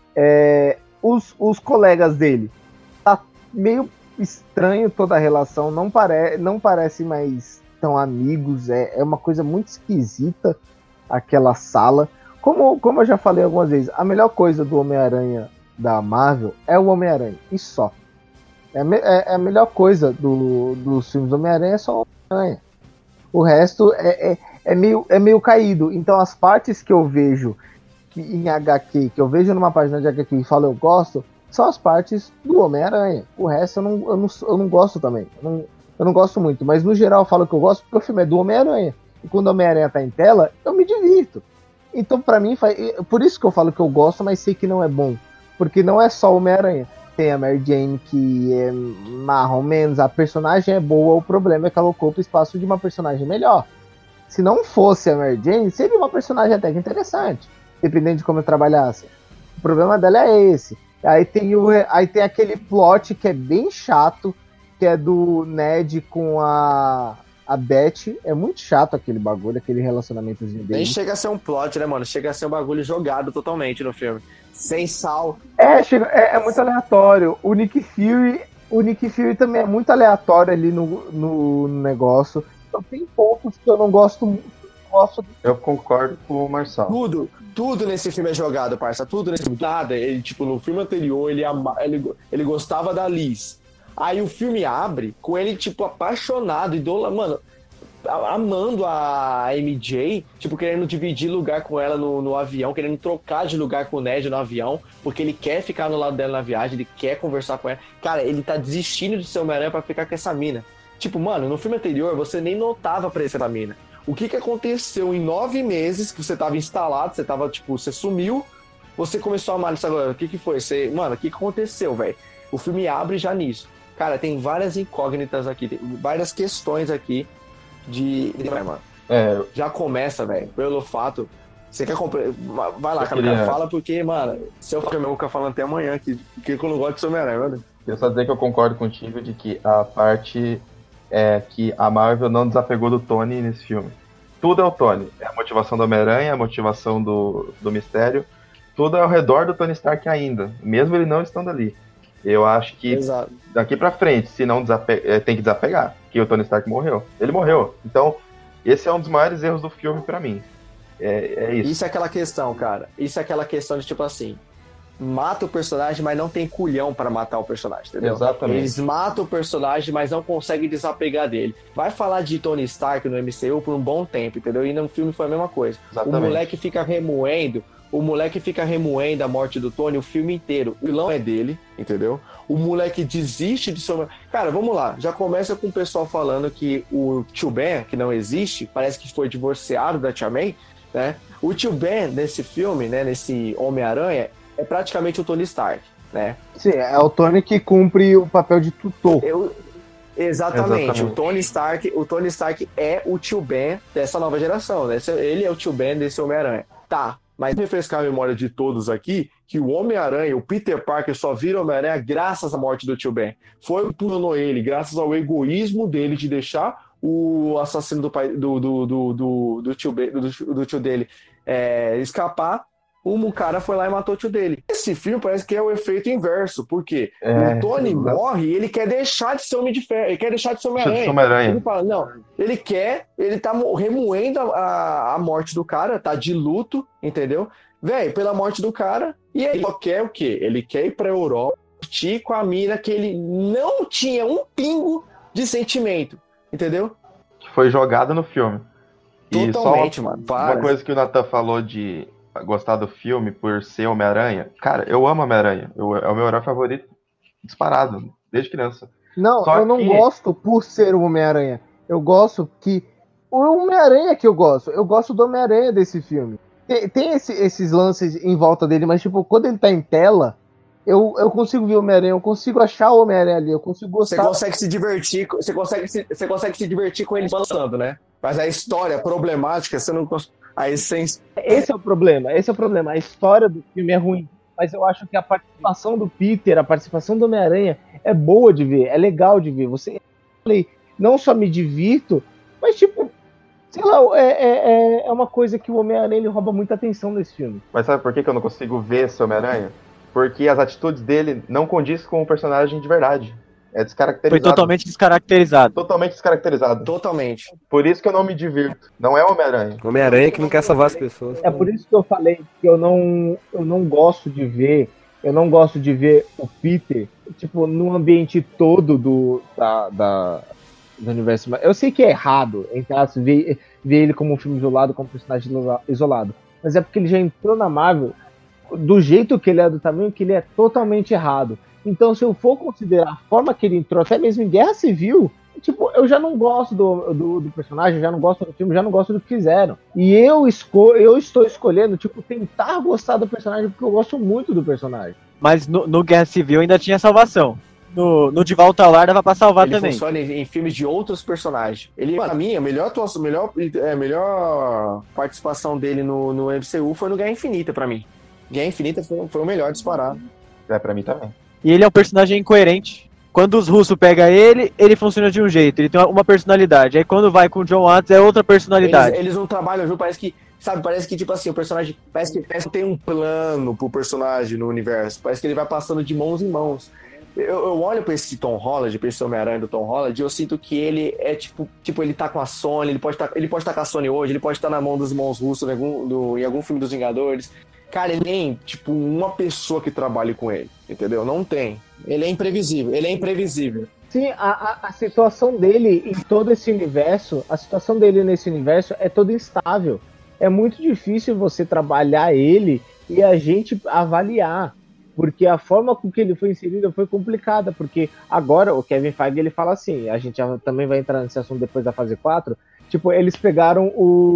É, os, os colegas dele. Tá meio estranho toda a relação. Não, pare, não parece mais tão amigos. É, é uma coisa muito esquisita aquela sala. Como, como eu já falei algumas vezes, a melhor coisa do Homem-Aranha da Marvel é o Homem-Aranha. E só. É, me- é- é a melhor coisa do, dos filmes do Homem-Aranha é só o Homem-Aranha. O resto é, é, é, meio, é meio caído. Então as partes que eu vejo que, em H Q, que eu vejo numa página de H Q e falo eu gosto, são as partes do Homem-Aranha. O resto eu não, eu não, eu não gosto também. Eu não, eu não gosto muito. Mas no geral eu falo que eu gosto porque o filme é do Homem-Aranha. E quando o Homem-Aranha tá em tela, eu me divirto. Então pra mim, faz, por isso que eu falo que eu gosto, mas sei que não é bom. Porque não é só o Homem-Aranha. Tem a Mary Jane que é marrom menos, a personagem é boa, o problema é que ela ocupa o espaço de uma personagem melhor. Se não fosse a Mary Jane, seria uma personagem até que interessante, dependendo de como eu trabalhasse. O problema dela é esse. Aí tem, o, aí tem aquele plot que é bem chato, que é do Ned com a, a Beth. É muito chato aquele bagulho, aquele relacionamentozinho dele. Nem chega a ser um plot, né, mano? Chega a ser um bagulho jogado totalmente no filme. Sem sal. É, chega, é, é muito aleatório. O Nick Fury, o Nick Fury também é muito aleatório ali no, no negócio. Então tem pontos que eu não gosto muito. Gosto de... Eu concordo com o Marçal. Tudo, tudo nesse filme é jogado, parça. Tudo nesse filme. Nada. Ele, tipo, no filme anterior, ele, ama, ele, ele gostava da Liz. Aí o filme abre com ele, tipo, apaixonado, idola, mano, amando a M J, tipo, querendo dividir lugar com ela no, no avião, querendo trocar de lugar com o Ned no avião, porque ele quer ficar no lado dela na viagem, ele quer conversar com ela. Cara, ele tá desistindo de ser Homem-Aranha pra ficar com essa mina. Tipo, mano, no filme anterior, você nem notava a presença da mina. O que que aconteceu em nove meses que você tava instalado, você tava, tipo, você sumiu, você começou a amar isso agora. O que que foi? Você, mano, o que que aconteceu, velho? O filme abre já nisso. Cara, tem várias incógnitas aqui, tem várias questões aqui de... Mano, É, já começa, velho, pelo fato... Você quer comprar... Vai lá, Eu cara, queria- fala porque, mano, se eu ficar mesmo ficar falando até amanhã aqui, porque eu não gosto de ser Homem-Aranha, mano. eu só dizer que eu concordo contigo de que a parte é que a Marvel não desapegou do Tony nesse filme. Tudo é o Tony. É a motivação do Homem-Aranha, a motivação do, do Mistério. Tudo é ao redor do Tony Stark ainda, mesmo ele não estando ali. Eu acho que Exato. daqui pra frente, se não desape... é, tem que desapegar, que o Tony Stark morreu. Ele morreu. Então, esse é um dos maiores erros do filme pra mim. É, é isso. Isso é aquela questão, cara. Isso é aquela questão de, tipo assim, mata o personagem, mas não tem culhão pra matar o personagem, entendeu? Exatamente. Eles matam o personagem, mas não conseguem desapegar dele. Vai falar de Tony Stark no M C U por um bom tempo, entendeu? E no filme foi a mesma coisa. Exatamente. O moleque fica remoendo, o moleque fica remoendo a morte do Tony o filme inteiro. O vilão é dele, entendeu? O moleque desiste de seu... Cara, vamos lá. Já começa com o pessoal falando que o Tio Ben, que não existe, parece que foi divorciado da Tia May, né? O Tio Ben, nesse filme, né, nesse Homem-Aranha, é praticamente o Tony Stark, né? Sim, é o Tony que cumpre o papel de tutor. Eu... Exatamente. Exatamente. O Tony Stark, o Tony Stark é o Tio Ben dessa nova geração, né? Ele é o Tio Ben desse Homem-Aranha. Tá, mas refrescar a memória de todos aqui, que o Homem-Aranha, o Peter Parker, só vira Homem-Aranha graças à morte do Tio Ben. Foi o que pulou ele, graças ao egoísmo dele de deixar o assassino do pai do, do, do, do, do, tio, Ben- do, do tio dele é, escapar. Um cara foi lá e matou o tio dele. Esse filme parece que é o efeito inverso, porque É, o Tony exato. morre e ele quer deixar de ser Homem de Ferro, ele quer deixar de ser Deixa de ser Homem-Aranha. Homem-Aranha. Ele fala, não, ele quer, ele tá mo- remoendo a, a morte do cara, tá de luto, entendeu? Velho, pela morte do cara, e ele só quer o quê? Ele quer ir pra Europa, curtir com a mina que ele não tinha um pingo de sentimento, entendeu? Que foi jogado no filme. E Totalmente, só mano. uma Para. coisa que o Nathan falou de gostar do filme por ser Homem-Aranha. Cara, eu amo Homem-Aranha. Eu- É o meu herói favorito disparado, desde criança. Não, Só eu não que- gosto por ser o Homem-Aranha. Eu gosto que. O Homem-Aranha que eu gosto. Eu gosto do Homem-Aranha desse filme. Tem, tem esse- esses lances em volta dele, mas, tipo, quando ele tá em tela, eu, eu consigo ver o Homem-Aranha, eu consigo achar o Homem-Aranha ali, eu consigo Você gostar. consegue se divertir, com- você consegue se, você consegue se divertir com ele balançando, né? Mas a história problemática, você não consegue. A essência. Esse é o problema, esse é o problema. A história do filme é ruim, mas eu acho que a participação do Peter, a participação do Homem-Aranha é boa de ver, é legal de ver. Você, eu falei, não só me divirto, mas tipo, sei lá, é, é, é- é uma coisa que o Homem-Aranha ele rouba muita atenção nesse filme. Mas sabe por que que eu não consigo ver esse Homem-Aranha? Porque as atitudes dele não condiz com o personagem de verdade. É Foi descaracterizado. totalmente descaracterizado. Totalmente descaracterizado. Totalmente. Por isso que eu não me divirto. Não é Homem-Aranha. Homem-Aranha que não quer salvar as pessoas. É por isso que eu falei que eu não, eu não gosto de ver Eu não gosto de ver o Peter, tipo, no ambiente todo do, da, da, do universo. Eu sei que é errado, entre aspas, ver, ver ele como um filme isolado, como um personagem isolado. Mas é porque ele já entrou na Marvel do jeito que ele é, do tamanho que ele é, totalmente errado. Então, se eu for considerar a forma que ele entrou, até mesmo em Guerra Civil, tipo, eu já não gosto do, do, do personagem, já não gosto do filme, já não gosto do que fizeram. E eu, esco eu estou escolhendo, tipo, tentar gostar do personagem, porque eu gosto muito do personagem. Mas no, no Guerra Civil ainda tinha salvação. No, no De Volta ao Lar dava pra salvar ele também. Ele funciona em, em filmes de outros personagens. Ele, pra mim, a melhor atuação, melhor, é, melhor participação dele no, no M C U foi no Guerra Infinita, pra mim. Guerra Infinita foi, foi o melhor disparado. É, pra mim também. E ele é um personagem incoerente. Quando os russos pegam ele, ele funciona de um jeito, ele tem uma personalidade. Aí quando vai com o John Watts é outra personalidade. Eles, eles não trabalham junto, parece que, sabe, parece que tipo assim, o personagem, parece que, parece que tem um plano pro personagem no universo, parece que ele vai passando de mãos em mãos. Eu, eu olho pra esse Tom Holland, pra esse Homem-Aranha do Tom Holland, e eu sinto que ele é tipo, tipo ele tá com a Sony, ele pode tá, ele pode estar tá com a Sony hoje, ele pode estar tá na mão dos irmãos russos em algum, do, em algum filme dos Vingadores. Cara, ele tem, tipo, uma pessoa que trabalhe com ele, entendeu? Não tem. Ele é imprevisível, ele é imprevisível. Sim, a, a, a situação dele em todo esse universo, a situação dele nesse universo é toda instável. É muito difícil você trabalhar ele e a gente avaliar, porque a forma com que ele foi inserido foi complicada, porque agora o Kevin Feige ele fala assim, a gente já também vai entrar nesse assunto depois da fase quatro, tipo, eles pegaram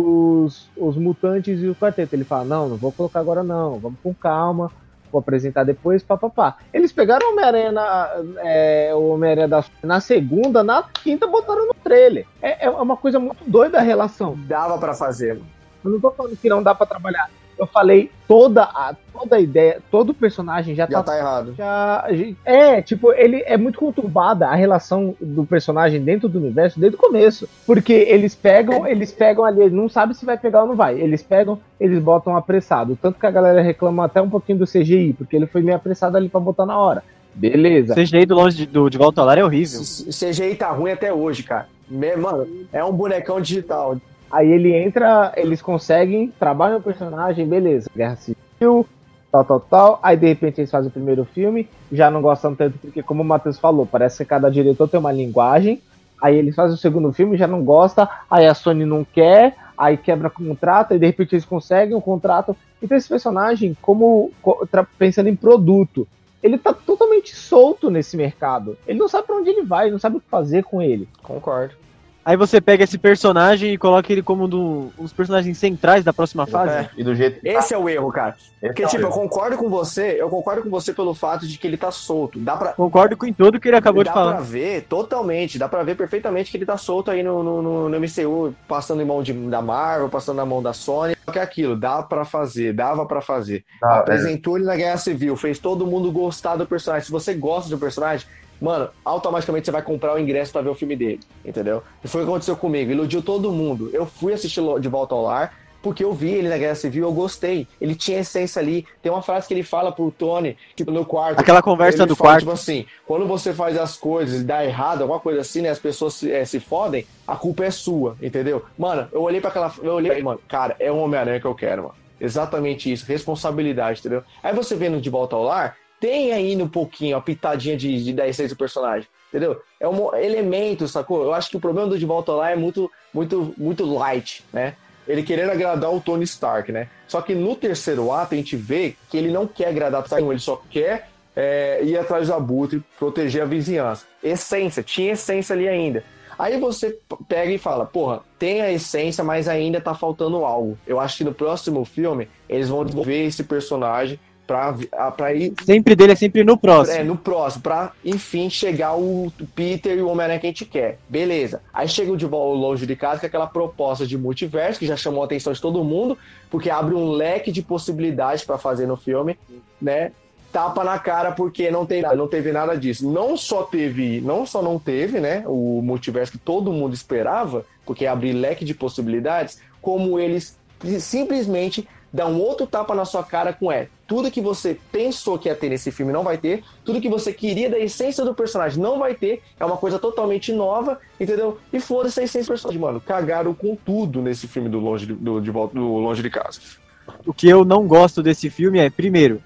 os, os mutantes e o quarteto, ele fala, não, não vou colocar agora não, vamos com calma, vou apresentar depois, papapá. Eles pegaram o Homem-Aranha na, é, o Homem-Aranha da, na segunda, na quinta botaram no trailer. É, é uma coisa muito doida a relação. Dava pra fazer. Eu não tô falando que não dá pra trabalhar. Eu falei, toda a, toda a ideia, todo personagem já, já tá, tá errado. Já, é, tipo, ele é muito conturbada a relação do personagem dentro do universo desde o começo. Porque eles pegam, eles pegam ali, não sabe se vai pegar ou não vai. Eles pegam, eles botam apressado. Tanto que a galera reclama até um pouquinho do C G I, porque ele foi meio apressado ali pra botar na hora. Beleza. O C G I do longe de, do, de Volta ao Lar é horrível. O C G I tá ruim até hoje, cara. Mano, é um bonecão digital. Aí ele entra, eles conseguem, trabalham o personagem, beleza, Guerra Civil, tal, tal, tal. Aí de repente eles fazem o primeiro filme, já não gostam tanto, porque como o Matheus falou, parece que cada diretor tem uma linguagem. Aí eles fazem o segundo filme, já não gosta, aí a Sony não quer, aí quebra contrato, e de repente eles conseguem o contrato. Então esse personagem, como pensando em produto, ele tá totalmente solto nesse mercado. Ele não sabe pra onde ele vai, ele não sabe o que fazer com ele. Concordo. Aí você pega esse personagem e coloca ele como um, do, um dos personagens centrais da próxima fase. É. E do jeito que Esse tá. é o erro, cara. Esse Porque, é o tipo, erro. eu concordo com você, eu concordo com você pelo fato de que ele tá solto. Dá pra, Concordo com tudo que ele acabou dá de falar. pra ver totalmente, dá pra ver perfeitamente que ele tá solto aí no, no, no, no M C U, passando em mão de, da Marvel, passando na mão da Sony. Que é aquilo, dá pra fazer, dava pra fazer. Ah, Apresentou ele na Guerra Civil, fez todo mundo gostar do personagem. Se você gosta do personagem, mano, automaticamente você vai comprar o ingresso pra ver o filme dele, entendeu? E foi o que aconteceu comigo, iludiu todo mundo. Eu fui assistir De Volta ao Lar, porque eu vi ele na Guerra Civil, eu gostei. Ele tinha essência ali. Tem uma frase que ele fala pro Tony, tipo, no quarto. Aquela conversa ele do fala, quarto. Tipo assim, quando você faz as coisas e dá errado, alguma coisa assim, né, as pessoas se, é, se fodem, a culpa é sua, entendeu? Mano, eu olhei pra aquela... Eu olhei aí, mano, cara, é um Homem-Aranha que eu quero, mano. Exatamente isso, responsabilidade, entendeu? Aí você vendo De Volta ao Lar, tem aí um pouquinho, a pitadinha de, de da essência do personagem, entendeu? É um elemento, sacou? Eu acho que o problema do De Volta ao Lar é muito, muito, muito light, né? Ele querendo agradar o Tony Stark, né? Só que no terceiro ato a gente vê que ele não quer agradar o Stark, ele só quer é, ir atrás do Abutre, proteger a vizinhança. Essência, tinha essência ali ainda. Aí você pega e fala, porra, tem a essência, mas ainda tá faltando algo. Eu acho que no próximo filme eles vão desenvolver esse personagem Pra, pra ir... Sempre dele é sempre no próximo. É, no próximo, pra, enfim, chegar o Peter e o Homem-Aranha que a gente quer. Beleza. Aí chega o De Volta Longe de Casa, que é aquela proposta de multiverso, que já chamou a atenção de todo mundo, porque abre um leque de possibilidades pra fazer no filme, né? Tapa na cara, porque não, tem, não teve nada disso. Não só teve, não só não teve, né, o multiverso que todo mundo esperava, porque abre leque de possibilidades, como eles simplesmente dá um outro tapa na sua cara com é, tudo que você pensou que ia ter nesse filme não vai ter, tudo que você queria da essência do personagem não vai ter, é uma coisa totalmente nova, entendeu? E foda-se a essência do personagem, mano, cagaram com tudo nesse filme do Longe de, do, de volta, do Longe de Casa. O que eu não gosto desse filme é, primeiro,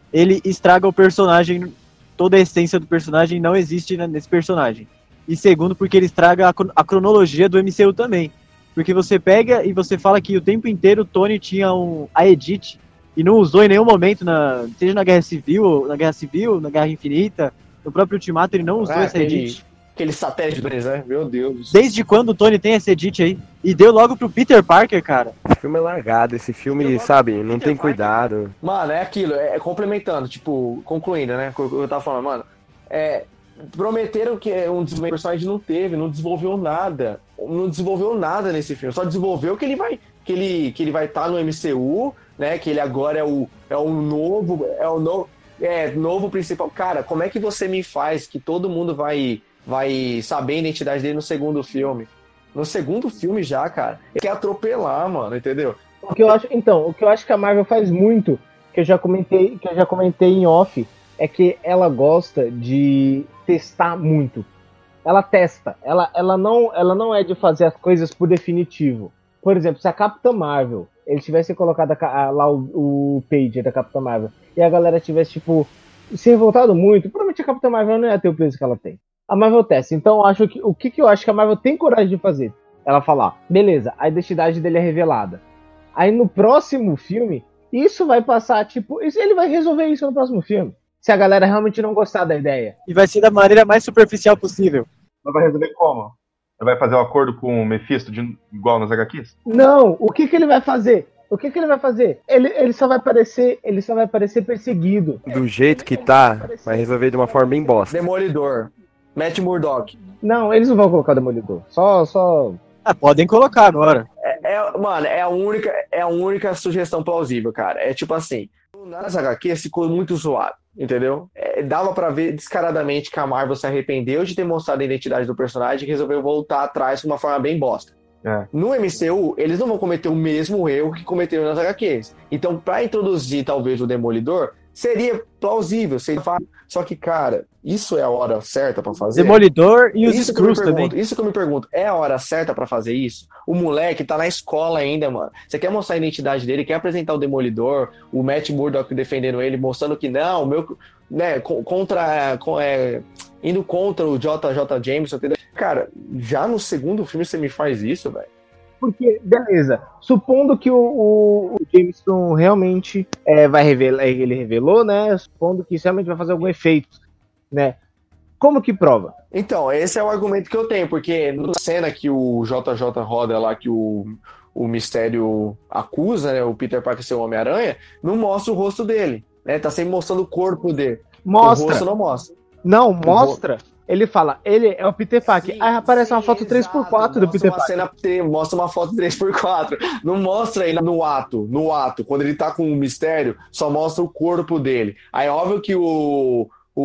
ele estraga o personagem, toda a essência do personagem não existe nesse personagem. E segundo, porque ele estraga a, a cronologia do M C U também. Porque você pega e você fala que o tempo inteiro o Tony tinha um, a Edith e não usou em nenhum momento, na, seja na Guerra Civil, na Guerra Civil, na Guerra Infinita, no próprio Ultimato ele não usou Ah, essa aquele- Edith. Aquele satélite deles, né? Meu Deus. Desde quando o Tony tem essa Edith aí? E deu logo pro Peter Parker, cara. Esse filme é largado, esse filme, sabe, não tem cuidado. Mano, é aquilo, é complementando, tipo, concluindo, né? O que eu tava falando, mano. É, prometeram que um desenvolvimento de personagem não teve, não desenvolveu nada. Não desenvolveu nada nesse filme. Só desenvolveu que ele vai que ele que ele vai estar no M C U, né? Que ele agora é o é o novo, é o novo, é novo principal. Cara, como é que você me faz que todo mundo vai vai saber a identidade dele no segundo filme? No segundo filme já, cara. Ele quer atropelar, mano, entendeu? O que eu acho, então, o que eu acho que a Marvel faz muito, que eu já comentei, que eu já comentei em off, é que ela gosta de testar muito. Ela testa. Ela, ela, não, ela não é de fazer as coisas por definitivo. Por exemplo, se a Capitã Marvel, eles tivessem colocado a, a, lá o, o page da Capitã Marvel, e a galera tivesse, tipo, se revoltado muito, provavelmente a Capitã Marvel não ia ter o peso que ela tem. A Marvel testa. Então, eu acho que, o que, que eu acho que a Marvel tem coragem de fazer? Ela falar, beleza, a identidade dele é revelada. Aí no próximo filme, isso vai passar, tipo, isso, ele vai resolver isso no próximo filme. Se a galera realmente não gostar da ideia. E vai ser da maneira mais superficial possível. Mas vai resolver como? Ele vai fazer um acordo com o Mephisto de, igual nas H Qs? Não, o que que ele vai fazer? O que que ele vai fazer? Ele, ele só vai parecer, ele só vai parecer perseguido. Do jeito que tá, vai resolver de uma forma bem bosta. Demolidor. Matt Murdock. Não, eles não vão colocar o Demolidor. Só, só. Ah, podem colocar agora. É, é- mano, é a, única, é a única sugestão plausível, cara. É tipo assim, nas H Qs ficou muito zoado, entendeu? É, dava pra ver descaradamente que a Marvel se arrependeu de ter mostrado a identidade do personagem e resolveu voltar atrás de uma forma bem bosta. É. No M C U, eles não vão cometer o mesmo erro que cometeram nas H Qs. Então, pra introduzir talvez o Demolidor, seria plausível, seria fácil. Só que, cara, isso é a hora certa pra fazer? Demolidor e os Isso que eu me Skrulls pergunto, também. isso que eu me pergunto, é a hora certa pra fazer isso? O moleque tá na escola ainda, mano. Você quer mostrar a identidade dele, quer apresentar o Demolidor, o Matt Murdock defendendo ele, mostrando que não, o meu, né, co- contra, co- é, indo contra o J J Jameson, entendeu? Cara, já no segundo filme você me faz isso, velho? Porque, beleza, supondo que o, o, o Jameson realmente é, vai revelar, ele revelou, né? Supondo que isso realmente vai fazer algum efeito, né? Como que prova? Então, esse é o argumento que eu tenho, porque na cena que o J J roda lá, que o, o Mistério acusa, né, o Peter Parker ser o Homem-Aranha, não mostra o rosto dele, né? Tá sempre mostrando o corpo dele. O Mostra. rosto não mostra. Não, mostra. Ele fala, ele é o Peter Parker. Aí aparece uma foto três por quatro do Mostra Peter uma Parker. cena, te- mostra uma foto três por quatro. Não mostra ele no ato, no ato. Quando ele tá com o mistério, só mostra o corpo dele. Aí óbvio que o,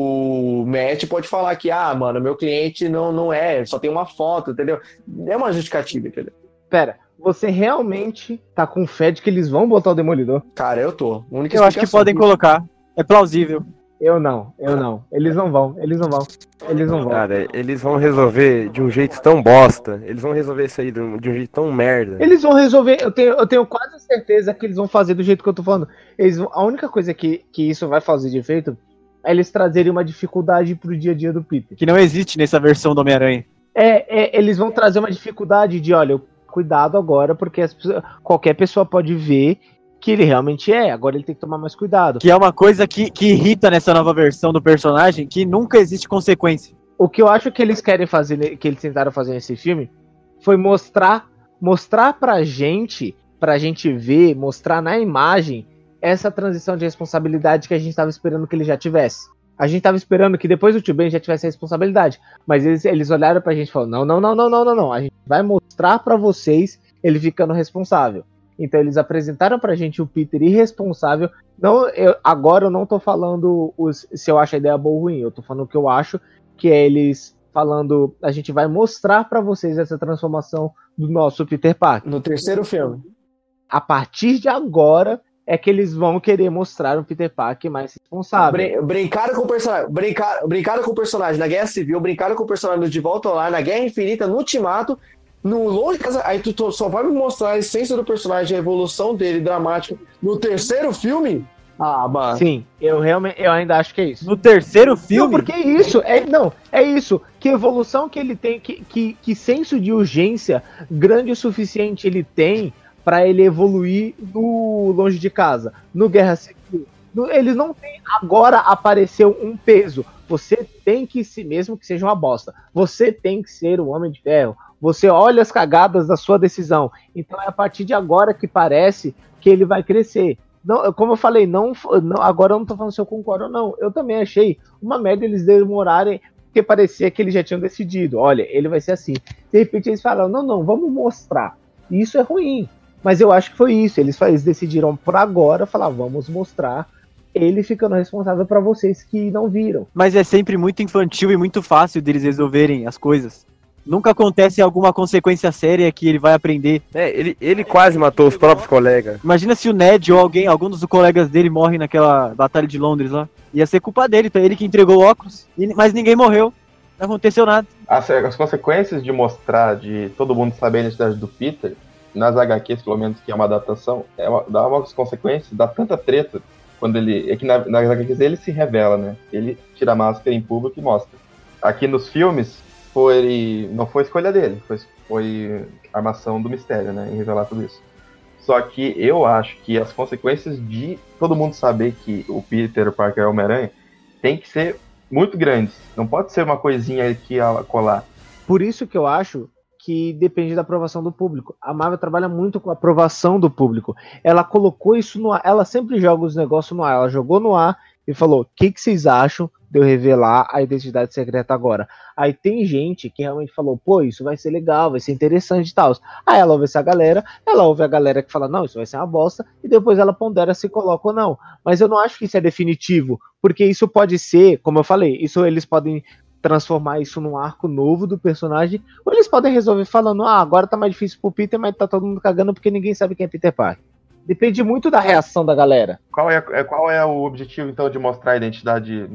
o Matt pode falar que, ah, mano, meu cliente não, não é, só tem uma foto, entendeu? É uma justificativa, entendeu? Pera, você realmente tá com fé de que eles vão botar o Demolidor? Cara, eu tô. Única Eu acho que explicação. podem colocar. É plausível. Eu não, eu não. Eles não vão, eles não vão. Eles não vão. Cara, eles vão resolver de um jeito tão bosta. Eles vão resolver isso aí de um, de um jeito tão merda. Eles vão resolver, eu tenho, eu tenho quase certeza que eles vão fazer do jeito que eu tô falando. Eles vão, a única coisa que, que isso vai fazer de efeito é eles trazerem uma dificuldade pro dia a dia do Peter. Que não existe nessa versão do Homem-Aranha. É, é, eles vão trazer uma dificuldade de, olha, cuidado agora, porque as pessoas- qualquer pessoa pode ver que ele realmente é, agora ele tem que tomar mais cuidado. Que é uma coisa que, que irrita nessa nova versão do personagem, que nunca existe consequência. O que eu acho que eles querem fazer, ne- que eles tentaram fazer nesse filme, foi mostrar, mostrar pra gente, pra gente ver, mostrar na imagem essa transição de responsabilidade que a gente tava esperando que ele já tivesse. A gente tava esperando que depois do Tio Ben já tivesse a responsabilidade, mas eles, eles olharam pra gente e falaram, não, não, não, não, não, não, não, a gente vai mostrar pra vocês ele ficando responsável. Então eles apresentaram pra gente o Peter irresponsável. Não, eu, agora eu não tô falando os, se eu acho a ideia boa ou ruim, eu tô falando o que eu acho, que é eles falando, a gente vai mostrar pra vocês essa transformação do nosso Peter Parker. No terceiro filme. A partir de agora é que eles vão querer mostrar um Peter Parker mais responsável. Brin- brincaram com o personagem. Brincaram, brincaram com o personagem na Guerra Civil, brincaram com o personagem no De Volta ao Lar, na Guerra Infinita, no Ultimato. No longe de casa, aí tu, tu só vai me mostrar a essência do personagem, a evolução dele, dramática. No terceiro filme, Ah, mano. Sim, eu realmente, eu ainda acho que é isso. No terceiro Não, filme, porque é isso, é, não, é isso, que evolução que ele tem, que, que, que senso de urgência grande o suficiente ele tem pra ele evoluir no Longe de Casa, no Guerra Civil. No, ele não tem, agora apareceu um peso, você tem que ser, mesmo que seja uma bosta, você tem que ser o Homem de Ferro, você olha as cagadas da sua decisão, então é a partir de agora que parece que ele vai crescer. Não, como eu falei, não, não, agora eu não tô falando se eu concordo ou não. Eu também achei uma merda eles demorarem, porque parecia que eles já tinham decidido. Olha, ele vai ser assim. De repente eles falaram, não, não, vamos mostrar. E isso é ruim. Mas eu acho que foi isso. Eles, eles decidiram por agora falar, vamos mostrar. Ele ficando responsável pra vocês que não viram. mas é sempre muito infantil e muito fácil deles resolverem as coisas. Nunca acontece alguma consequência séria que ele vai aprender. É, ele, ele quase matou os próprios colegas. Imagina se o Ned ou alguém, algum dos colegas dele morre naquela batalha de Londres lá. Ia ser culpa dele, então ele que entregou o óculos, e- mas ninguém morreu. Não aconteceu nada. As, as consequências de mostrar, de todo mundo saber a identidade do Peter, nas H Qs, pelo menos, que é uma adaptação, é uma, dá umas consequências, dá tanta treta, quando ele. É que na, nas H Qs ele se revela, né? Ele tira a máscara em público e mostra. Aqui nos filmes, foi. Não foi escolha dele, foi, foi armação do mistério, né? Em revelar tudo isso. Só que eu acho que as consequências de todo mundo saber que o Peter Parker é o Homem-Aranha tem que ser muito grandes. Não pode ser uma coisinha aqui a colar. Por isso que eu acho que depende da aprovação do público. A Marvel trabalha muito com a aprovação do público. Ela colocou isso no ar. Ela sempre joga os negócios no ar. Ela jogou no ar e falou, o que, que vocês acham de eu revelar a identidade secreta agora? Aí tem gente que realmente falou, pô, isso vai ser legal, vai ser interessante e tal. Aí ela ouve essa galera, ela ouve a galera que fala, não, isso vai ser uma bosta, e depois ela pondera se coloca ou não. Mas eu não acho que isso é definitivo, porque isso pode ser, como eu falei, isso eles podem transformar isso num arco novo do personagem, ou eles podem resolver falando, ah, agora tá mais difícil pro Peter, mas tá todo mundo cagando porque ninguém sabe quem é Peter Parker. Depende muito da reação da galera. Qual é, é- qual é o objetivo, então, de mostrar a identidade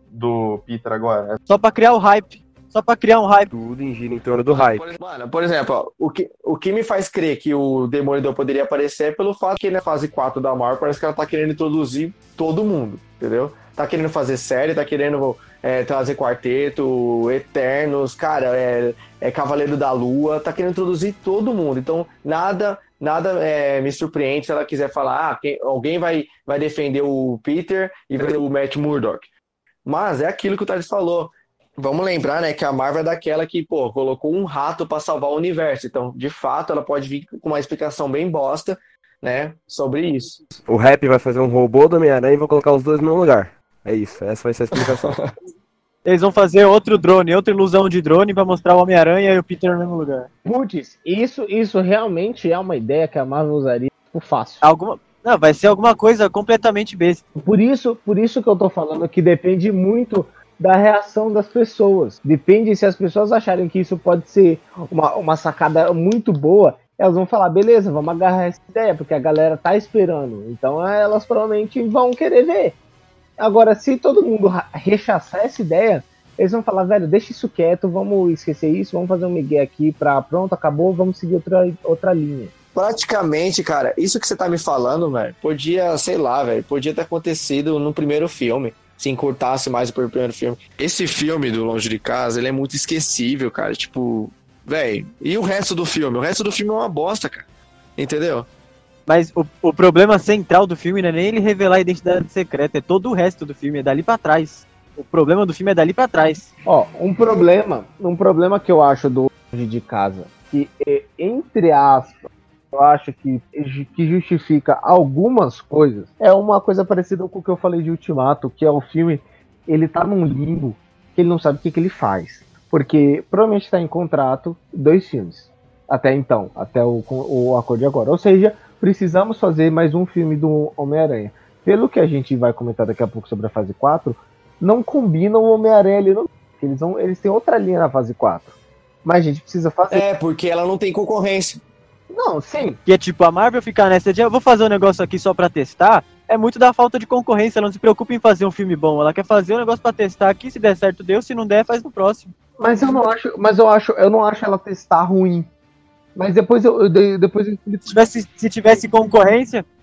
do Peter agora? Só pra criar o hype. Só pra criar um hype. Tudo em gira em torno do hype. Por, mano, por exemplo, ó, o, que, o que me faz crer que o Demolidor poderia aparecer é pelo fato que na fase quatro da Marvel parece que ela tá querendo introduzir todo mundo, entendeu? Tá querendo fazer série, tá querendo é, trazer quarteto, Eternos, cara, é, é Cavaleiro da Lua, tá querendo introduzir todo mundo. Então, nada... Nada é, me surpreende se ela quiser falar, ah, quem, alguém vai, vai defender o Peter e vai o Matt Murdock. Mas é aquilo que o Thales falou. Vamos lembrar, né, que a Marvel é daquela que, pô, colocou um rato pra salvar o universo. Então, de fato, ela pode vir com uma explicação bem bosta, né, sobre isso. O Rap vai fazer um robô do Homem-Aranha e vai colocar os dois no mesmo lugar. É isso, essa vai ser a explicação. Eles vão fazer outro drone, outra ilusão de drone pra mostrar o Homem-Aranha e o Peter no mesmo lugar. Putz, isso, isso realmente é uma ideia que a Marvel usaria por fácil. Alguma... Não, vai ser alguma coisa completamente besta. Por isso, por isso que eu tô falando que depende muito da reação das pessoas. Depende se as pessoas acharem que isso pode ser uma, uma sacada muito boa, elas vão falar, beleza, vamos agarrar essa ideia, porque a galera tá esperando. Então elas provavelmente vão querer ver. Agora, se todo mundo rechaçar essa ideia, eles vão falar, velho, deixa isso quieto, vamos esquecer isso, vamos fazer um migué aqui pra pronto, acabou, vamos seguir outra, outra linha. Praticamente, cara, isso que você tá me falando, velho, podia, sei lá, velho, podia ter acontecido no primeiro filme, se encurtasse mais o primeiro filme. Esse filme do Longe de Casa, ele é muito esquecível, cara, tipo, velho, e o resto do filme? O resto do filme é uma bosta, cara, entendeu? Mas o, o problema central do filme não é nem ele revelar a identidade secreta, é todo o resto do filme, é dali pra trás. O problema do filme é dali pra trás. Ó, um problema, um problema que eu acho do Longe de Casa, que é, entre aspas, eu acho que, que justifica algumas coisas, é uma coisa parecida com o que eu falei de Ultimato, que é o filme, ele tá num limbo, que ele não sabe o que, que ele faz. Porque provavelmente tá em contrato dois filmes, até então, até o, o acordo de agora. Ou seja, precisamos fazer mais um filme do Homem-Aranha. Pelo que a gente vai comentar daqui a pouco sobre a fase quatro, não combina o Homem-Aranha ali no... Eles, vão, eles têm outra linha na fase quatro. Mas a gente precisa fazer. É, porque ela não tem concorrência. Não, sim. Que é tipo, a Marvel ficar nessa de, eu vou fazer um negócio aqui só pra testar, é muito da falta de concorrência, ela não se preocupa em fazer um filme bom, ela quer fazer um negócio pra testar aqui, se der certo deu, se não der, faz no próximo. Mas eu não acho, mas eu acho, eu não acho ela testar ruim. Mas depois eu, eu depois eu... Se tivesse, se tivesse concorrência,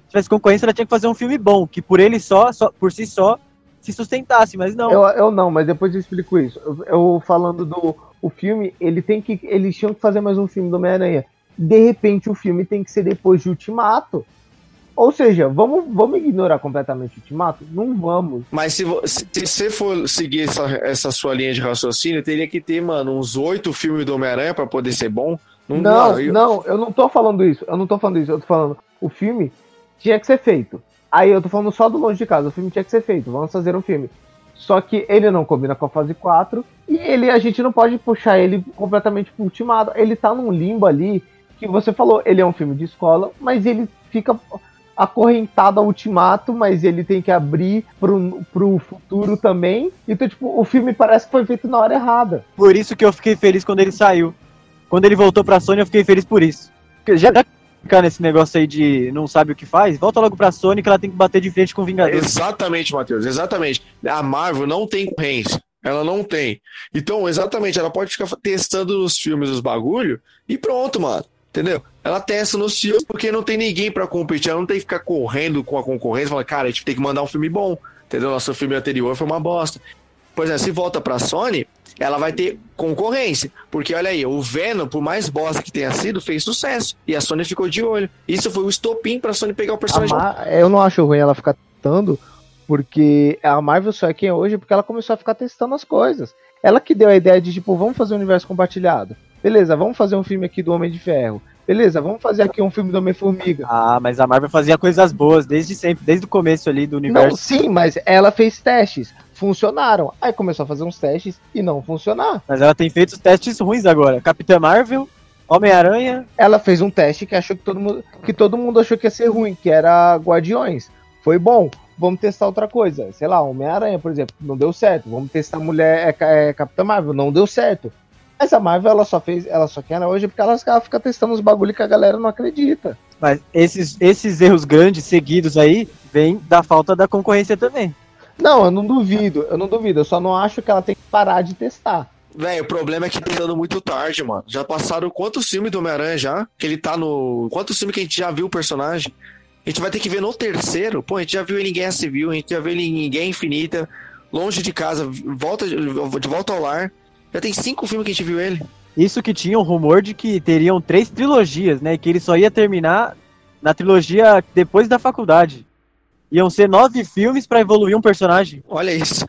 tivesse concorrência, ela tinha que fazer um filme bom, que por ele só, só por si só, se sustentasse, mas não. Eu, eu não, mas depois eu explico isso. Eu, eu falando do o filme, ele tem que, eles tinham que fazer mais um filme do Homem-Aranha. De repente o filme tem que ser depois de Ultimato. Ou seja, vamos, vamos ignorar completamente o Ultimato? Não vamos. Mas se, vo- se você for seguir essa, essa sua linha de raciocínio, teria que ter, mano, uns oito filmes do Homem-Aranha pra poder ser bom. Não, dá, eu- não, eu não tô falando isso. Eu não tô falando isso. Eu tô falando, o filme tinha que ser feito. Aí eu tô falando só do Longe de Casa. O filme tinha que ser feito. Vamos fazer um filme. Só que ele não combina com a fase quatro. E ele, a gente não pode puxar ele completamente pro Ultimato. Ele tá num limbo ali que você falou. Ele é um filme de escola, mas ele fica acorrentado ao Ultimato, mas ele tem que abrir pro, pro futuro também. Então, tipo, o filme parece que foi feito na hora errada. Por isso que eu fiquei feliz quando ele saiu. Quando ele voltou pra Sony, eu fiquei feliz por isso. Porque já já ficar nesse negócio aí de não sabe o que faz, volta logo pra Sony que ela tem que bater de frente com o Vingadores. Exatamente, Matheus, exatamente. A Marvel não tem concorrência. Ela não tem. Então, exatamente, ela pode ficar testando nos filmes os bagulho e pronto, mano. Entendeu? Ela testa nos filmes porque não tem ninguém pra competir. Ela não tem que ficar correndo com a concorrência e falar, cara, a gente tem que mandar um filme bom. Entendeu? Nosso filme anterior foi uma bosta. Por exemplo, se volta pra Sony, ela vai ter concorrência. Porque, olha aí, o Venom, por mais bosta que tenha sido, fez sucesso. E a Sony ficou de olho. Isso foi o estopim pra Sony pegar o A personagem. Mar- Eu não acho ruim ela ficar testando, porque a Marvel só é quem é hoje porque ela começou a ficar testando as coisas. Ela que deu a ideia de, tipo, vamos fazer um universo compartilhado. Beleza, vamos fazer um filme aqui do Homem de Ferro. Beleza, vamos fazer aqui um filme do Homem-Formiga. Ah, mas a Marvel fazia coisas boas desde sempre, desde o começo ali do Não, universo. sim, mas ela fez testes. Funcionaram. Aí começou a fazer uns testes e não funcionar. Mas ela tem feito os testes ruins agora. Capitã Marvel, Homem-Aranha. Ela fez um teste que achou que todo mundo, que todo mundo achou que ia ser ruim, que era Guardiões. Foi bom. Vamos testar outra coisa. Sei lá, Homem-Aranha, por exemplo, não deu certo. Vamos testar Mulher é, é, Capitã Marvel, não deu certo. Mas a Marvel, ela só fez, ela só quer hoje porque ela, ela fica testando os bagulho que a galera não acredita. Mas esses, esses erros grandes seguidos aí vêm da falta da concorrência também. Não, eu não duvido, eu não duvido. Eu só não acho que ela tem que parar de testar. Velho, o problema é que tá dando muito tarde, mano. Já passaram quantos filmes do Homem-Aranha já? Que ele tá no. Quantos filmes que a gente já viu o personagem? A gente vai ter que ver no terceiro. Pô, a gente já viu ele em Guerra Civil, a gente já viu ele em Guerra Infinita, Longe de Casa, volta, de volta ao lar. Já tem cinco filmes que a gente viu ele. Isso que tinha um rumor de que teriam três trilogias, né? E que ele só ia terminar na trilogia depois da faculdade. Iam ser nove filmes pra evoluir um personagem. Olha isso.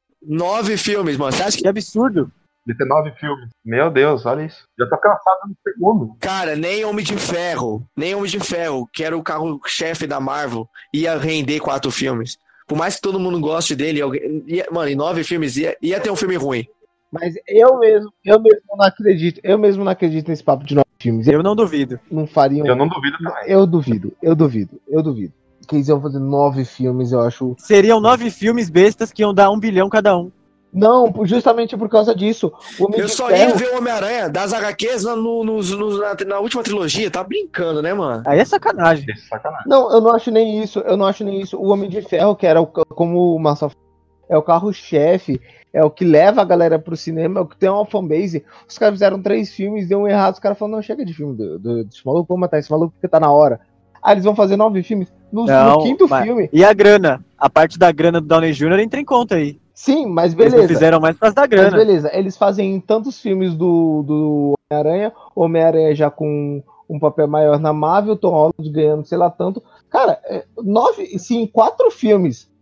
Nove filmes, mano. Você acha que... Que absurdo. De ter nove filmes. Meu Deus, olha isso. Já tô cansado no segundo. Cara, nem Homem de Ferro, nem Homem de Ferro, que era o carro-chefe da Marvel, ia render quatro filmes. Por mais que todo mundo goste dele, alguém- ia- mano, em nove filmes ia, ia ter um filme ruim. Mas eu mesmo, eu mesmo não acredito, eu mesmo não acredito nesse papo de nove filmes. Eu não duvido. Não fariam. Eu não duvido também. Eu duvido, eu duvido, eu duvido. Que eles iam fazer nove filmes, eu acho. Seriam nove filmes bestas que iam dar um bilhão cada um. Não, justamente por causa disso. O Homem Eu de só Ferro- ia ver o Homem-Aranha das agá quês na, no- nos- nos- na, na última trilogia. Tá brincando, né, mano? Aí é sacanagem. Que sacanagem. Não, eu não acho nem isso. Eu não acho nem isso. O Homem de Ferro, que era o, ca- como o Marcelo falou, é o carro-chefe, é o que leva a galera pro cinema, é o que tem uma fanbase. Os caras fizeram três filmes, deu um errado. Os caras falaram, não, chega de filme do, do, desse maluco, vamos matar esse maluco porque tá na hora. Aí eles vão fazer nove filmes. No, Não, no quinto mas- filme, E a grana? A parte da grana do Downey júnior entra em conta aí. sim, mas Eles não beleza. fizeram mais por causa da Mas grana. beleza, eles fazem tantos filmes do, do Homem-Aranha, o Homem-Aranha já com um papel maior na Marvel, Tom Holland ganhando sei lá tanto. Cara, é, nove, se em quatro filmes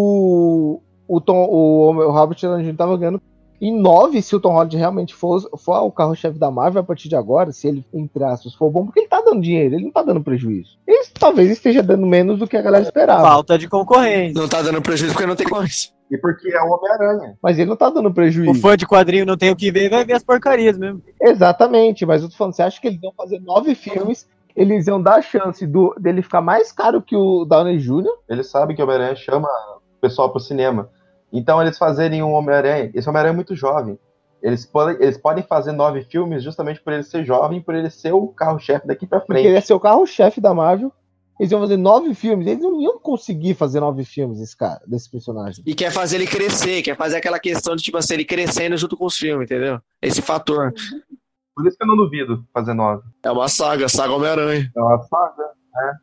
o, o, Tom, o, o Robert Downey júnior tava ganhando, em nove, se o Tom Holland realmente for, for o carro-chefe da Marvel a partir de agora, se ele, entre aspas, for bom, porque ele tá dando dinheiro, ele não tá dando prejuízo. Ele talvez esteja dando menos do que a galera esperava. Falta de concorrência. Não tá dando prejuízo porque não tem mais. E porque é o Homem-Aranha. Mas ele não tá dando prejuízo. O fã de quadrinho não tem o que ver, vai ver as porcarias mesmo. Exatamente, mas eu tô falando, você acha que eles iam fazer nove filmes, eles iam dar a chance do, dele ficar mais caro que o Downey júnior? Eles sabem que o Homem-Aranha chama o pessoal pro cinema. Então eles fazerem um Homem-Aranha. Esse Homem-Aranha é muito jovem. Eles podem, eles podem fazer nove filmes justamente por ele ser jovem, por ele ser o carro-chefe daqui pra Porque frente. ele ia ser o carro-chefe da Marvel, eles iam fazer nove filmes, eles não iam conseguir fazer nove filmes desse cara, desse personagem. E quer fazer ele crescer, quer fazer aquela questão de, tipo assim, ele crescendo junto com os filmes, entendeu? Esse fator. Por isso que eu não duvido fazer nove. É uma saga, saga Homem-Aranha. É uma saga.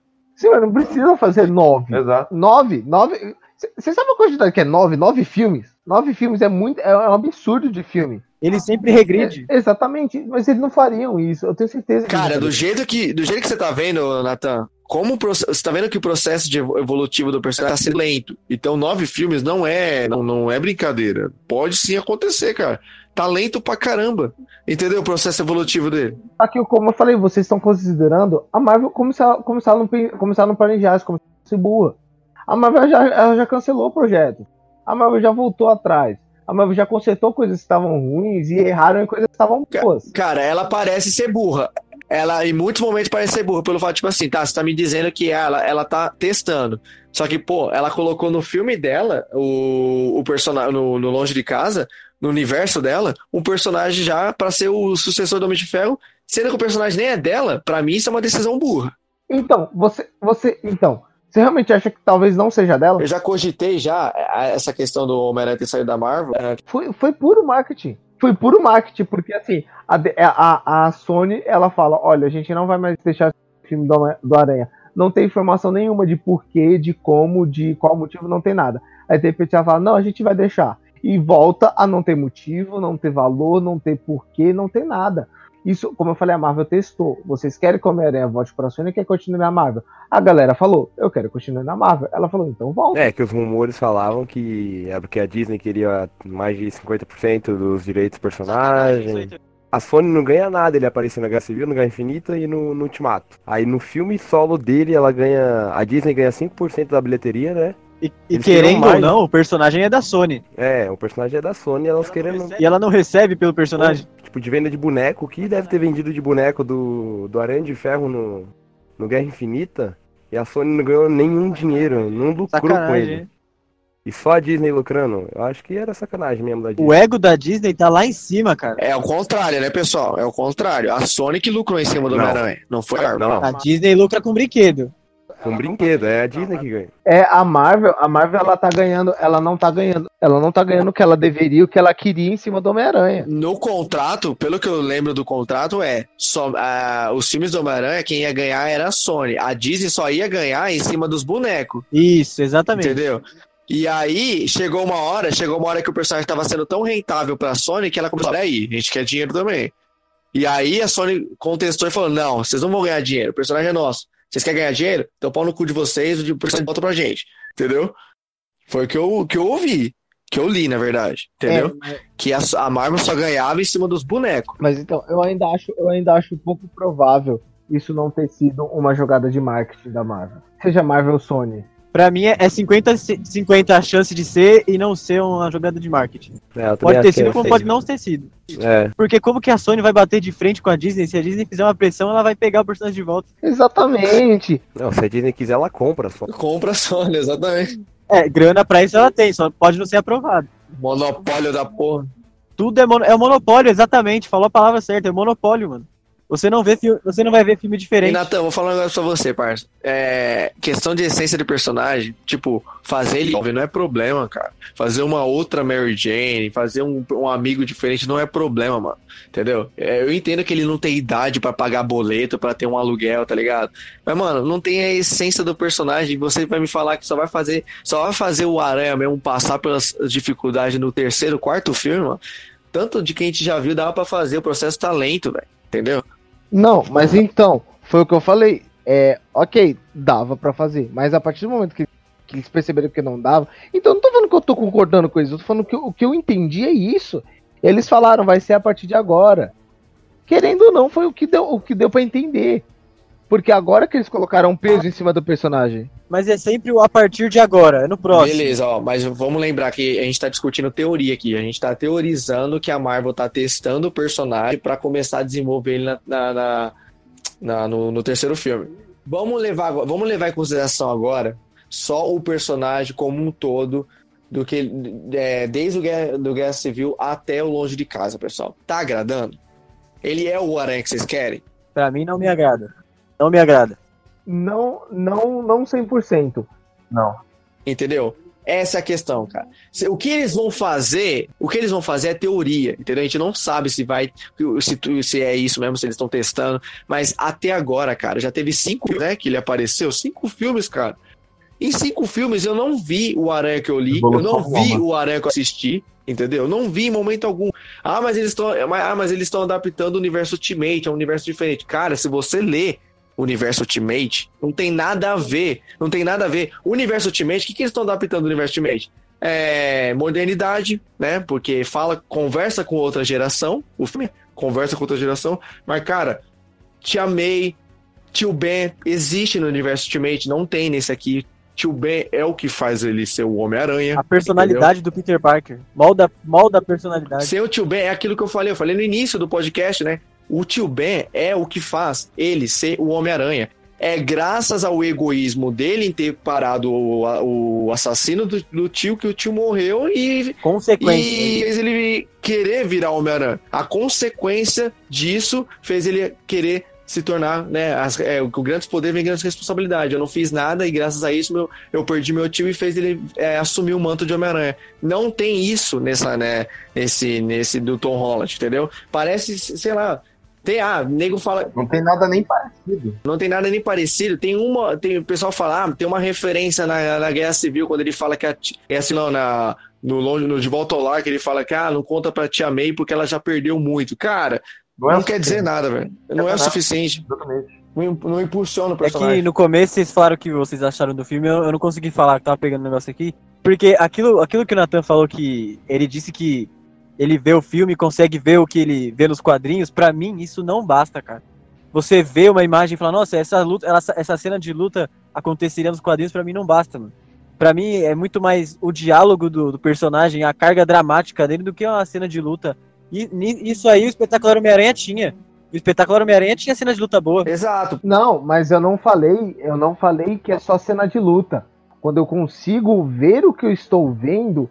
Sim, mas não precisa fazer nove. Exato. Nove? Nove? Você sabe a quantidade que é nove? Nove filmes? Nove filmes é muito. É um absurdo de filme. Ele sempre regride. É, exatamente, mas eles não fariam isso, eu tenho certeza. Cara, que do jeito que, do jeito que você tá vendo, Nathan, como o proce- você tá vendo que o processo de evo- evolutivo do personagem tá sendo lento. Então, nove filmes não é, não, não é brincadeira. Pode sim acontecer, cara. Tá lento pra caramba. Entendeu o processo evolutivo dele? Aqui, como eu falei, vocês estão considerando a Marvel como se ela, como se ela não, pe- como se ela não planejasse, como se fosse burra. A Marvel já, ela já cancelou o projeto. A Marvel já voltou atrás. A Marvel já consertou coisas que estavam ruins e erraram em coisas que estavam boas. Cara, ela parece ser burra. Ela, em muitos momentos, parece ser burra, pelo fato, tipo assim, tá, você tá me dizendo que ela, ela tá testando. Só que, pô, ela colocou no filme dela, o, o personagem, no, no Longe de Casa, no universo dela, um personagem já pra ser o sucessor do Homem de Ferro, sendo que o personagem nem é dela, pra mim isso é uma decisão burra. Então, você, você, então, você realmente acha que talvez não seja dela? Eu já cogitei já essa questão do Homem-Aranha ter saído da Marvel. Foi, foi puro marketing. Foi puro marketing, porque assim, a, a, a Sony, ela fala, olha, a gente não vai mais deixar esse filme do, do Aranha. Não tem informação nenhuma de porquê, de como, de qual motivo, não tem nada. Aí de repente ela fala, não, a gente vai deixar. E volta a não ter motivo, não ter valor, não ter porquê, não ter nada. Isso, como eu falei, a Marvel testou. Vocês querem que o Homem-Aranha volte pra Sony e quer continuar na Marvel? A galera falou, eu quero continuar na Marvel. Ela falou, então volta. É, que os rumores falavam que é porque a Disney queria mais de cinquenta por cento dos direitos do personagem. A Sony não ganha nada, ele apareceu na Guerra Civil, no Guerra Infinita e no, no Ultimato. Aí no filme solo dele, ela ganha. A Disney ganha cinco por cento da bilheteria, né? E, e Eles querendo queriam ou mais. não, o personagem é da Sony. É, o personagem é da Sony, elas querendo. E ela não recebe pelo personagem. Tipo, de venda de boneco, o que deve ter vendido de boneco do, do Aranha de Ferro no, no Guerra Infinita, e a Sony não ganhou nenhum dinheiro, não lucrou com Sacanagem, ele. hein? E só a Disney lucrando, eu acho que era sacanagem mesmo da Disney. O ego da Disney tá lá em cima, cara. É o contrário, né, pessoal? É o contrário. A Sony que lucrou em cima do Não. Homem-Aranha. Não foi a Marvel. Não, A Disney lucra com brinquedo. com brinquedo, é a Disney que ganha. É, a Marvel, a Marvel ela tá ganhando, ela não tá ganhando, ela não tá ganhando o que ela deveria, o que ela queria em cima do Homem-Aranha. No contrato, pelo que eu lembro do contrato, é só ah, os filmes do Homem-Aranha, quem ia ganhar era a Sony. A Disney só ia ganhar em cima dos bonecos. Isso, exatamente. Entendeu? E aí, chegou uma hora, chegou uma hora que o personagem tava sendo tão rentável pra Sony que ela começou a falar, aí, a gente quer dinheiro também. E aí a Sony contestou e falou, não, vocês não vão ganhar dinheiro, o personagem é nosso. Vocês querem ganhar dinheiro? Então pau no cu de vocês, o personagem volta pra gente. Entendeu? Foi o que eu, que eu ouvi. Que eu li, na verdade. Entendeu? É, mas, Que a, a Marvel só ganhava em cima dos bonecos. mas então, eu ainda acho, eu ainda acho pouco provável isso não ter sido uma jogada de marketing da Marvel. Seja Marvel ou Sony. Pra mim é cinquenta a cinquenta a chance de ser e não ser uma jogada de marketing. É, eu também Pode acho ter que sido é como assim. pode não ter sido. É, Porque como que a Sony vai bater de frente com a Disney? Se a Disney fizer uma pressão, ela vai pegar o personagem de volta. Exatamente. não, se a Disney quiser, ela compra só. Compra a Sony, exatamente. É, grana pra isso ela tem, só pode não ser aprovado. Monopólio da porra. Tudo é, mono, é o monopólio, exatamente. Falou a palavra certa, é monopólio, mano. Você não, vê, fi- você não vai ver filme E diferente. Natan, vou falar um negócio pra você, parça. É, questão de essência de personagem, tipo, fazer ele jovem não é problema, cara. Fazer uma outra Mary Jane, fazer um, um amigo diferente não é problema, mano. Entendeu? É, eu entendo que ele não tem idade pra pagar boleto, pra ter um aluguel, tá ligado? Mas, mano, não tem a essência do personagem. Você vai me falar que só vai fazer, só vai fazer o Aranha mesmo passar pelas dificuldades no terceiro, quarto filme, mano. Tanto de quem a gente já viu, dava pra fazer. O processo tá lento, velho. Entendeu? Não, mas então, foi o que eu falei. É, ok, dava pra fazer, mas a partir do momento que, que eles perceberam que não dava, então eu não tô falando que eu tô concordando com isso, eu tô falando que o que eu entendi é isso. Eles falaram, vai ser a partir de agora. Querendo ou não, foi o que deu, o que deu pra entender. Porque agora que eles colocaram peso em cima do personagem. Mas é sempre o a partir de agora, é no próximo. Beleza, ó, mas vamos lembrar que a gente tá discutindo teoria aqui. A gente tá teorizando que a Marvel tá testando o personagem pra começar a desenvolver ele na, na- na- na- no, no terceiro filme. Vamos levar, agora- vamos levar em consideração agora só o personagem como um todo, do que é, desde o Guerra, do Guerra Civil até o Longe de Casa, pessoal. Tá agradando? Ele é o Aranha que vocês querem? Pra mim não me agrada. Não me agrada. Não, não, não cem por cento. Não. Entendeu? Essa é a questão, cara. Se- O que eles vão fazer, o que eles vão fazer é teoria, entendeu? A gente não sabe se vai, se, tu- se é isso mesmo, se eles estão testando, mas até agora, cara, já teve cinco, né, que ele apareceu, cinco filmes, cara. Em cinco filmes eu não vi o Aranha que eu li, eu não Evolução vi Roma. o Aranha que eu assisti, entendeu? Eu não vi em momento algum. Ah, mas eles estão, ah, mas eles estão adaptando o universo Ultimate, é um universo diferente. Cara, se você lê o universo Ultimate, não tem nada a ver, não tem nada a ver. O universo Ultimate, o que, que eles estão adaptando no universo Ultimate? É modernidade, né? Porque fala, conversa com outra geração, o filme conversa com outra geração, mas, cara, Tia May, Tio Ben, existe no universo Ultimate, não tem nesse aqui. Tio Ben é o que faz ele ser o Homem-Aranha. A personalidade do Peter Parker. Molda, molda a personalidade. Sem o Tio Ben, é aquilo que eu falei, eu falei no início do podcast, né? O Tio Ben é o que faz ele ser o Homem-Aranha. É graças ao egoísmo dele em ter parado o, o assassino do, do tio, que o tio morreu e, Consequência. e fez ele querer virar Homem-Aranha. A consequência disso fez ele querer se tornar, né, as, é, o grandes poderes vem grandes responsabilidades. Eu não fiz nada e graças a isso meu, eu perdi meu tio e fez ele é, assumir o manto de Homem-Aranha. Não tem isso nessa, né, nesse, nesse do Tom Holland, entendeu? Parece, sei lá, tem, ah, nego fala, Não tem nada nem parecido. não tem nada nem parecido. Tem uma, tem, o pessoal fala, ah, tem uma referência na, na Guerra Civil quando ele fala que a, ti- é assim, não, na, no, longe, no De Volta ao Lar, que ele fala que, ah, não conta pra Tia May porque ela já perdeu muito. Cara, Não, não, é quer dizer nada, velho. Não é o nada. suficiente. Exatamente. Não, não impulsiona o É personagem. que no começo vocês falaram o que vocês acharam do filme, eu, eu não consegui falar, que tava pegando o negócio aqui. Porque aquilo, aquilo que o Nathan falou, que ele disse que ele vê o filme e consegue ver o que ele vê nos quadrinhos, pra mim isso não basta, cara. Você vê uma imagem e fala, nossa, essa, luta, ela- essa cena de luta aconteceria nos quadrinhos, pra mim não basta, mano. Pra mim é muito mais o diálogo do, do personagem, a carga dramática dele, do que uma cena de luta. E ni- isso aí o Espetacular Homem-Aranha tinha. O Espetacular Homem-Aranha tinha cena de luta boa. Exato. Não, mas eu não falei, eu não falei que é só cena de luta. Quando eu consigo ver o que eu estou vendo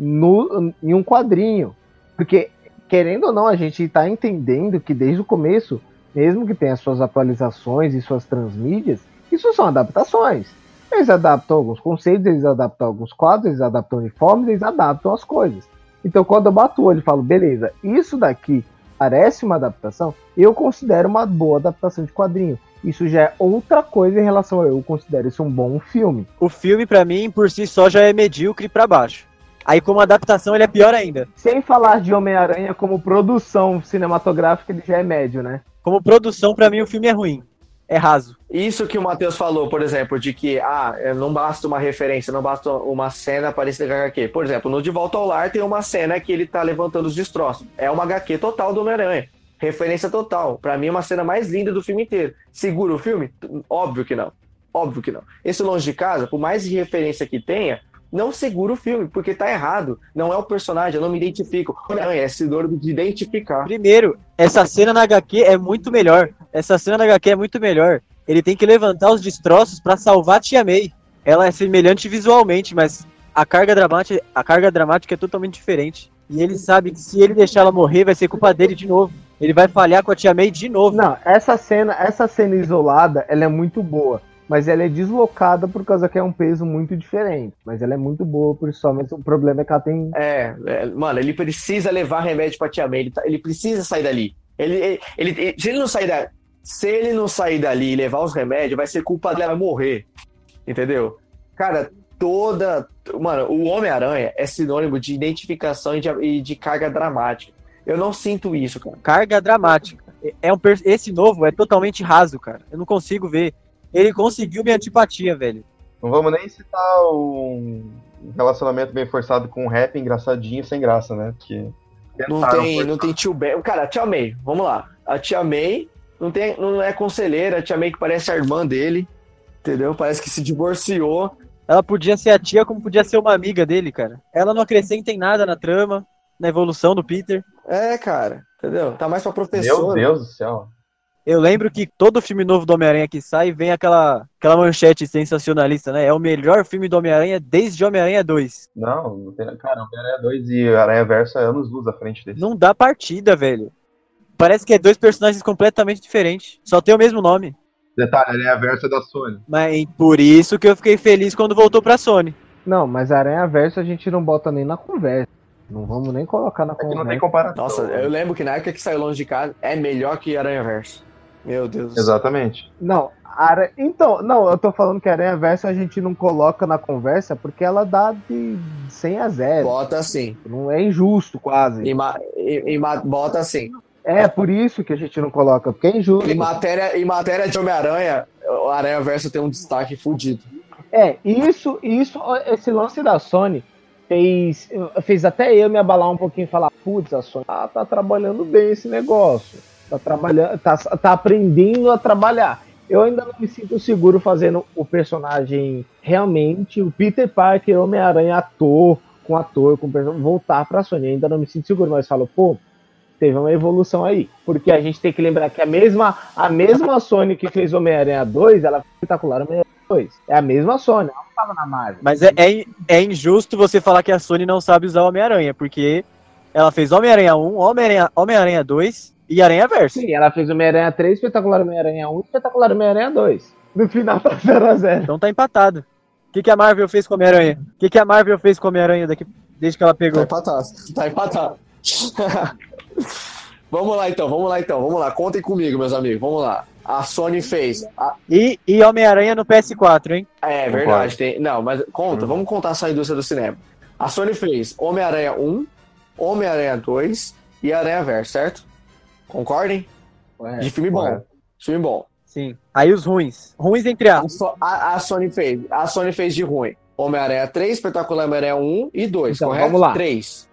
no, em um quadrinho. Porque, querendo ou não, a gente está entendendo que desde o começo, mesmo que tenha suas atualizações e suas transmídias, isso são adaptações. Eles adaptam alguns conceitos, eles adaptam alguns quadros, eles adaptam uniformes, eles adaptam as coisas. Então, quando eu bato o olho e falo, beleza, isso daqui parece uma adaptação, eu considero uma boa adaptação de quadrinho. Isso já é outra coisa em relação a eu considero isso um bom filme. O filme, pra mim, por si só, já é medíocre pra baixo. Aí, como adaptação, ele é pior ainda. Sem falar de Homem-Aranha como produção cinematográfica, ele já é médio, né? Como produção, pra mim, o filme é ruim. É raso. Isso que o Matheus falou, por exemplo, de que ah, não basta uma referência, não basta uma cena parecida com a H Q. Por exemplo, no De Volta ao Lar tem uma cena que ele tá levantando os destroços. É uma H Q total do Homem-Aranha. Referência total. Pra mim é uma cena mais linda do filme inteiro. Segura o filme? Óbvio que não. Óbvio que não. Esse Longe de Casa, por mais de referência que tenha, não segura o filme, porque tá errado. Não é o personagem, eu não me identifico. Homem-Aranha é sinônimo de identificar. Primeiro, essa cena na H Q é muito melhor. Essa cena na H Q é muito melhor. Ele tem que levantar os destroços pra salvar a Tia May. Ela é semelhante visualmente, mas a carga dramática, a carga dramática é totalmente diferente. E ele sabe que se ele deixar ela morrer, vai ser culpa dele de novo. Ele vai falhar com a Tia May de novo. Não, essa cena, essa cena isolada, ela é muito boa. Mas ela é deslocada por causa que é um peso muito diferente. Mas ela é muito boa por isso só, mas o problema é que ela tem... É, é, mano, ele precisa levar remédio pra Tia May, ele, tá- ele precisa sair dali. Ele, ele, ele- ele- se ele não sair da, se ele não sair dali e levar os remédios, vai ser culpa dela morrer. Entendeu? Cara, toda... Mano, o Homem-Aranha é sinônimo de identificação e de, e de carga dramática. Eu não sinto isso, cara. Carga dramática. É um per- Esse novo é totalmente raso, cara. Eu não consigo ver. Ele conseguiu minha antipatia, velho. Não vamos nem citar um relacionamento bem forçado com um rap engraçadinho sem graça, né? Porque Não tentaram tem, forçar. não tem tio Ben. Cara, a Tia May, vamos lá. A Tia May não, tem, não é conselheira, a Tia May que parece a irmã dele, entendeu? Parece que se divorciou. Ela podia ser a tia, como podia ser uma amiga dele, cara. Ela não acrescenta em nada na trama, na evolução do Peter. É, cara, entendeu? Tá mais pra Meu professora. Deus do céu. Eu lembro que todo filme novo do Homem-Aranha que sai, vem aquela, aquela manchete sensacionalista, né? É o melhor filme do Homem-Aranha desde Homem-Aranha dois. Não, não tem... cara, Homem-Aranha dois e Aranha Verso é anos luz à frente desse. Não dá partida, velho. Parece que é dois personagens completamente diferentes. Só tem o mesmo nome. Detalhe, Aranha Verso é da Sony. Mas por isso que eu fiquei feliz quando voltou pra Sony. Não, mas Aranha Verso a gente não bota nem na conversa. Não vamos nem colocar na É que conversa. não tem comparação. Nossa, eu lembro que na época que saiu Longe de Casa, é melhor que Aranha Verso. Meu Deus. Exatamente. Não, ara... então, não, eu tô falando que Aranha Verso a gente não coloca na conversa porque ela dá de cem a zero. Bota assim. Não é injusto, quase. Em, ma... em, em ma... Bota assim. É, por isso que a gente não coloca, porque é injusto. Em matéria, em matéria de Homem-Aranha, o Aranha Verso tem um destaque fudido. É, isso, isso, esse lance da Sony fez, fez até eu me abalar um pouquinho e falar, putz, a Sony tá, tá trabalhando bem esse negócio. Tá trabalhando, tá, tá aprendendo a trabalhar. Eu ainda não me sinto seguro fazendo o personagem realmente, o Peter Parker, Homem-Aranha, ator, com ator, com personagem, voltar pra Sony. Eu ainda não me sinto seguro, mas falo, pô, teve uma evolução aí. Porque a gente tem que lembrar que a mesma, a mesma Sony que fez Homem-Aranha dois, ela fez espetacular Homem-Aranha dois. É a mesma Sony, ela não tava na Marvel. Mas é, é, é injusto você falar que a Sony não sabe usar o Homem-Aranha, porque ela fez Homem-Aranha um, Homem-Aranha Homem-Aranha dois e Aranha Verso. Sim, ela fez Homem-Aranha três, espetacular Homem-Aranha um e espetacular Homem-Aranha dois. No final tá zero a zero. Então tá empatado. O que, que a Marvel fez com o Homem-Aranha? O que, que a Marvel fez com o Homem-Aranha daqui, desde que ela Tá pegou? empatado. Tá empatado. Vamos lá então, vamos lá então, vamos lá. Contem comigo, meus amigos, vamos lá. A Sony fez. A... E, e Homem-Aranha no P S quatro, hein? É Concordo. verdade. Tem... Não, mas conta, vamos contar só a indústria do cinema. A Sony fez Homem-Aranha um, Homem-Aranha dois e Aranha Verso, certo? Concordem? De filme bom. correto. Filme bom. Sim. Aí os ruins. Ruins entre A, aspas. So- a, a Sony fez. A Sony fez de ruim. Homem-Aranha três, Espetacular Homem-Aranha um e dois, Então, correto? vamos lá. três.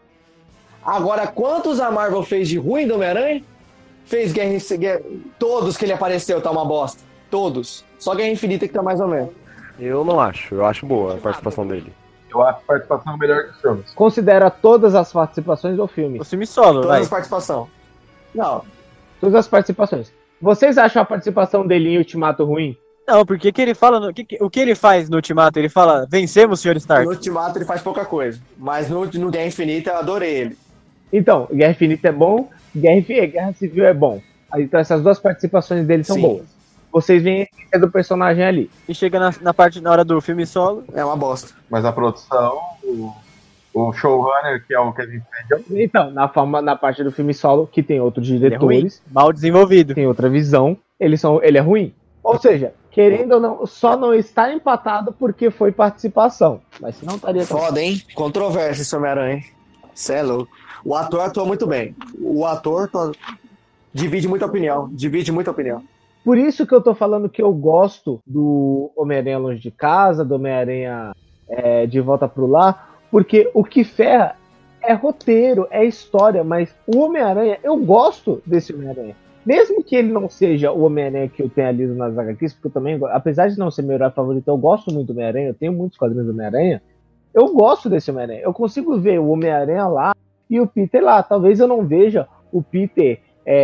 Agora, quantos a Marvel fez de ruim do Homem-Aranha? Fez Guerra, Infi- Guerra... Todos que ele apareceu tá uma bosta. Todos. Só Guerra Infinita que tá mais ou menos. Eu não acho, eu acho boa a participação dele. Eu acho a participação melhor que os filmes. Considera todas as participações do filme. O filme solo, Todas vai. as participações. Não. Todas as participações. Vocês acham a participação dele em Ultimato ruim? Não, porque que ele fala no, que, que- o que ele faz no Ultimato? Ele fala, vencemos, senhor Stark. No Ultimato ele faz pouca coisa. Mas no, no Guerra Infinita eu adorei ele. Então, Guerra Infinita é bom, Guerra, Infi- Guerra Civil é bom. Aí, então essas duas participações dele são Sim. boas. Vocês veem a essência do personagem ali. E chega na, na parte, na hora do filme solo. É uma bosta. Mas a produção, o, o showrunner, que é o Kevin Feige, Então, na, forma, na parte do filme solo, que tem outros Ele é ruim, diretores, mal desenvolvido. tem outra visão, eles são, ele é ruim. Ou seja, querendo ou não, só não está empatado porque foi participação. Mas se não estaria... tão- Foda, hein? Controvérsia esse Homem-Aranha. Cê é louco. O ator atua muito bem. O ator atua- divide muita opinião. Divide muita opinião. Por isso que eu tô falando que eu gosto do Homem-Aranha Longe de Casa, do Homem-Aranha é, De Volta pro Lar, porque o que ferra é roteiro, é história, mas o Homem-Aranha, eu gosto desse Homem-Aranha. Mesmo que ele não seja o Homem-Aranha que eu tenha lido nas H Qs, porque eu também, apesar de não ser meu herói favorito, eu gosto muito do Homem-Aranha, eu tenho muitos quadrinhos do Homem-Aranha, eu gosto desse Homem-Aranha. Eu consigo ver o Homem-Aranha lá e o Peter lá. Talvez eu não veja o Peter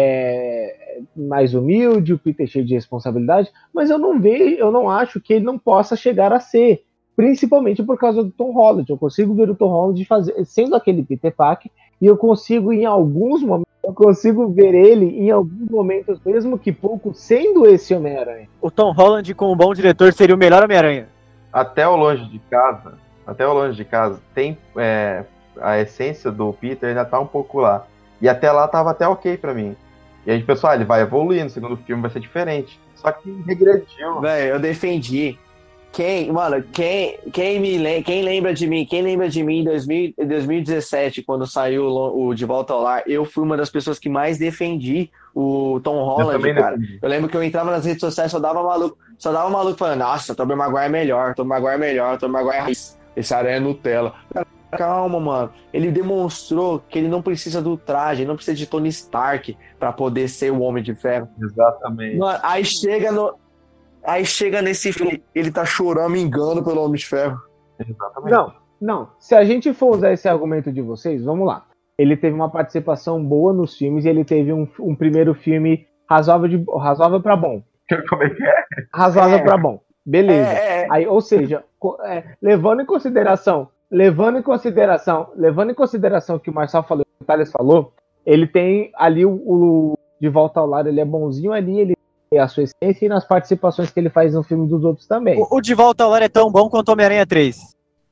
é, mais humilde, o Peter cheio de responsabilidade, mas eu não vejo, eu não acho que ele não possa chegar a ser, principalmente por causa do Tom Holland. Eu consigo ver o Tom Holland fazer, sendo aquele Peter Parker, e eu consigo em alguns momentos, eu consigo ver ele em alguns momentos, mesmo que pouco, sendo esse Homem-Aranha. O Tom Holland, com um bom diretor, seria o melhor Homem-Aranha. até o Longe de Casa, até o Longe de Casa, tem é, a essência do Peter ainda tá um pouco lá. E até lá tava até ok pra mim. E a gente pensou, ah, ele vai evoluir, no segundo filme vai ser diferente. Só que regrediu. Velho, eu defendi. Quem, mano, quem, quem, me, lem- quem lembra de mim? Quem lembra de mim em dois mil, em dois mil e dezessete, quando saiu o, o De Volta ao Lar? Eu fui uma das pessoas que mais defendi o Tom Eu Holland, também cara. defendi. Eu lembro que eu entrava nas redes sociais, só dava maluco, só dava maluco falando, nossa, Tobey Maguire é melhor, Tobey Maguire é melhor, Tobey Maguire é raiz, esse aranha é Nutella. Cara, calma, mano. Ele demonstrou que ele não precisa do traje, ele não precisa de Tony Stark pra poder ser o Homem de Ferro. Exatamente. Mano, aí chega no. Aí chega nesse filme, ele tá chorando, me engano pelo Homem de Ferro. Exatamente. Não, não. Se a gente for usar esse argumento de vocês, vamos lá. Ele teve uma participação boa nos filmes e ele teve um, um primeiro filme razoável, de, razoável pra bom. Como é que é? Razoável É. pra bom. Beleza. É, é. Aí, ou seja, co- é, levando em consideração, levando em consideração, levando em consideração que o Marcel falou, o Thales falou, ele tem ali o, o De Volta ao Lar, ele é bonzinho ali, ele tem a sua essência e nas participações que ele faz no filme dos outros também. O, o De Volta ao Lar é tão bom quanto Homem-Aranha três.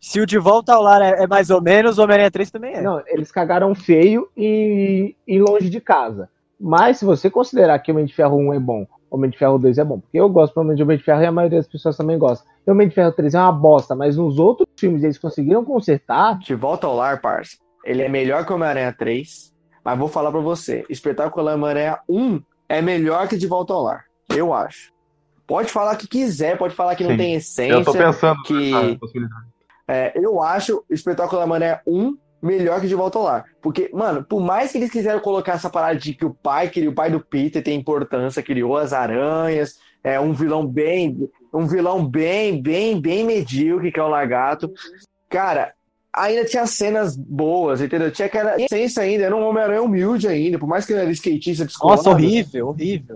Se o De Volta ao Lar é, é mais ou menos, o Homem-Aranha três também é. Não, eles cagaram feio e, e longe de casa. Mas se você considerar que o Homem de Ferro um é bom, o Homem de Ferro dois é bom, porque eu gosto pelo menos de Homem de Ferro e a maioria das pessoas também gosta. E o Homem de Ferro três é uma bosta, mas nos outros filmes eles conseguiram consertar. De Volta ao Lar, parça, ele é melhor que o Homem-Aranha três, mas vou falar pra você, Espetacular Homem-Aranha um é melhor que De Volta ao Lar, eu acho. Pode falar o que quiser, pode falar que Sim. não tem essência. Eu tô pensando que... nessa possibilidade. É, eu acho o Espetacular Homem-Aranha um melhor que De Volta ao Lar. Porque, mano, por mais que eles quiseram colocar essa parada de que o pai, que o pai do Peter tem importância, criou as aranhas, é um vilão bem, um vilão bem, bem, bem medíocre, que é o Lagarto. Cara, ainda tinha cenas boas, entendeu? Tinha aquela essência ainda, era um Homem-Aranha humilde ainda, por mais que ele era skatista descolado. Nossa, horrível, horrível.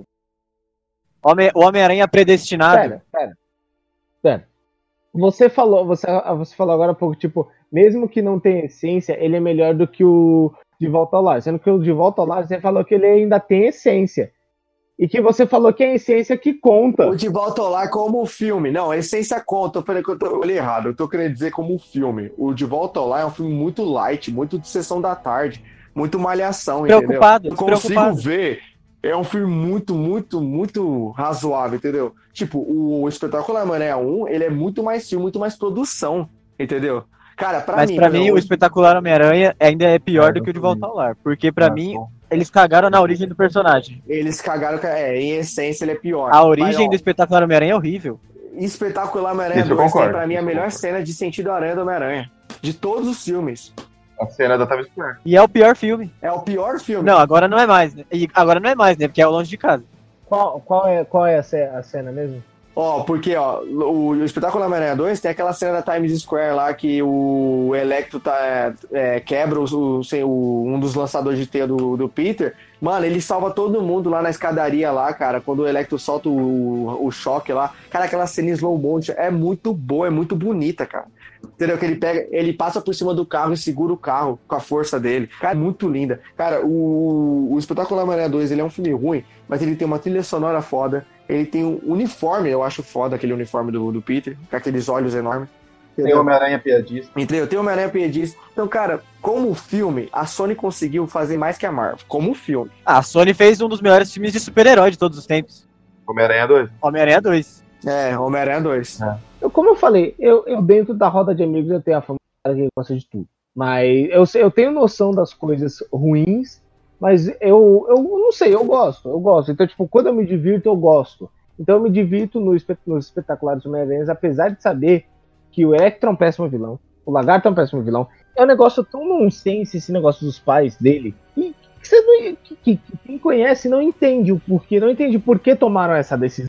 Homem, o Homem-Aranha predestinado. Pera, pera. Pera. Você falou, você, você falou agora há pouco, tipo, mesmo que não tenha essência, ele é melhor do que o De Volta ao Lar. Sendo que o De Volta ao Lar, você falou que ele ainda tem essência. E que você falou que é a essência que conta. O De Volta ao Lar como filme. Não, a essência conta. Eu falei que eu, tô, eu falei errado. Eu tô querendo dizer como filme. O De Volta ao Lar é um filme muito light, muito de sessão da tarde, muito malhação, Preocupado, entendeu? Eu consigo preocupado. ver. É um filme muito, muito, muito razoável, entendeu? Tipo, o Espetacular Homem-Aranha um, ele é muito mais filme, muito mais produção, entendeu? Cara, pra Mas mim... pra mim, não, o Espetacular Homem-Aranha ainda é pior É, do que o De eu Volta ao Lar. Porque pra Ah, mim, bom. eles cagaram na origem do personagem. Eles cagaram... É, em essência, ele é pior. A origem Mas, ó, do Espetacular Homem-Aranha é horrível. Espetacular Homem-Aranha Isso eu dois tem concordo, pra mim a isso eu melhor concordo. cena de sentido aranha do Homem-Aranha. De todos os filmes. A cena da Times Square. E é o pior filme. É o pior filme. Não, agora não é mais, né? E agora não é mais, né? Porque é o Longe de Casa. Qual, qual, é, qual é a ce- a cena mesmo? Ó, porque, ó, o, o Espetacular Homem-Aranha dois tem aquela cena da Times Square lá que o Electro tá, é, quebra o, o, sem- o- um dos lançadores de teia do, do Peter. Mano, ele salva todo mundo lá na escadaria lá, cara, quando o Electro solta o, o choque lá. Cara, aquela cena em slow motion é muito boa, é muito bonita, cara. Entendeu? Que ele pega, ele passa por cima do carro e segura o carro com a força dele. Cara, é muito linda. Cara, o, o Espetacular Homem-Aranha dois, ele é um filme ruim, mas ele tem uma trilha sonora foda. Ele tem um uniforme, eu acho foda, aquele uniforme do, do Peter, com aqueles olhos enormes. Tem o Homem-Aranha piadista. Entendeu? Tem o Homem-Aranha piadista. Então, cara, como filme, a Sony conseguiu fazer mais que a Marvel. Como filme. Ah, a Sony fez um dos melhores filmes de super-herói de todos os tempos. Homem-Aranha dois. Homem-Aranha dois. É, Homem-Aranha dois. Eu, como eu falei, eu, eu dentro da roda de amigos eu tenho a fama que gosta de tudo. Mas eu, sei- eu tenho noção das coisas ruins, mas eu, eu não sei, eu gosto, eu gosto. Então, tipo, quando eu me divirto, eu gosto. Então eu me divirto no espe- nos espetaculares Homem-Aranha, apesar de saber que o Electro é um péssimo vilão, o Lagarto é um péssimo vilão. É um negócio tão nonsense esse negócio dos pais dele, que, que, você não, que, que- que quem conhece não entende o porquê, não entende por que tomaram essa decisão.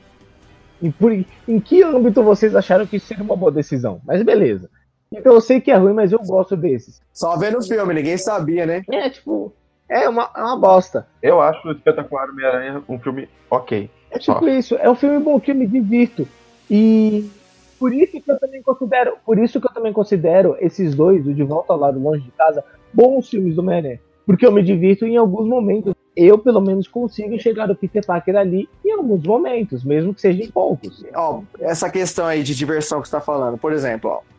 E por, em que âmbito vocês acharam que isso seria uma boa decisão? Mas beleza. Então eu sei que é ruim, mas eu gosto desses. Só vendo o filme, ninguém sabia, né? É, tipo, é uma, é uma bosta. Eu acho o Espetacular Homem-Aranha um filme ok. É Só. tipo isso, é um filme bom que eu me divirto. E por isso que eu também considero, por isso que eu também considero esses dois, o De Volta ao Lado Longe de Casa, bons filmes do Homem-Aranha. Porque eu me divirto em alguns momentos. Eu, pelo menos, consigo enxergar o Peter Parker ali em alguns momentos, mesmo que sejam poucos. Ó, essa questão aí de diversão que você tá falando, por exemplo, ó,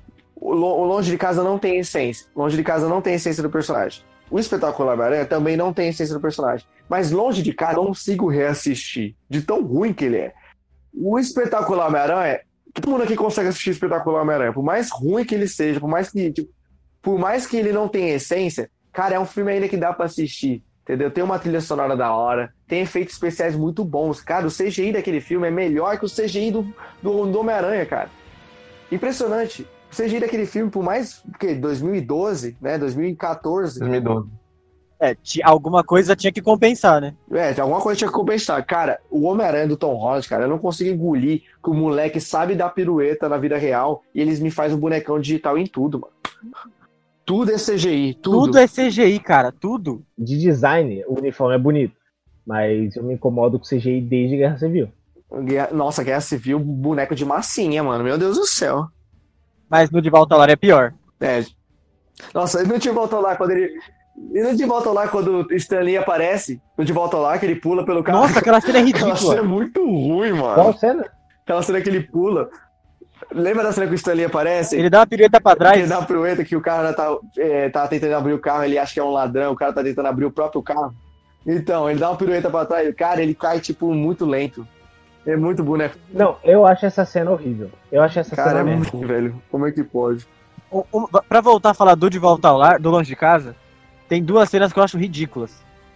o, Lo- o Longe de Casa não tem essência. Longe de Casa não tem essência do personagem. O Espetacular Homem-Aranha também não tem essência do personagem. Mas Longe de Casa eu não consigo reassistir, de tão ruim que ele é. O Espetacular Homem-Aranha, todo mundo aqui consegue assistir o Espetacular Homem-Aranha, por mais ruim que ele seja, por mais que, tipo, por mais que ele não tenha essência, cara, é um filme ainda que dá pra assistir. Entendeu? Tem uma trilha sonora da hora, tem efeitos especiais muito bons. Cara, o C G I daquele filme é melhor que o C G I do, do, do Homem-Aranha, cara. Impressionante. O C G I daquele filme, por mais que dois mil e doze, né? dois mil e quatorze. dois mil e doze. É, ti- alguma coisa tinha que compensar, né? É, alguma coisa tinha que compensar. Cara, o Homem-Aranha do Tom Holland, cara, eu não consigo engolir que o moleque sabe dar pirueta na vida real e eles me fazem um bonecão digital em tudo, mano. Tudo é C G I, tudo. Tudo é C G I, cara, tudo. De design, o uniforme é bonito. Mas eu me incomodo com o C G I desde Guerra Civil. Guerra- Nossa, Guerra Civil, boneco de massinha, mano. Meu Deus do céu. Mas no De Volta ao Lar é pior. É. Nossa, ele não te volta lá quando ele. Ele não te volta lá quando o Stanley aparece. Não te volta lá que ele pula pelo carro. Nossa, aquela cena é Aquela cena é ridícula. muito ruim, mano. Qual cena? Aquela cena que ele pula. Lembra da cena que o Stanley aparece? Ele dá uma pirueta pra trás. Ele dá uma pirueta que o cara tá, é, tá tentando abrir o carro, ele acha que é um ladrão, o cara tá tentando abrir o próprio carro. Então, ele dá uma pirueta pra trás, cara, ele cai, tipo, muito lento. É muito boneco. Não, eu acho essa cena horrível. Eu acho essa Cara, cena é horrível. muito velho. Como é que pode? Um, um, pra voltar a falar do De Volta ao Lar, do Longe de Casa, tem duas cenas que eu acho ridículas.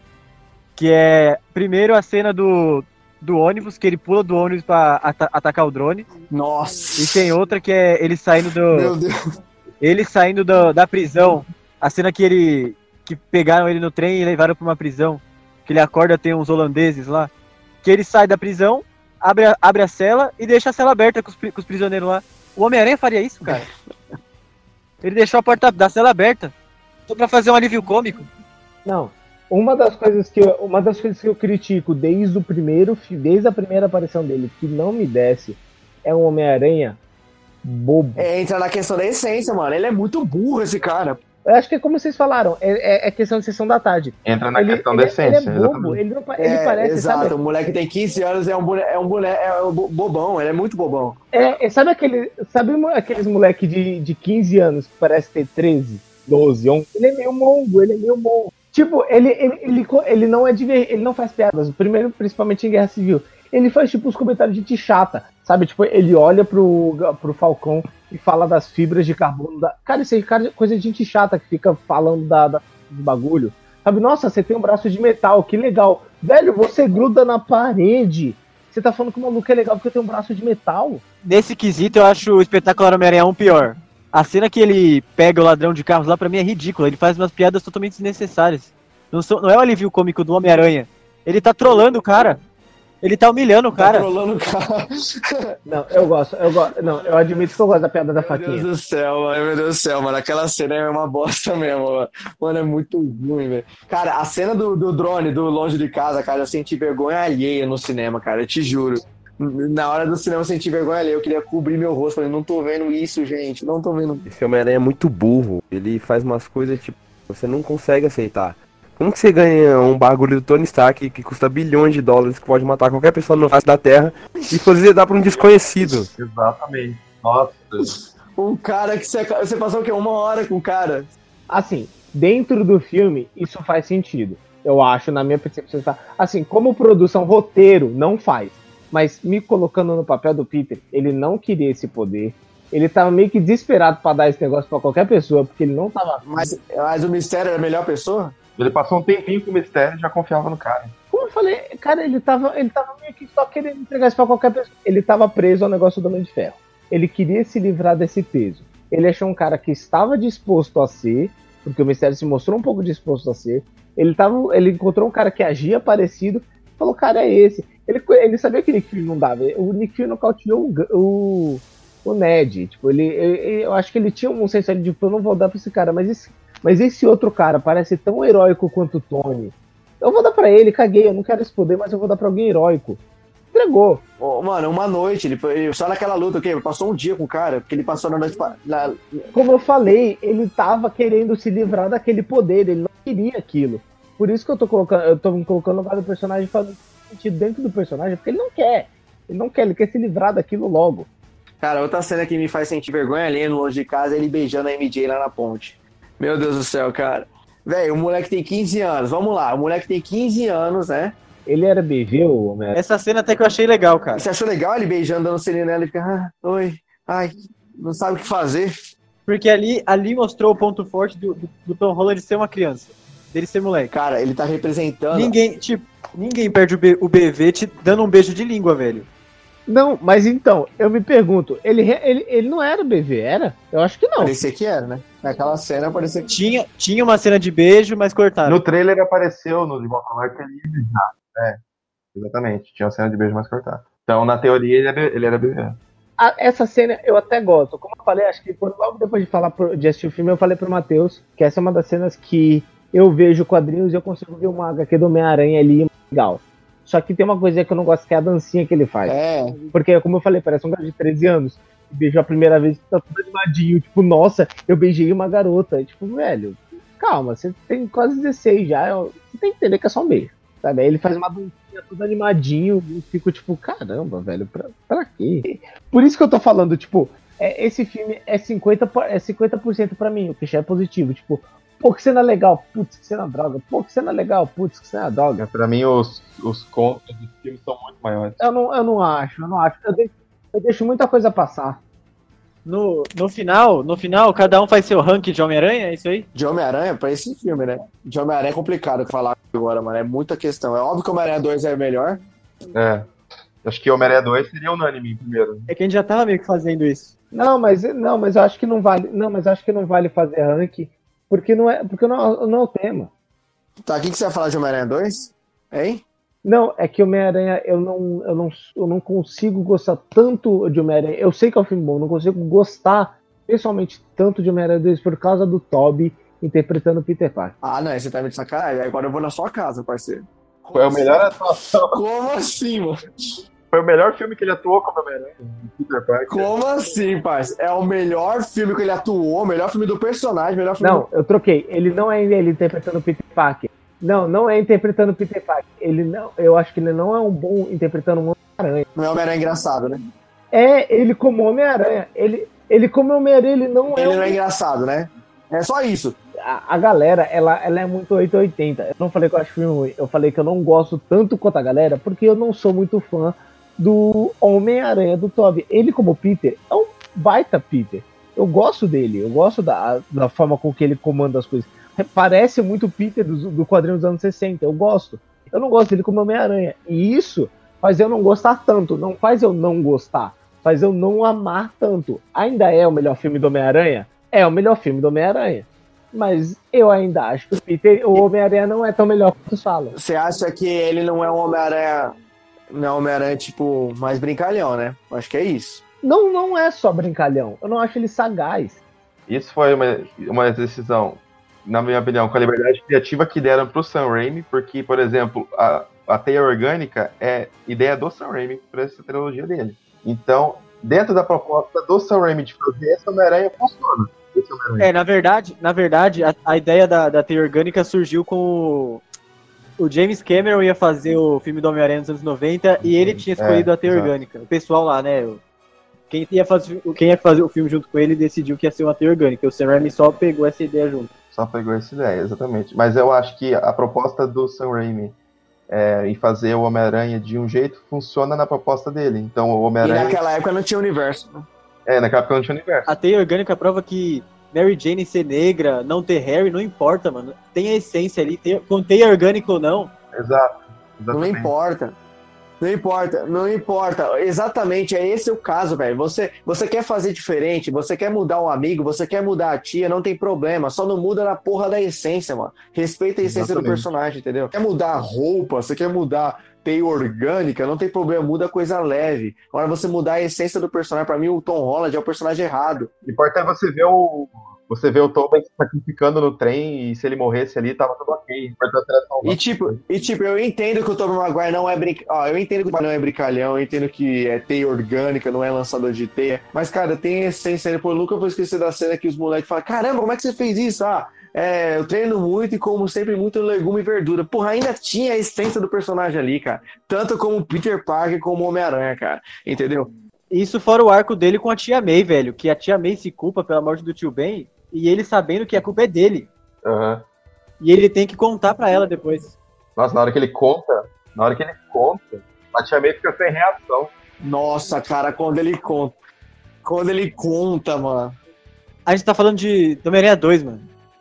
Que é, primeiro, a cena do, do ônibus, que ele pula do ônibus pra ata- atacar o drone. Nossa. E tem outra que é ele saindo do... Meu Deus. Ele saindo do, da prisão. A cena que ele... Que pegaram ele no trem e levaram pra uma prisão. Que ele acorda, tem uns holandeses lá. Que ele sai da prisão, abre a, abre a cela e deixa a cela aberta com os, pri- com os prisioneiros lá. O Homem-Aranha faria isso, cara? Ele deixou a porta da cela aberta. Só pra fazer um alívio cômico. Não. Uma das coisas que eu, uma das coisas que eu critico desde o primeiro, fi- desde a primeira aparição dele, que não me desce, é um Homem-Aranha bobo. É, entra na questão da essência, mano. Ele é muito burro, esse cara. Eu acho que é como vocês falaram, é, é, é questão de sessão da tarde. Entra na Ele, questão ele, da essência, ele é bobo, exatamente. ele, não, pa- ele É, parece, exato. sabe? O moleque tem quinze anos, é um boneco, é um boneco, é um bo- bobão, ele é muito bobão. É, é, sabe, aquele, sabe mo- aqueles moleque de, de quinze anos que parece ter treze, doze, onze? Ele é meio mongo, ele é meio mongo. Tipo, ele, ele, ele, co- ele não é diver, ele não faz piadas. Primeiro, principalmente em Guerra Civil. Ele faz, tipo, os comentários de gente chata, sabe? Tipo, ele olha pro, pro Falcão e fala das fibras de carbono. Da... Cara, isso é cara- coisa de gente chata que fica falando da, da, do bagulho. Sabe? Nossa, você tem um braço de metal, que legal. Velho, você gruda na parede. Você tá falando que o maluco é legal porque tem um braço de metal? Nesse quesito, eu acho o Espetacular Homem-Aranha um pior. A cena que ele pega o ladrão de carros lá, pra mim, é ridícula. Ele faz umas piadas totalmente desnecessárias. Não, são, não é o alívio cômico do Homem-Aranha. Ele tá trolando o cara. Ele tá humilhando o Tá cara. trolando o cara. Não, eu gosto, eu gosto. Não, eu admito que eu gosto da piada da Meu faquinha. Deus do céu, mano. Meu Deus do céu, mano. Aquela cena é uma bosta mesmo, mano. Mano, é muito ruim, velho. Cara, a cena do, do drone, do longe de casa, cara, eu senti vergonha alheia no cinema, cara. Eu te juro. Na hora do cinema eu senti vergonha alheia. Eu queria cobrir meu rosto. Falei, não tô vendo isso, gente. Não tô vendo. Esse Homem-Aranha é muito burro. Ele faz umas coisas, tipo, você não consegue aceitar. Como que você ganha um bagulho do Tony Stark que custa bilhões de dólares, que pode matar qualquer pessoa no face da Terra, e você dá pra um desconhecido? Exatamente. Nossa. Um cara que você, você passou o quê? Uma hora com o cara. Assim, dentro do filme, isso faz sentido. Eu acho, na minha percepção, tá? Assim, como produção, roteiro, não faz. Mas me colocando no papel do Peter, ele não queria esse poder. Ele tava meio que desesperado pra dar esse negócio pra qualquer pessoa, porque ele não tava... Mas, mas o Mistério era a melhor pessoa? Ele passou um tempinho com o mistério e já confiava no cara. Como eu falei, cara, ele tava, ele tava meio que só querendo entregar isso pra qualquer pessoa. Ele tava preso ao negócio do Homem de Ferro. Ele queria se livrar desse peso. Ele achou um cara que estava disposto a ser, porque o Mistério se mostrou um pouco disposto a ser. Ele, tava, ele encontrou um cara que agia parecido, falou, cara, é esse. Ele, ele sabia que o Nick Fury não dava. O Nick Fury nocauteou o, o, o Ned. Tipo, ele, ele, eu acho que ele tinha um senso de, tipo, eu não vou dar pra esse cara, mas esse... Mas esse outro cara parece tão heróico quanto o Tony. Eu vou dar pra ele, caguei, eu não quero esse poder, mas eu vou dar pra alguém heróico. Entregou. Oh, mano, uma noite, ele, foi- ele só naquela luta, o quê? Passou um dia com o cara, porque ele passou na noite. pa- Na, Como eu falei, ele tava querendo se livrar daquele poder, ele não queria aquilo. Por isso que eu tô colocando, eu tô me colocando no lugar do personagem fazendo sentido dentro do personagem, porque ele não quer. Ele não quer, ele quer se livrar daquilo logo. Cara, outra cena que me faz sentir vergonha ali no longe de casa é ele beijando a M J lá na ponte. Meu Deus do céu, cara. Velho, o moleque tem quinze anos, vamos lá. O moleque tem quinze anos, né? Ele era B G, o Homem? Essa cena até que eu achei legal, cara. Você achou legal ele beijando, dando selinho nela e fica, ah, oi, ai, não sabe o que fazer. Porque ali, ali mostrou o ponto forte do, do, do Tom Holland ser uma criança. Dele ser moleque. Cara, ele tá representando. Ninguém, tipo, ninguém perde o, B, o B V te dando um beijo de língua, velho. Não, mas então, eu me pergunto, ele, ele, ele não era B V, era? Eu acho que não. Parecia que era, né? Naquela cena parecia que. Tinha, tinha uma cena de beijo, mas cortaram. No trailer apareceu no De Volta ao Lar que ele ia beijar. É, exatamente. Tinha uma cena de beijo mais cortada. Então, na teoria, ele era, ele era bebê. A- essa cena eu até gosto. Como eu falei, acho que quando, logo depois de falar pro, de assistir o filme, eu falei pro Matheus que essa é uma das cenas que eu vejo quadrinhos e eu consigo ver uma agá quê do Homem-Aranha ali legal. Só que tem uma coisa que eu não gosto, que é a dancinha que ele faz. É, Porque, como eu falei, parece um cara de treze anos. Que beijou a primeira vez, tá tudo animadinho. Tipo, nossa, eu beijei uma garota. Tipo, velho, calma, você tem quase dezesseis já. eu- Você tem que entender que é só um beijo. Sabe? Aí ele faz uma dancinha tudo animadinho. E eu fico tipo, caramba, velho, pra, pra quê? Por isso que eu tô falando, tipo, é, esse filme é cinquenta por cento, é cinquenta por cento pra mim, o que já é positivo. Tipo, pô, que cena legal, putz, que cena droga. Pô, que cena legal, putz, que cena droga. Pra mim, os, os contos do filme são muito maiores. Eu não, eu não acho, eu não acho. Eu deixo, eu deixo muita coisa passar. No, no final, no final, cada um faz seu ranking de Homem-Aranha, é isso aí? De Homem-Aranha pra esse filme, né? De Homem-Aranha é complicado falar agora, mano. É muita questão. É óbvio que o Homem-Aranha dois é melhor. É. Acho que Homem-Aranha dois seria unânime primeiro. É que a gente já tava meio que fazendo isso. Não, mas não, mas eu acho que não vale. Não, mas eu acho que não vale fazer ranking, porque não é, porque não, não é o tema. Tá, o que, que você vai falar de Homem-Aranha dois? Hein? Não, é que Homem-Aranha, eu não, eu, não, eu não consigo gostar tanto de Homem-Aranha. Eu sei que é um filme bom, não consigo gostar pessoalmente tanto de Homem-Aranha dois por causa do Tobey interpretando o Peter Parker. Ah, não, você tá me de sacanagem. Agora eu vou na sua casa, parceiro. Foi a melhor atuação. Como assim, mano? Foi o melhor filme que ele atuou como Homem-Aranha. Peter Parker. Como assim, parceiro? É o melhor filme que ele atuou, o melhor filme do personagem, o melhor filme Não, do... eu troquei. Ele não é ele interpretando o Peter Parker. Não, não é interpretando o Peter Parker. Ele não, eu acho que ele não é um bom interpretando um Homem-Aranha. Não é o Homem-Aranha engraçado, né? É ele como Homem-Aranha. Ele, ele como Homem-Aranha, ele não é. Ele um... não é engraçado, né? É só isso. A, a galera, ela, ela é muito oitocentos e oitenta. Eu não falei que eu acho filme ruim. Eu falei que eu não gosto tanto quanto a galera, porque eu não sou muito fã do Homem-Aranha do Tobey. Ele como Peter é um baita Peter. Eu gosto dele. Eu gosto da, da forma com que ele comanda as coisas. Parece muito o Peter do, do quadrinho dos anos sessenta. Eu gosto. Eu não gosto dele como Homem-Aranha. E isso faz eu não gostar tanto. Não faz eu não gostar. Faz eu não amar tanto. Ainda é o melhor filme do Homem-Aranha? É o melhor filme do Homem-Aranha. Mas eu ainda acho que o Peter, o Homem-Aranha não é tão melhor quanto falam. Você acha que ele não é um Homem-Aranha... Não é um Homem-Aranha, tipo, mais brincalhão, né? Acho que é isso. Não, não é só brincalhão. Eu não acho ele sagaz. Isso foi uma, uma decisão, na minha opinião, com a liberdade criativa que deram pro Sam Raimi, porque, por exemplo, a, a teia orgânica é ideia do Sam Raimi para essa trilogia dele. Então, dentro da proposta do Sam Raimi de fazer esse Homem-Aranha, funciona. Esse Homem-Aranha. É, na verdade, na verdade a, a ideia da, da teia orgânica surgiu com o, o James Cameron ia fazer o filme do Homem-Aranha nos anos noventa e ele tinha escolhido É, a teia exato. orgânica. O pessoal lá, né? o- Quem ia, fazer, quem ia fazer o filme junto com ele decidiu que ia ser uma teia orgânica. O Sam Raimi só pegou essa ideia junto. Só pegou essa ideia, exatamente. Mas eu acho que a proposta do Sam Raimi é, em fazer o Homem-Aranha de um jeito funciona na proposta dele. Então o E Homem-Aranha... naquela época não tinha universo. É, naquela época não tinha universo. A teia orgânica prova que Mary Jane ser negra, não ter Harry, não importa, mano. Tem a essência ali, ter, com teia orgânica ou não. Exato. Não Exatamente. importa. Não importa, não importa. Exatamente, é esse o caso, velho. Você, você quer fazer diferente, você quer mudar um amigo, você quer mudar a tia, não tem problema. Só não muda na porra da essência, mano. Respeita a essência do Exatamente. personagem, entendeu? Quer mudar a roupa, você quer mudar teia orgânica, não tem problema, muda coisa leve. Agora você mudar a essência do personagem, pra mim o Tom Holland é o personagem errado. O importante é você ver o. Você vê o Tobey se sacrificando no trem e se ele morresse ali, tava tudo ok. O importante era salvar. E tipo, e tipo, eu entendo que o Tobey Maguire não é brinc... Ó, eu entendo que não é brincalhão, eu entendo que é teia orgânica, não é lançador de teia. Mas, cara, tem essência ali. Pô, eu nunca vou esquecer da cena que os moleques falam: caramba, como é que você fez isso? Ah, é, eu treino muito e como sempre muito legume e verdura. Porra, ainda tinha a essência do personagem ali, cara. Tanto como Peter Parker como Homem-Aranha, cara. Entendeu? Isso fora o arco dele com a tia May, velho. Que a tia May se culpa pela morte do tio Ben e ele sabendo que a culpa é dele. Aham. E ele tem que contar pra ela depois. Nossa, na hora que ele conta, na hora que ele conta, a tia May fica sem reação. Nossa, cara, quando ele conta. Quando ele conta, mano. A gente tá falando de do Homem-Aranha dois, mano.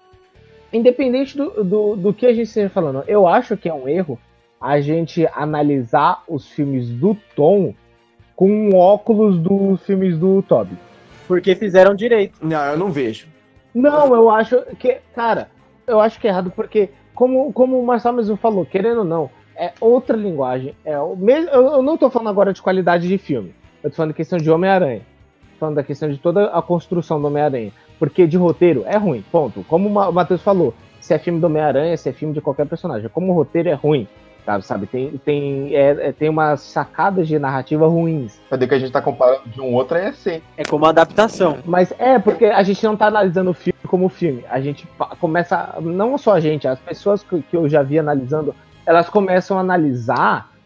Independente do, do, do que a gente esteja falando, eu acho que é um erro a gente analisar os filmes do Tom com óculos dos filmes do Tobey. Porque fizeram direito. Não, eu não vejo. Não, eu acho que, cara, eu acho que é errado porque, como, como o Marcelo mesmo falou, querendo ou não, é outra linguagem. É o mesmo, eu, eu não tô falando agora de qualidade de filme, eu tô falando da questão de Homem-Aranha, tô falando da questão de toda a construção do Homem-Aranha, porque de roteiro é ruim, ponto. Como o Matheus falou, se é filme do Homem-Aranha, se é filme de qualquer personagem, como o roteiro é ruim, sabe, sabe? Tem, tem, é, é, tem umas sacadas de narrativa ruins. Cadê que a gente tá comparando de um outro é assim. É como uma adaptação. Mas é, porque a gente não tá analisando o filme como filme. A gente pa- começa, não só a gente, as pessoas que, que eu já vi analisando, elas começam a analisar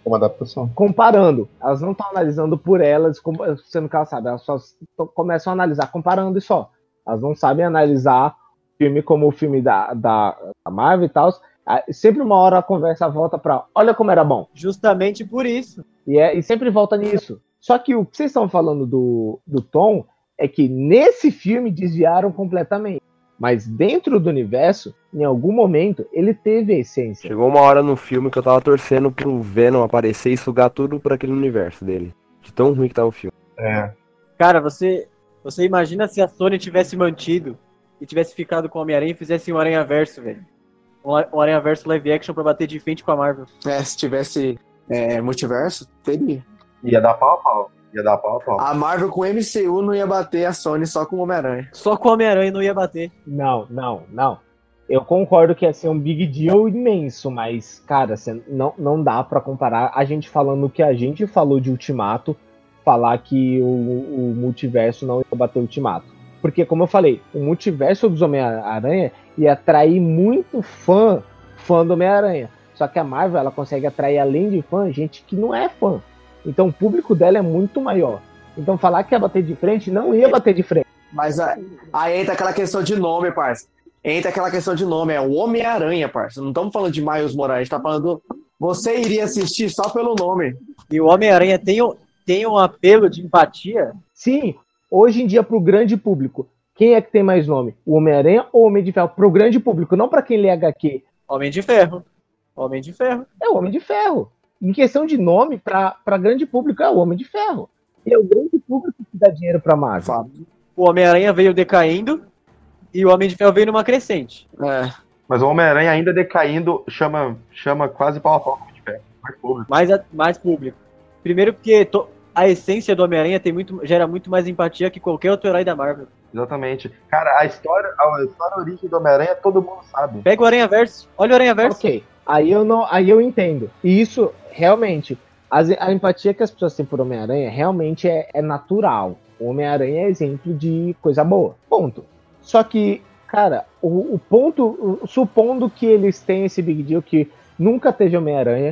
como adaptação. Comparando. Elas não estão analisando por elas, como- sendo que elas sabem. Elas só to- começam a analisar comparando e só. Elas não sabem analisar o filme como o filme da, da, da Marvel e tal. Ah, sempre uma hora a conversa volta pra olha como era bom. Justamente por isso. E, é, e sempre volta nisso. Só que o que vocês estão falando do, do Tom é que nesse filme desviaram completamente. Mas dentro do universo, em algum momento, ele teve a essência. Chegou uma hora no filme que eu tava torcendo pro Venom aparecer e sugar tudo por aquele universo dele. De tão ruim que tava o filme. É. Cara, você, você imagina se a Sony tivesse mantido e tivesse ficado com o Homem-Aranha e fizesse um Aranha-Verso, velho. Um a- um Aranha-Verso live action pra bater de frente com a Marvel. É, se tivesse é, multiverso, teria. Ia dar pau a pau. Ia dar pau a pau. A Marvel com o M C U não ia bater a Sony só com o Homem-Aranha. Só com o Homem-Aranha não ia bater. Não, não, não. Eu concordo que ia ser um big deal imenso, mas, cara, cê não, não dá pra comparar a gente falando o que a gente falou de Ultimato, falar que o, o multiverso não ia bater o Ultimato. Porque, como eu falei, o multiverso dos Homem-Aranha ia atrair muito fã, fã do Homem-Aranha. Só que a Marvel, ela consegue atrair, além de fã, gente que não é fã. Então o público dela é muito maior. Então falar que ia bater de frente, não ia bater de frente. Mas a- aí entra aquela questão de nome, parça. Entra aquela questão de nome, é o Homem-Aranha, parça. Não estamos falando de Miles Morales, a gente tá falando. Você iria assistir só pelo nome. E o Homem-Aranha tem, um- tem um apelo de empatia. Sim, hoje em dia, pro grande público, quem é que tem mais nome? O Homem-Aranha ou o Homem de Ferro? Pro grande público, não pra quem lê H Q. Homem de Ferro. Homem de Ferro. É o Homem de Ferro. Em questão de nome, pra, pra grande público, é o Homem de Ferro. E é o grande público que dá dinheiro pra Marvel. O Homem-Aranha veio decaindo e o Homem de Ferro veio numa crescente. É. Mas o Homem-Aranha ainda decaindo chama, chama quase pau a pau de pé. Mais público. Mais, a- mais público. Primeiro porque to- a essência do Homem-Aranha tem muito, gera muito mais empatia que qualquer outro herói da Marvel. Exatamente. Cara, a história, a história a origem do Homem-Aranha todo mundo sabe. Pega o Aranha-Verso. Olha o Aranha-Verso. Ok, aí eu, não, aí eu entendo. E isso, realmente, as- a empatia que as pessoas têm por Homem-Aranha realmente é, é natural. O Homem-Aranha é exemplo de coisa boa. Ponto. Só que, cara, o, o ponto, o- supondo que eles têm esse big deal que nunca teve Homem-Aranha,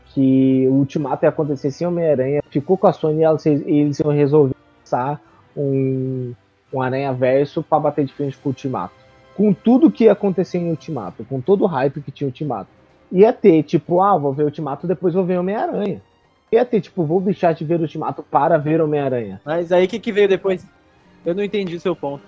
que o Ultimato ia acontecer sem Homem-Aranha, ficou com a Sony e elas- eles iam resolver lançar um, um Aranha-Verso pra bater de frente com o Ultimato. Com tudo que ia acontecer em Ultimato, com todo o hype que tinha Ultimato. Ia ter, tipo, ah, vou ver Ultimato, depois vou ver Homem-Aranha. Ia ter, tipo, vou deixar de ver Ultimato para ver Homem-Aranha. Mas aí o que, que veio depois? Eu não entendi o seu ponto.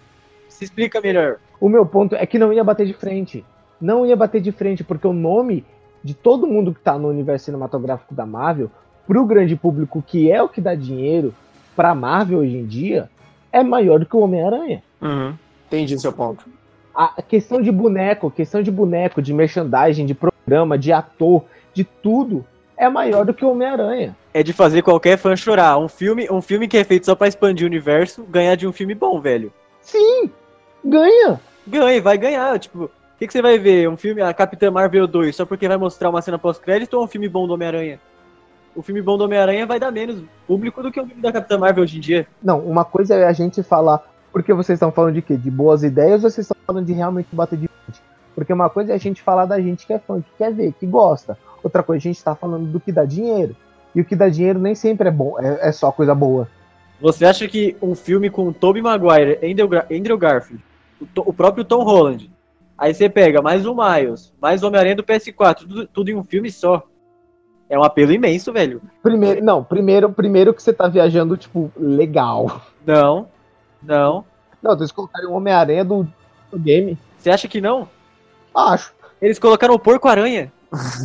Se explica melhor. O meu ponto é que não ia bater de frente. Não ia bater de frente, porque o nome de todo mundo que tá no universo cinematográfico da Marvel, pro grande público, que é o que dá dinheiro pra Marvel hoje em dia, é maior do que o Homem-Aranha. Uhum. Entendi seu ponto. A questão de boneco, questão de boneco, de merchandising, de programa, de ator, de tudo, é maior do que o Homem-Aranha. É de fazer qualquer fã chorar. Um filme, um filme que é feito só pra expandir o universo, ganhar de um filme bom, velho. Sim, ganha. Ganha, vai ganhar. Tipo, o que, que você vai ver? Um filme, a Capitã Marvel dois, só porque vai mostrar uma cena pós-crédito ou um filme bom do Homem-Aranha? O filme bom do Homem-Aranha vai dar menos público do que o filme da Capitã Marvel hoje em dia. Não, uma coisa é a gente falar, porque vocês estão falando de quê? De boas ideias ou vocês estão falando de realmente bater de frente? Porque uma coisa é a gente falar da gente que é fã, que quer ver, que gosta. Outra coisa, a gente tá falando do que dá dinheiro. E o que dá dinheiro nem sempre é bom, é, é só coisa boa. Você acha que um filme com Tobey Maguire, Andrew, Gar- Andrew Garfield, o, To- o próprio Tom Holland, aí você pega mais o Miles, mais o Homem-Aranha do P S quatro, tudo, tudo em um filme só. É um apelo imenso, velho. Primeiro, não, primeiro, primeiro que você tá viajando, tipo, legal. Não, não. Não, eles colocaram o Homem-Aranha do, do game. Você acha que não? Acho. Eles colocaram o Porco-Aranha.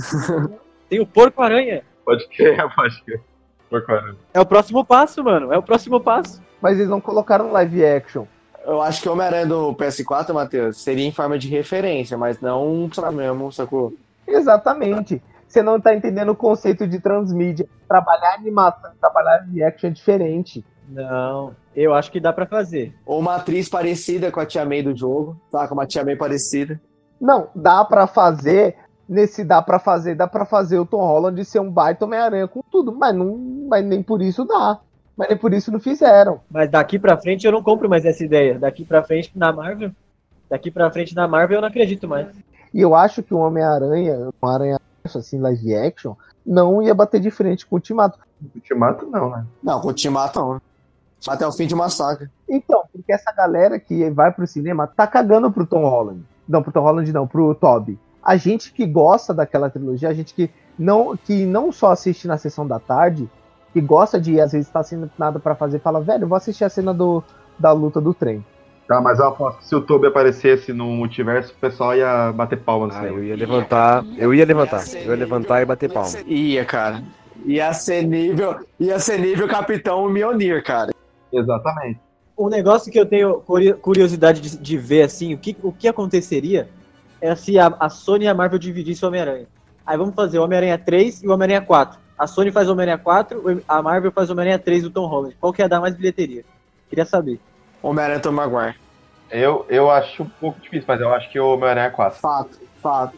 Tem o Porco-Aranha. Pode crer, pode crer. Por caramba. É o próximo passo, mano. É o próximo passo. Mas eles não colocaram live action. Eu acho que o Homem-Aranha do P S quatro, Matheus, seria em forma de referência, mas não pra mesmo, sacou? Exatamente. Você não tá entendendo o conceito de transmídia. Trabalhar animação, trabalhar live action é diferente. Não, eu acho que dá pra fazer. Ou uma atriz parecida com a Tia May do jogo, tá? Com uma Tia May parecida. Não, dá pra fazer, nesse dá pra fazer, dá pra fazer o Tom Holland ser um baita Homem-Aranha com tudo, mas, não, mas nem por isso dá. Mas nem por isso não fizeram. Mas daqui pra frente eu não compro mais essa ideia. Daqui pra frente na Marvel, daqui pra frente na Marvel eu não acredito mais. E eu acho que o Homem-Aranha, um Aranha assim, live action, não ia bater de frente com o Ultimato. Ultimato não, né? Não, com o Ultimato não. Até o fim de uma saga. Então, porque essa galera que vai pro cinema tá cagando pro Tom Holland. Não, pro Tom Holland não, pro Tobey. A gente que gosta daquela trilogia, a gente que não, que não só assiste na sessão da tarde, que gosta de, às vezes, tá sem nada pra fazer, fala, velho, eu vou assistir a cena do, da luta do trem. Tá, mas eu aposto que se o Tobey aparecesse no multiverso, o pessoal ia bater palmas. Ah, eu ia levantar, eu ia levantar, eu ia levantar e bater palma. Ia, cara. Ia ser nível, ia ser nível Capitão Mjolnir, cara. Exatamente. Um negócio que eu tenho curiosidade de, de ver, assim, o que, o que aconteceria é se a, a Sony e a Marvel dividissem o Homem-Aranha. Aí vamos fazer o Homem-Aranha três e o Homem-Aranha quatro. A Sony faz o Homem-Aranha quatro, a Marvel faz o Homem-Aranha três do Tom Holland. Qual que ia dar mais bilheteria? Queria saber. Homem-Aranha Tom Maguire. Eu, eu acho um pouco difícil, mas eu acho que o Homem-Aranha quatro. Fato, fato.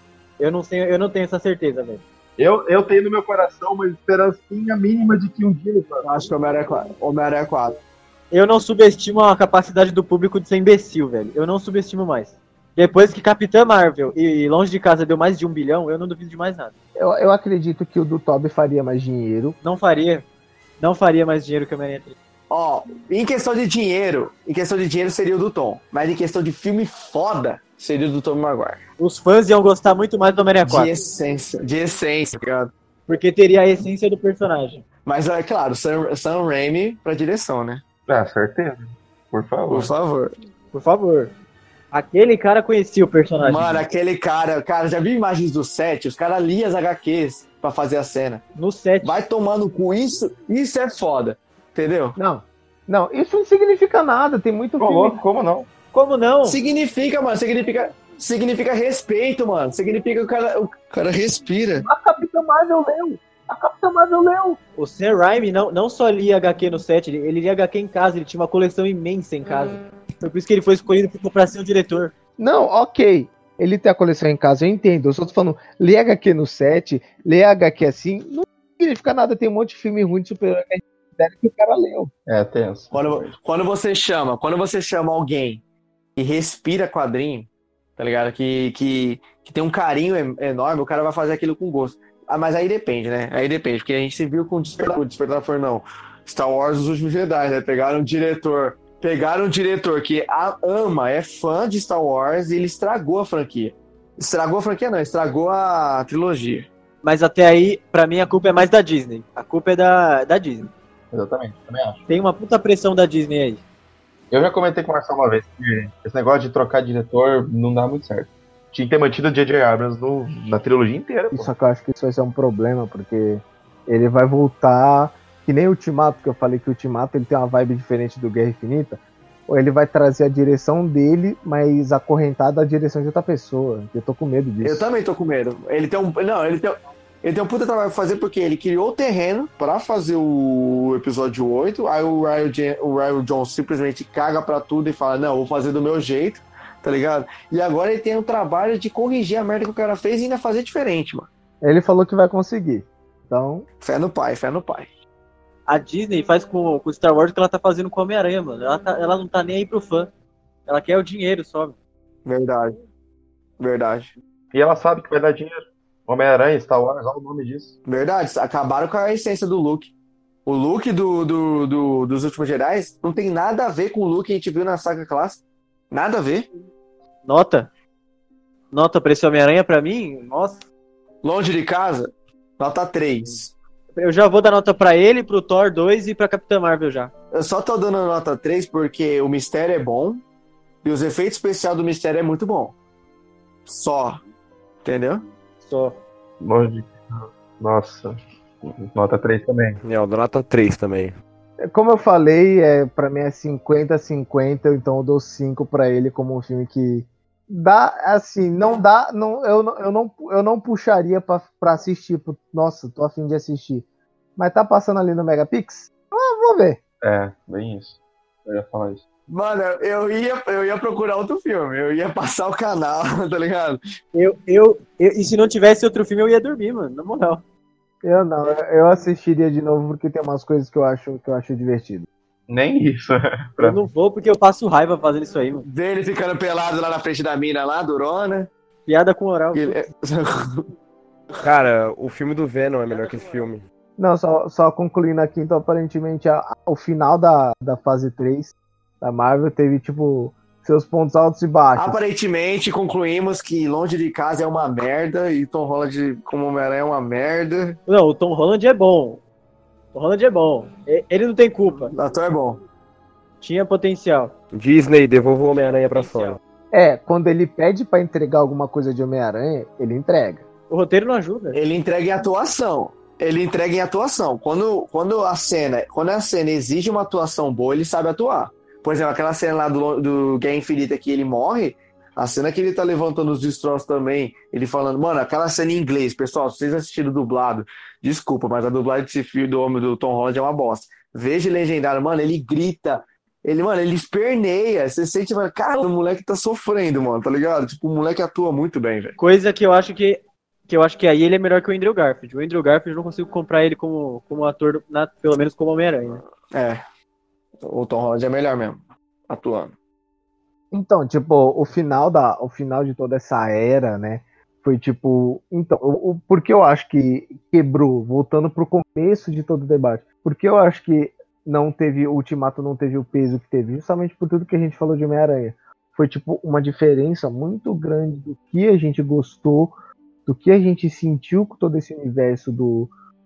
Eu não tenho, eu não tenho essa certeza, velho. Eu, eu tenho no meu coração uma esperancinha mínima de que um dia ele Eu acho que o Homem-Aranha quatro. Homem-Aranha quatro. Eu não subestimo a capacidade do público de ser imbecil, velho. Eu não subestimo mais. Depois que Capitã Marvel e Longe de Casa deu mais de um bilhão, eu não duvido de mais nada. Eu, eu acredito que o do Tobey faria mais dinheiro. Não faria. Não faria mais dinheiro que o Homem-Aranha três. Ó, em questão de dinheiro, em questão de dinheiro seria o do Tom. Mas em questão de filme foda, seria o do Tom Maguire. Os fãs iam gostar muito mais do Homem-Aranha quatro. De essência, de essência, cara. Porque teria a essência do personagem. Mas é claro, Sam, Sam Raimi pra direção, né? Ah, certeza. Por favor. Por favor. Por favor. Aquele cara conhecia o personagem. Mano, aquele cara, cara, já viu imagens do set? Os caras liam as H Qs pra fazer a cena. No set. Vai tomar no cu, isso, isso é foda. Entendeu? Não, não, isso não significa nada, tem muito Como, filme. como não? Como não? Significa, mano, significa, significa respeito, mano. Significa que o cara, o cara respira. A Capitã Marvel leu, a Capitã Marvel leu. O Sam Raimi não, não só lia H Q no set, ele, ele lia H Q em casa, ele tinha uma coleção imensa em casa. Foi por isso que ele foi escolhido pra ser o diretor. Não, ok, ele tem a coleção em casa, eu entendo, eu só tô falando, ler H Q no set, ler H Q assim, não significa nada, tem um monte de filme ruim de super-herói que a gente que o cara leu. É, tenso. Quando, quando você chama, quando você chama alguém que respira quadrinho, tá ligado? Que, que, que tem um carinho enorme, o cara vai fazer aquilo com gosto. Ah, mas aí depende, né? Aí depende, porque a gente se viu com o Despertar, o Despertar foi não. Star Wars Os Últimos Jedi, né? Pegaram um diretor, pegaram um diretor que a, ama, é fã de Star Wars e ele estragou a franquia. Estragou a franquia não, estragou a trilogia. Mas até aí, pra mim, a culpa é mais da Disney. A culpa é da, da Disney. Exatamente, também acho. Tem uma puta pressão da Disney aí. Eu já comentei com o Marcelo uma vez que esse negócio de trocar diretor não dá muito certo. Tinha que ter mantido o J J Abrams no, na trilogia inteira. Pô. Só que eu acho que isso vai ser um problema, porque ele vai voltar, que nem o Ultimato, que eu falei que o Ultimato ele tem uma vibe diferente do Guerra Infinita, ou ele vai trazer a direção dele, mas acorrentada à direção de outra pessoa. Eu tô com medo disso. Eu também tô com medo. Ele tem um... Não, ele tem... Ele tem um puta trabalho pra fazer porque ele criou o terreno pra fazer o episódio oito, aí o Ryan, o Ryan Johnson simplesmente caga pra tudo e fala, não, vou fazer do meu jeito, tá ligado? E agora ele tem o trabalho de corrigir a merda que o cara fez e ainda fazer diferente, mano. Ele falou que vai conseguir, então... Fé no pai, fé no pai. A Disney faz com o Star Wars o que ela tá fazendo com o Homem-Aranha, mano. Ela, tá, ela não tá nem aí pro fã. Ela quer o dinheiro só. Verdade. Verdade. E ela sabe que vai dar dinheiro. Homem-Aranha, Star Wars, olha o nome disso. Verdade, acabaram com a essência do Luke. O look do, do, do, dos Últimos Jedi não tem nada a ver com o look que a gente viu na saga clássica. Nada a ver. Nota? Nota pra esse Homem-Aranha pra mim? Nossa. Longe de casa, nota três. Eu já vou dar nota pra ele, pro Thor dois e pra Capitã Marvel já. Eu só tô dando nota três porque o mistério é bom e os efeitos especiais do mistério é muito bom. Só. Entendeu? Só. Longe. Nossa. Nota três também. Eu dou nota três também. Como eu falei, é, pra mim é cinquenta a cinquenta, então eu dou cinco pra ele como um filme que dá, assim, não dá, não, eu, não- eu, não, eu não puxaria pra, pra assistir, pro- nossa, tô a fim de assistir. Mas tá passando ali no Megapix? Ah, vou ver. É, bem isso. Eu ia falar isso. Mano, eu ia, eu ia procurar outro filme, eu ia passar o canal, tá ligado? Eu, eu, eu- e se não tivesse outro filme, eu ia dormir, mano, na moral. Eu não, eu eu assistiria de novo porque tem umas coisas que eu acho, que eu acho divertido. Nem isso. Eu não vou porque eu passo raiva fazendo isso aí, mano. Ver ele ficando pelado lá na frente da mina lá, durona. Piada com oral. Ele- Cara, o filme do Venom é melhor que esse filme. Não, só, só concluindo aqui, então aparentemente a, a, o final da, da fase três da Marvel teve, tipo, seus pontos altos e baixos. Aparentemente, concluímos que Longe de Casa é uma merda e Tom Holland como Homem-Aranha é uma merda. Não, o Tom Holland é bom. O Tom Holland é bom. E- Ele não tem culpa. O ator é bom. Tinha potencial. Disney, devolva o Homem-Aranha pra Sony. É, quando ele pede pra entregar alguma coisa de Homem-Aranha, ele entrega. O roteiro não ajuda. Ele entrega em atuação. Ele entrega em atuação. Quando, quando, a cena, quando a cena exige uma atuação boa, ele sabe atuar. Por exemplo, aquela cena lá do, do Guerra Infinita que ele morre, a cena que ele tá levantando os destroços também, ele falando, mano, aquela cena em inglês, pessoal, se vocês assistiram dublado, desculpa, mas a dublagem desse filme do homem do Tom Holland é uma bosta. Veja legendário, mano, ele grita, ele, mano, ele esperneia, você sente, mano, cara, o moleque tá sofrendo, mano, tá ligado? Tipo, o moleque atua muito bem, velho. Coisa que eu acho que que eu acho que aí ele é melhor que o Andrew Garfield. O Andrew Garfield eu não consigo comprar ele como, como ator, na, pelo menos como Homem-Aranha. É, o Tom Holland é melhor mesmo, atuando. Então, tipo, o final, da, o final de toda essa era, né, foi tipo... Então, o, o, por que eu acho que quebrou, voltando pro começo de todo o debate, por que eu acho que não teve, o Ultimato não teve o peso que teve? Justamente por tudo que a gente falou de Homem-Aranha. Foi, tipo, uma diferença muito grande do que a gente gostou, do que a gente sentiu com todo esse universo do,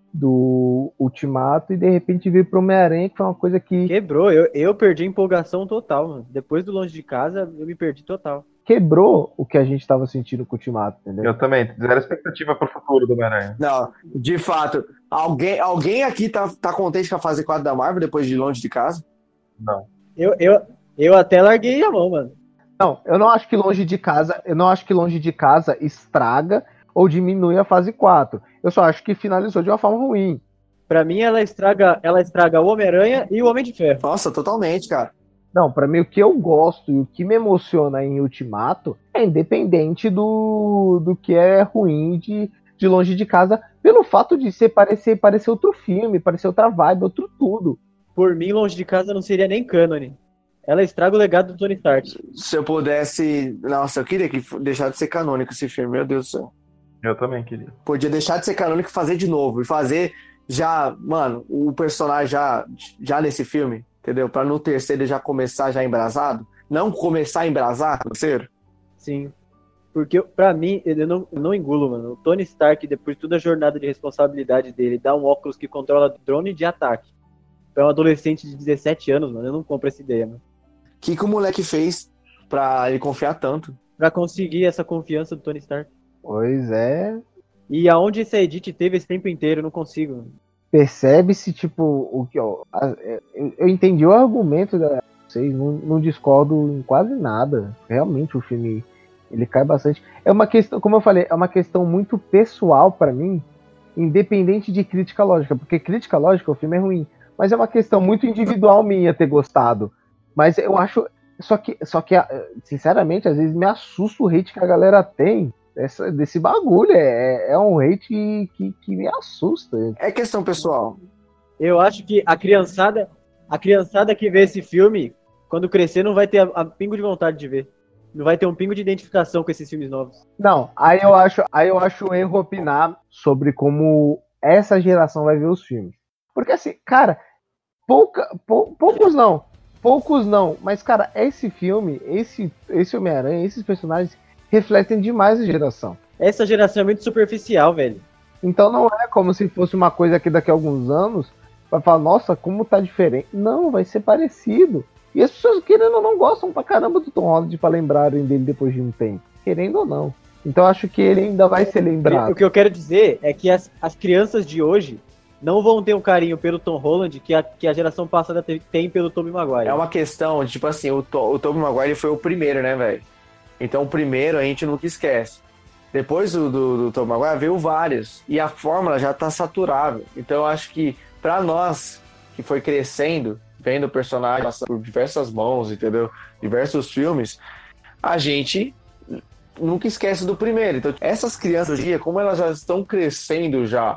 do Ultimato, e de repente veio pro Homem-Aranha, que foi uma coisa que Quebrou, eu, eu perdi a empolgação total, mano. Depois do Longe de Casa, eu me perdi total. quebrou o que a gente tava sentindo com o Ultimato, entendeu? Eu também, zero expectativa pro futuro do Homem-Aranha. Não, de fato, alguém, alguém aqui tá, tá contente com a fase quatro da Marvel depois de Longe de Casa? Não. Eu, eu, eu até larguei a mão, mano. Não, eu não acho que longe de casa, eu não acho que longe de casa estraga ou diminui a fase quatro. Eu só acho que finalizou de uma forma ruim. Pra mim, ela estraga, ela estraga o Homem-Aranha e o Homem de Ferro. Nossa, totalmente, cara. Não, pra mim o que eu gosto e o que me emociona em Ultimato é independente do, do que é ruim de, de longe de casa, pelo fato de ser parecer, parecer outro filme, parecer outra vibe, outro tudo. Por mim, Longe de Casa não seria nem cânone. Ela estraga o legado do Tony Stark. Se eu pudesse... Nossa, eu queria que deixar de ser canônico esse filme, meu Deus do céu. Eu também queria. Podia deixar de ser canônico e fazer de novo. E fazer já, mano, o personagem já, já nesse filme, entendeu? Pra no terceiro ele já começar já embrasado. Não começar a embrasar no terceiro. Sim. Porque, pra mim, eu não, eu não engulo, mano. O Tony Stark, depois de toda a jornada de responsabilidade dele, dá um óculos que controla drone de ataque. Pra um adolescente de dezessete anos, mano, eu não compro essa ideia, mano. O que, que o moleque fez pra ele confiar tanto? Pra conseguir essa confiança do Tony Stark. Pois é. E aonde esse Edith teve esse tempo inteiro, eu não consigo, mano. Percebe-se, tipo, o que ó, a- eu, eu entendi o argumento da vocês, não, não discordo em quase nada. Realmente o filme ele cai bastante. É uma questão, como eu falei, é uma questão muito pessoal pra mim, independente de crítica lógica, porque crítica lógica o filme é ruim, mas é uma questão muito individual minha ter gostado. Mas eu acho, só que, só que sinceramente, às vezes me assusta o hate que a galera tem dessa, desse bagulho. É, é um hate que, que, que me assusta. É questão pessoal. Eu acho que a criançada, a criançada que vê esse filme, quando crescer, não vai ter a, a pingo de vontade de ver. Não vai ter um pingo de identificação com esses filmes novos. Não, aí eu acho, aí eu acho um erro opinar sobre como essa geração vai ver os filmes. Porque assim, cara, pouca, pou, poucos não, poucos não, mas cara, esse filme, esse, esse Homem-Aranha, esses personagens refletem demais a geração. Essa geração é muito superficial, velho. Então não é como se fosse uma coisa que daqui a alguns anos vai falar, nossa, como tá diferente. Não, vai ser parecido. E as pessoas, querendo ou não, gostam pra caramba do Tom Holland pra lembrarem dele depois de um tempo. Querendo ou não. Então acho que ele ainda vai ser lembrado. O que eu quero dizer é que as, as crianças de hoje não vão ter um carinho pelo Tom Holland que a, que a geração passada te- tem pelo Tobey Maguire. É uma questão, tipo assim, o, to, o Tobey Maguire ele foi o primeiro, né, velho? Então o primeiro a gente nunca esquece. Depois do, do, do Tobey Maguire veio vários. E a fórmula já tá saturável. Então eu acho que pra nós, que foi crescendo, vendo o personagem passar por diversas mãos, entendeu? Diversos filmes, a gente nunca esquece do primeiro. Então essas crianças hoje em dia, como elas já estão crescendo já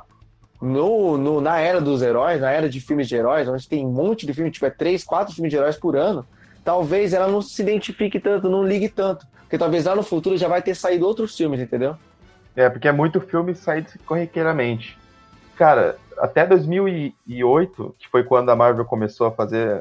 no, no, na era dos heróis, na era de filmes de heróis, onde tem um monte de filme, tiver três, quatro filmes de heróis por ano, talvez ela não se identifique tanto, não ligue tanto. Porque talvez lá no futuro já vai ter saído outros filmes, entendeu? É, porque é muito filme saído corriqueiramente. Cara, até dois mil e oito, que foi quando a Marvel começou a fazer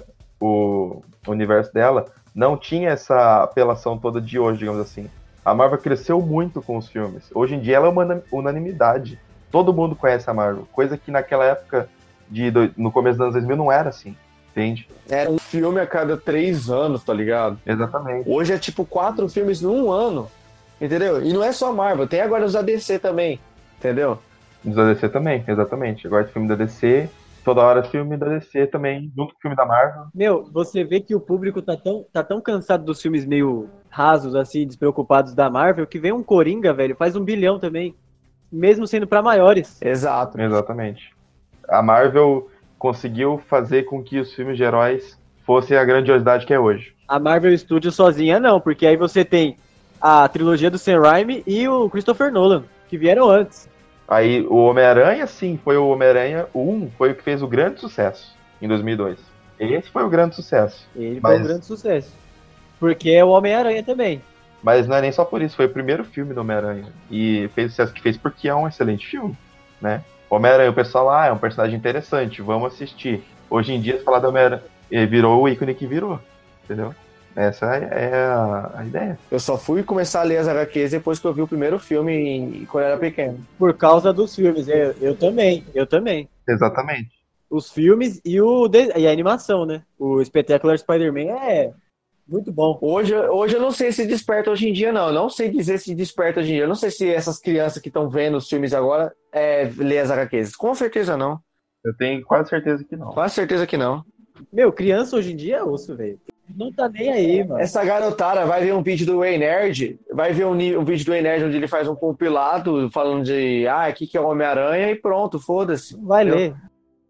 o universo dela, não tinha essa apelação toda de hoje, digamos assim. A Marvel cresceu muito com os filmes. Hoje em dia ela é uma unanimidade. Todo mundo conhece a Marvel. Coisa que naquela época, de, no começo dos anos dois mil, não era assim. Entende? Era um filme a cada três anos, tá ligado? Exatamente. Hoje é tipo quatro filmes num ano. Entendeu? E não é só a Marvel, tem agora os da D C também. Entendeu? Os da D C também, exatamente. Agora filme da D C, toda hora filme da D C também, junto com o filme da Marvel. Meu, você vê que o público tá tão, tá tão cansado dos filmes meio rasos, assim, despreocupados da Marvel, que vem um Coringa, velho, faz um bilhão também. Mesmo sendo pra maiores. Exato. Exatamente. A Marvel conseguiu fazer com que os filmes de heróis fossem a grandiosidade que é hoje. A Marvel Studios sozinha não, porque aí você tem a trilogia do Sam Raimi e o Christopher Nolan, que vieram antes. Aí o Homem-Aranha, sim, foi o Homem-Aranha um, foi o que fez o grande sucesso em dois mil e dois. Esse foi o grande sucesso. Ele mas... foi um grande sucesso. Porque é o Homem-Aranha também. Mas não é nem só por isso, foi o primeiro filme do Homem-Aranha. E fez o sucesso que fez porque é um excelente filme, né? Homem-Aranha, o pessoal, ah, é um personagem interessante, vamos assistir. Hoje em dia, se falar do Homem-Aranha, ele virou o ícone que virou, entendeu? Essa é a, a ideia. Eu só fui começar a ler as H Qs depois que eu vi o primeiro filme em, quando eu era pequeno. Por causa dos filmes, eu, eu também, eu também. Exatamente. Os filmes e, o de... e a animação, né? O Spectacular Spider-Man é muito bom. Hoje, hoje eu não sei se desperta hoje em dia, não. Eu não sei dizer se desperta hoje em dia. Eu não sei se essas crianças que estão vendo os filmes agora é, lê as H Qs. Com certeza não. Eu tenho quase certeza que não. Quase certeza que não. Meu, criança hoje em dia é osso, velho. Não tá nem aí, mano. Essa garotada vai ver um vídeo do Ei Nerd, vai ver um, um vídeo do Ei Nerd onde ele faz um compilado falando de, ah, aqui que é o Homem-Aranha e pronto, foda-se. Vai Entendeu? ler.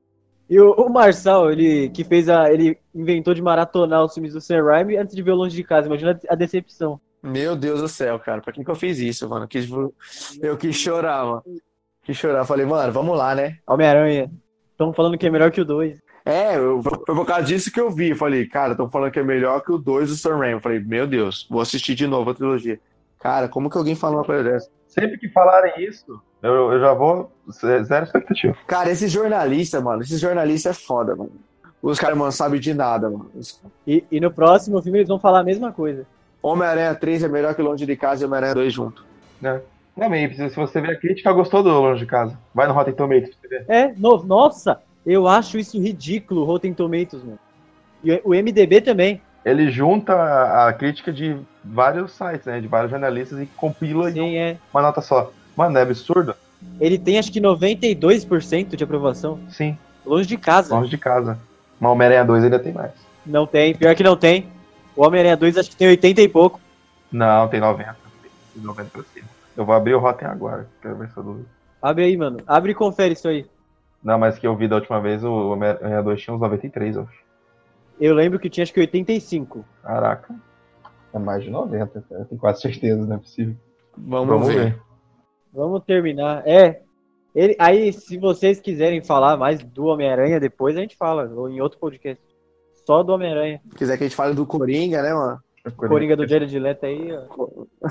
E o, o Marçal, ele que fez a. Ele inventou de maratonar os filmes do Sam Raimi antes de ver o Longe de Casa. Imagina a decepção. Meu Deus do céu, cara. Pra que que eu fiz isso, mano? Eu quis, eu quis chorar, mano. Quis chorar. Falei, mano, vamos lá, né? Homem-Aranha. Estão falando que é melhor que o dois. É, eu, foi por causa disso que eu vi. Eu falei, cara, estão falando que é melhor que o dois do Sam Raimi. Eu falei, meu Deus, vou assistir de novo a trilogia. Cara, como que alguém fala uma coisa dessa? Sempre que falarem isso, eu, eu já vou zero expectativa. Cara, esse jornalista, mano, esse jornalista é foda, mano. Os caras, mano, sabem de nada, mano. E, e no próximo filme eles vão falar a mesma coisa. Homem-Aranha três é melhor que Longe de Casa e Homem-Aranha dois junto. É. Não, mas se você ver a crítica, gostou do Longe de Casa. Vai no Rotten Tomatoes pra você ver. É, no, nossa, eu acho isso ridículo, o Rotten Tomatoes, mano. E o M D B também. Ele junta a, a crítica de vários sites, né? De vários jornalistas e compila Sim, em é. uma nota só. Mano, é absurdo? Ele tem acho que noventa e dois por cento de aprovação. Sim. Longe de Casa. Longe de Casa. Mas o Homem-Aranha dois ainda tem mais. Não tem, pior que não tem. O Homem-Aranha dois acho que tem oitenta e pouco. Não, tem noventa. Tem noventa pra cima. Eu vou abrir o Rotten agora. Quero ver se eu dúvida. Abre aí, mano. Abre e confere isso aí. Não, mas que eu vi da última vez, o Homem-Aranha dois tinha uns noventa e três, eu acho. Eu lembro que tinha acho que oitenta e cinco. Caraca. É mais de noventa, cara. Eu tenho quase certeza, não é possível. Vamos, Vamos ver. ver. Vamos terminar. É. Ele, aí, se vocês quiserem falar mais do Homem-Aranha, depois a gente fala. Ou em outro podcast. Só do Homem-Aranha. Se quiser que a gente fale do Coringa, né, mano? Coringa do Jared Leto aí, ó.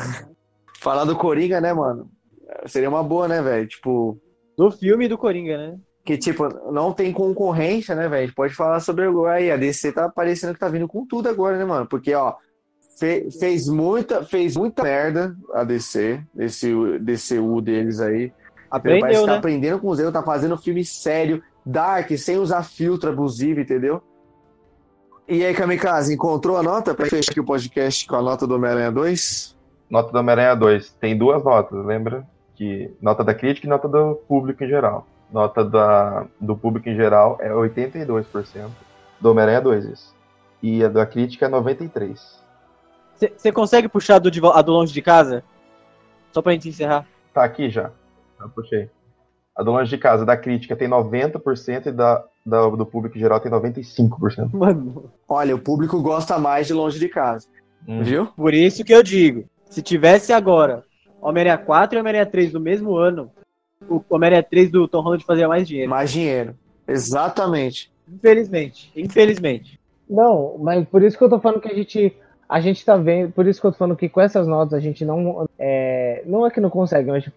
Falar do Coringa, né, mano? Seria uma boa, né, velho? Tipo... Do filme do Coringa, né? Que, tipo, não tem concorrência, né, velho? A gente pode falar sobre agora aí. A D C tá parecendo que tá vindo com tudo agora, né, mano? Porque, ó, fe, fez, muita, fez muita merda a D C, esse D C U deles aí. Aprendeu, Parece que tá né? aprendendo com os erros, tá fazendo filme sério, dark, sem usar filtro abusivo, entendeu? E aí, Kamikaze, encontrou a nota pra fechar aqui o podcast com a nota do Homem-Aranha dois? Nota do Homem-Aranha dois. Tem duas notas, lembra? Que nota da crítica e nota do público em geral. Nota da, do público em geral é oitenta e dois por cento. Do Homem-Aranha dois, isso. E a da crítica é noventa e três por cento. Você consegue puxar a do, de, a do Longe de Casa? Só pra gente encerrar. Tá aqui já. Já puxei. A do Longe de Casa, da crítica, tem noventa por cento e da, da, do público em geral tem noventa e cinco por cento. Mano. Olha, o público gosta mais de Longe de Casa. Hum. Viu? Por isso que eu digo. Se tivesse agora Homem-Aranha quatro e Homem-Aranha três no mesmo ano, o Homem-Aranha três do Tom Holland fazia mais dinheiro. Mais dinheiro. Exatamente. Infelizmente. Infelizmente. Não, mas por isso que eu tô falando que a gente, a gente tá vendo, por isso que eu tô falando que com essas notas a gente não, é, não é que não consegue, mas tipo,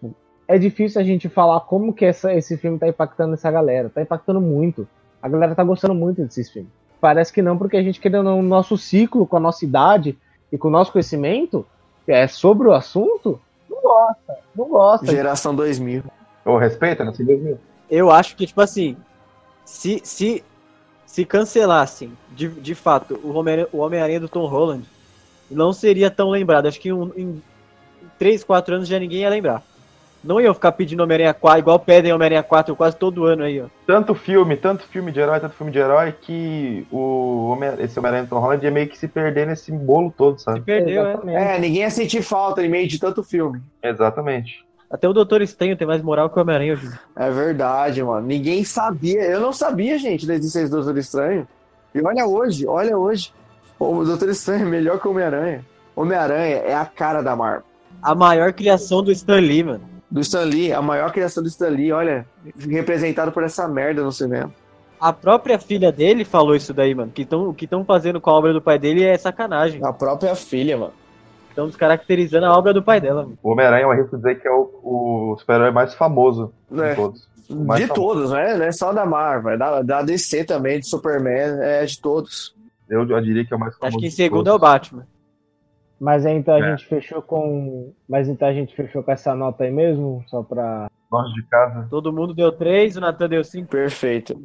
é difícil a gente falar como que essa, esse filme tá impactando essa galera. Tá impactando muito. A galera tá gostando muito desses filmes. Parece que não, porque a gente, querendo o nosso ciclo, com a nossa idade e com o nosso conhecimento, é sobre o assunto, não gosta, não gosta. Geração dois mil. Ou respeita, né? dois mil. Eu acho que, tipo assim, se, se, se cancelassem, de, de fato, o Homem- o Homem-Aranha do Tom Holland, não seria tão lembrado. Acho que um, em três, quatro anos já ninguém ia lembrar. Não iam ficar pedindo Homem-Aranha quatro, igual pedem Homem-Aranha quatro quase todo ano aí, ó. Tanto filme, tanto filme de herói, tanto filme de herói, que o Homem- esse Homem-Aranha do Tom Holland ia meio que se perder nesse bolo todo, Se sabe? perdeu, né? Exatamente. É, ninguém ia sentir falta em meio de tanto filme. Exatamente. Até o Doutor Estranho tem mais moral que o Homem-Aranha hoje. É verdade, mano. Ninguém sabia. Eu não sabia, gente, da existência do Doutor Estranho. E olha hoje, olha hoje. O Doutor Estranho é melhor que o Homem-Aranha. Homem-Aranha é a cara da Marvel. A maior criação do Stan Lee, mano. Do Stan Lee, a maior criação do Stan Lee, olha, representado por essa merda no cinema. A própria filha dele falou isso daí, mano. Que tão, o que estão fazendo com a obra do pai dele é sacanagem. A própria filha, mano. Estão descaracterizando a obra do pai dela, mano. O Homem-Aranha, eu arrisco dizer que é o, o super-herói mais famoso É. de todos. O mais De famoso. todos, né? Não é só da Marvel, é da, da D C também, de Superman, é de todos. Eu, eu diria que é o mais famoso. Acho que em de segundo é o todos. Batman. Mas aí, então a É. gente fechou com. Mas então a gente fechou com essa nota aí mesmo? Só pra. Longe de casa. Todo mundo deu três, o Natan deu cinco. Perfeito.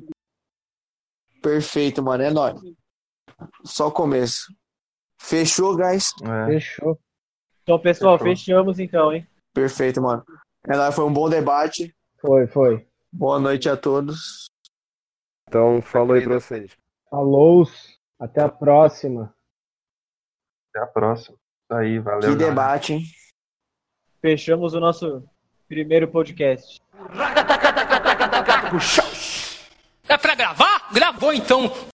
Perfeito, mano. É nóis. Só o começo. Fechou, guys? É. Fechou. Então, pessoal, Fechou. fechamos então, hein? Perfeito, mano. É nóis, foi um bom debate. Foi, foi. Boa noite a todos. Então, falou aí pra vocês. Falou. Até a próxima. Até a próxima. Isso aí, valeu. Que galera. debate, hein? Fechamos o nosso primeiro podcast. É pra gravar? Gravou então.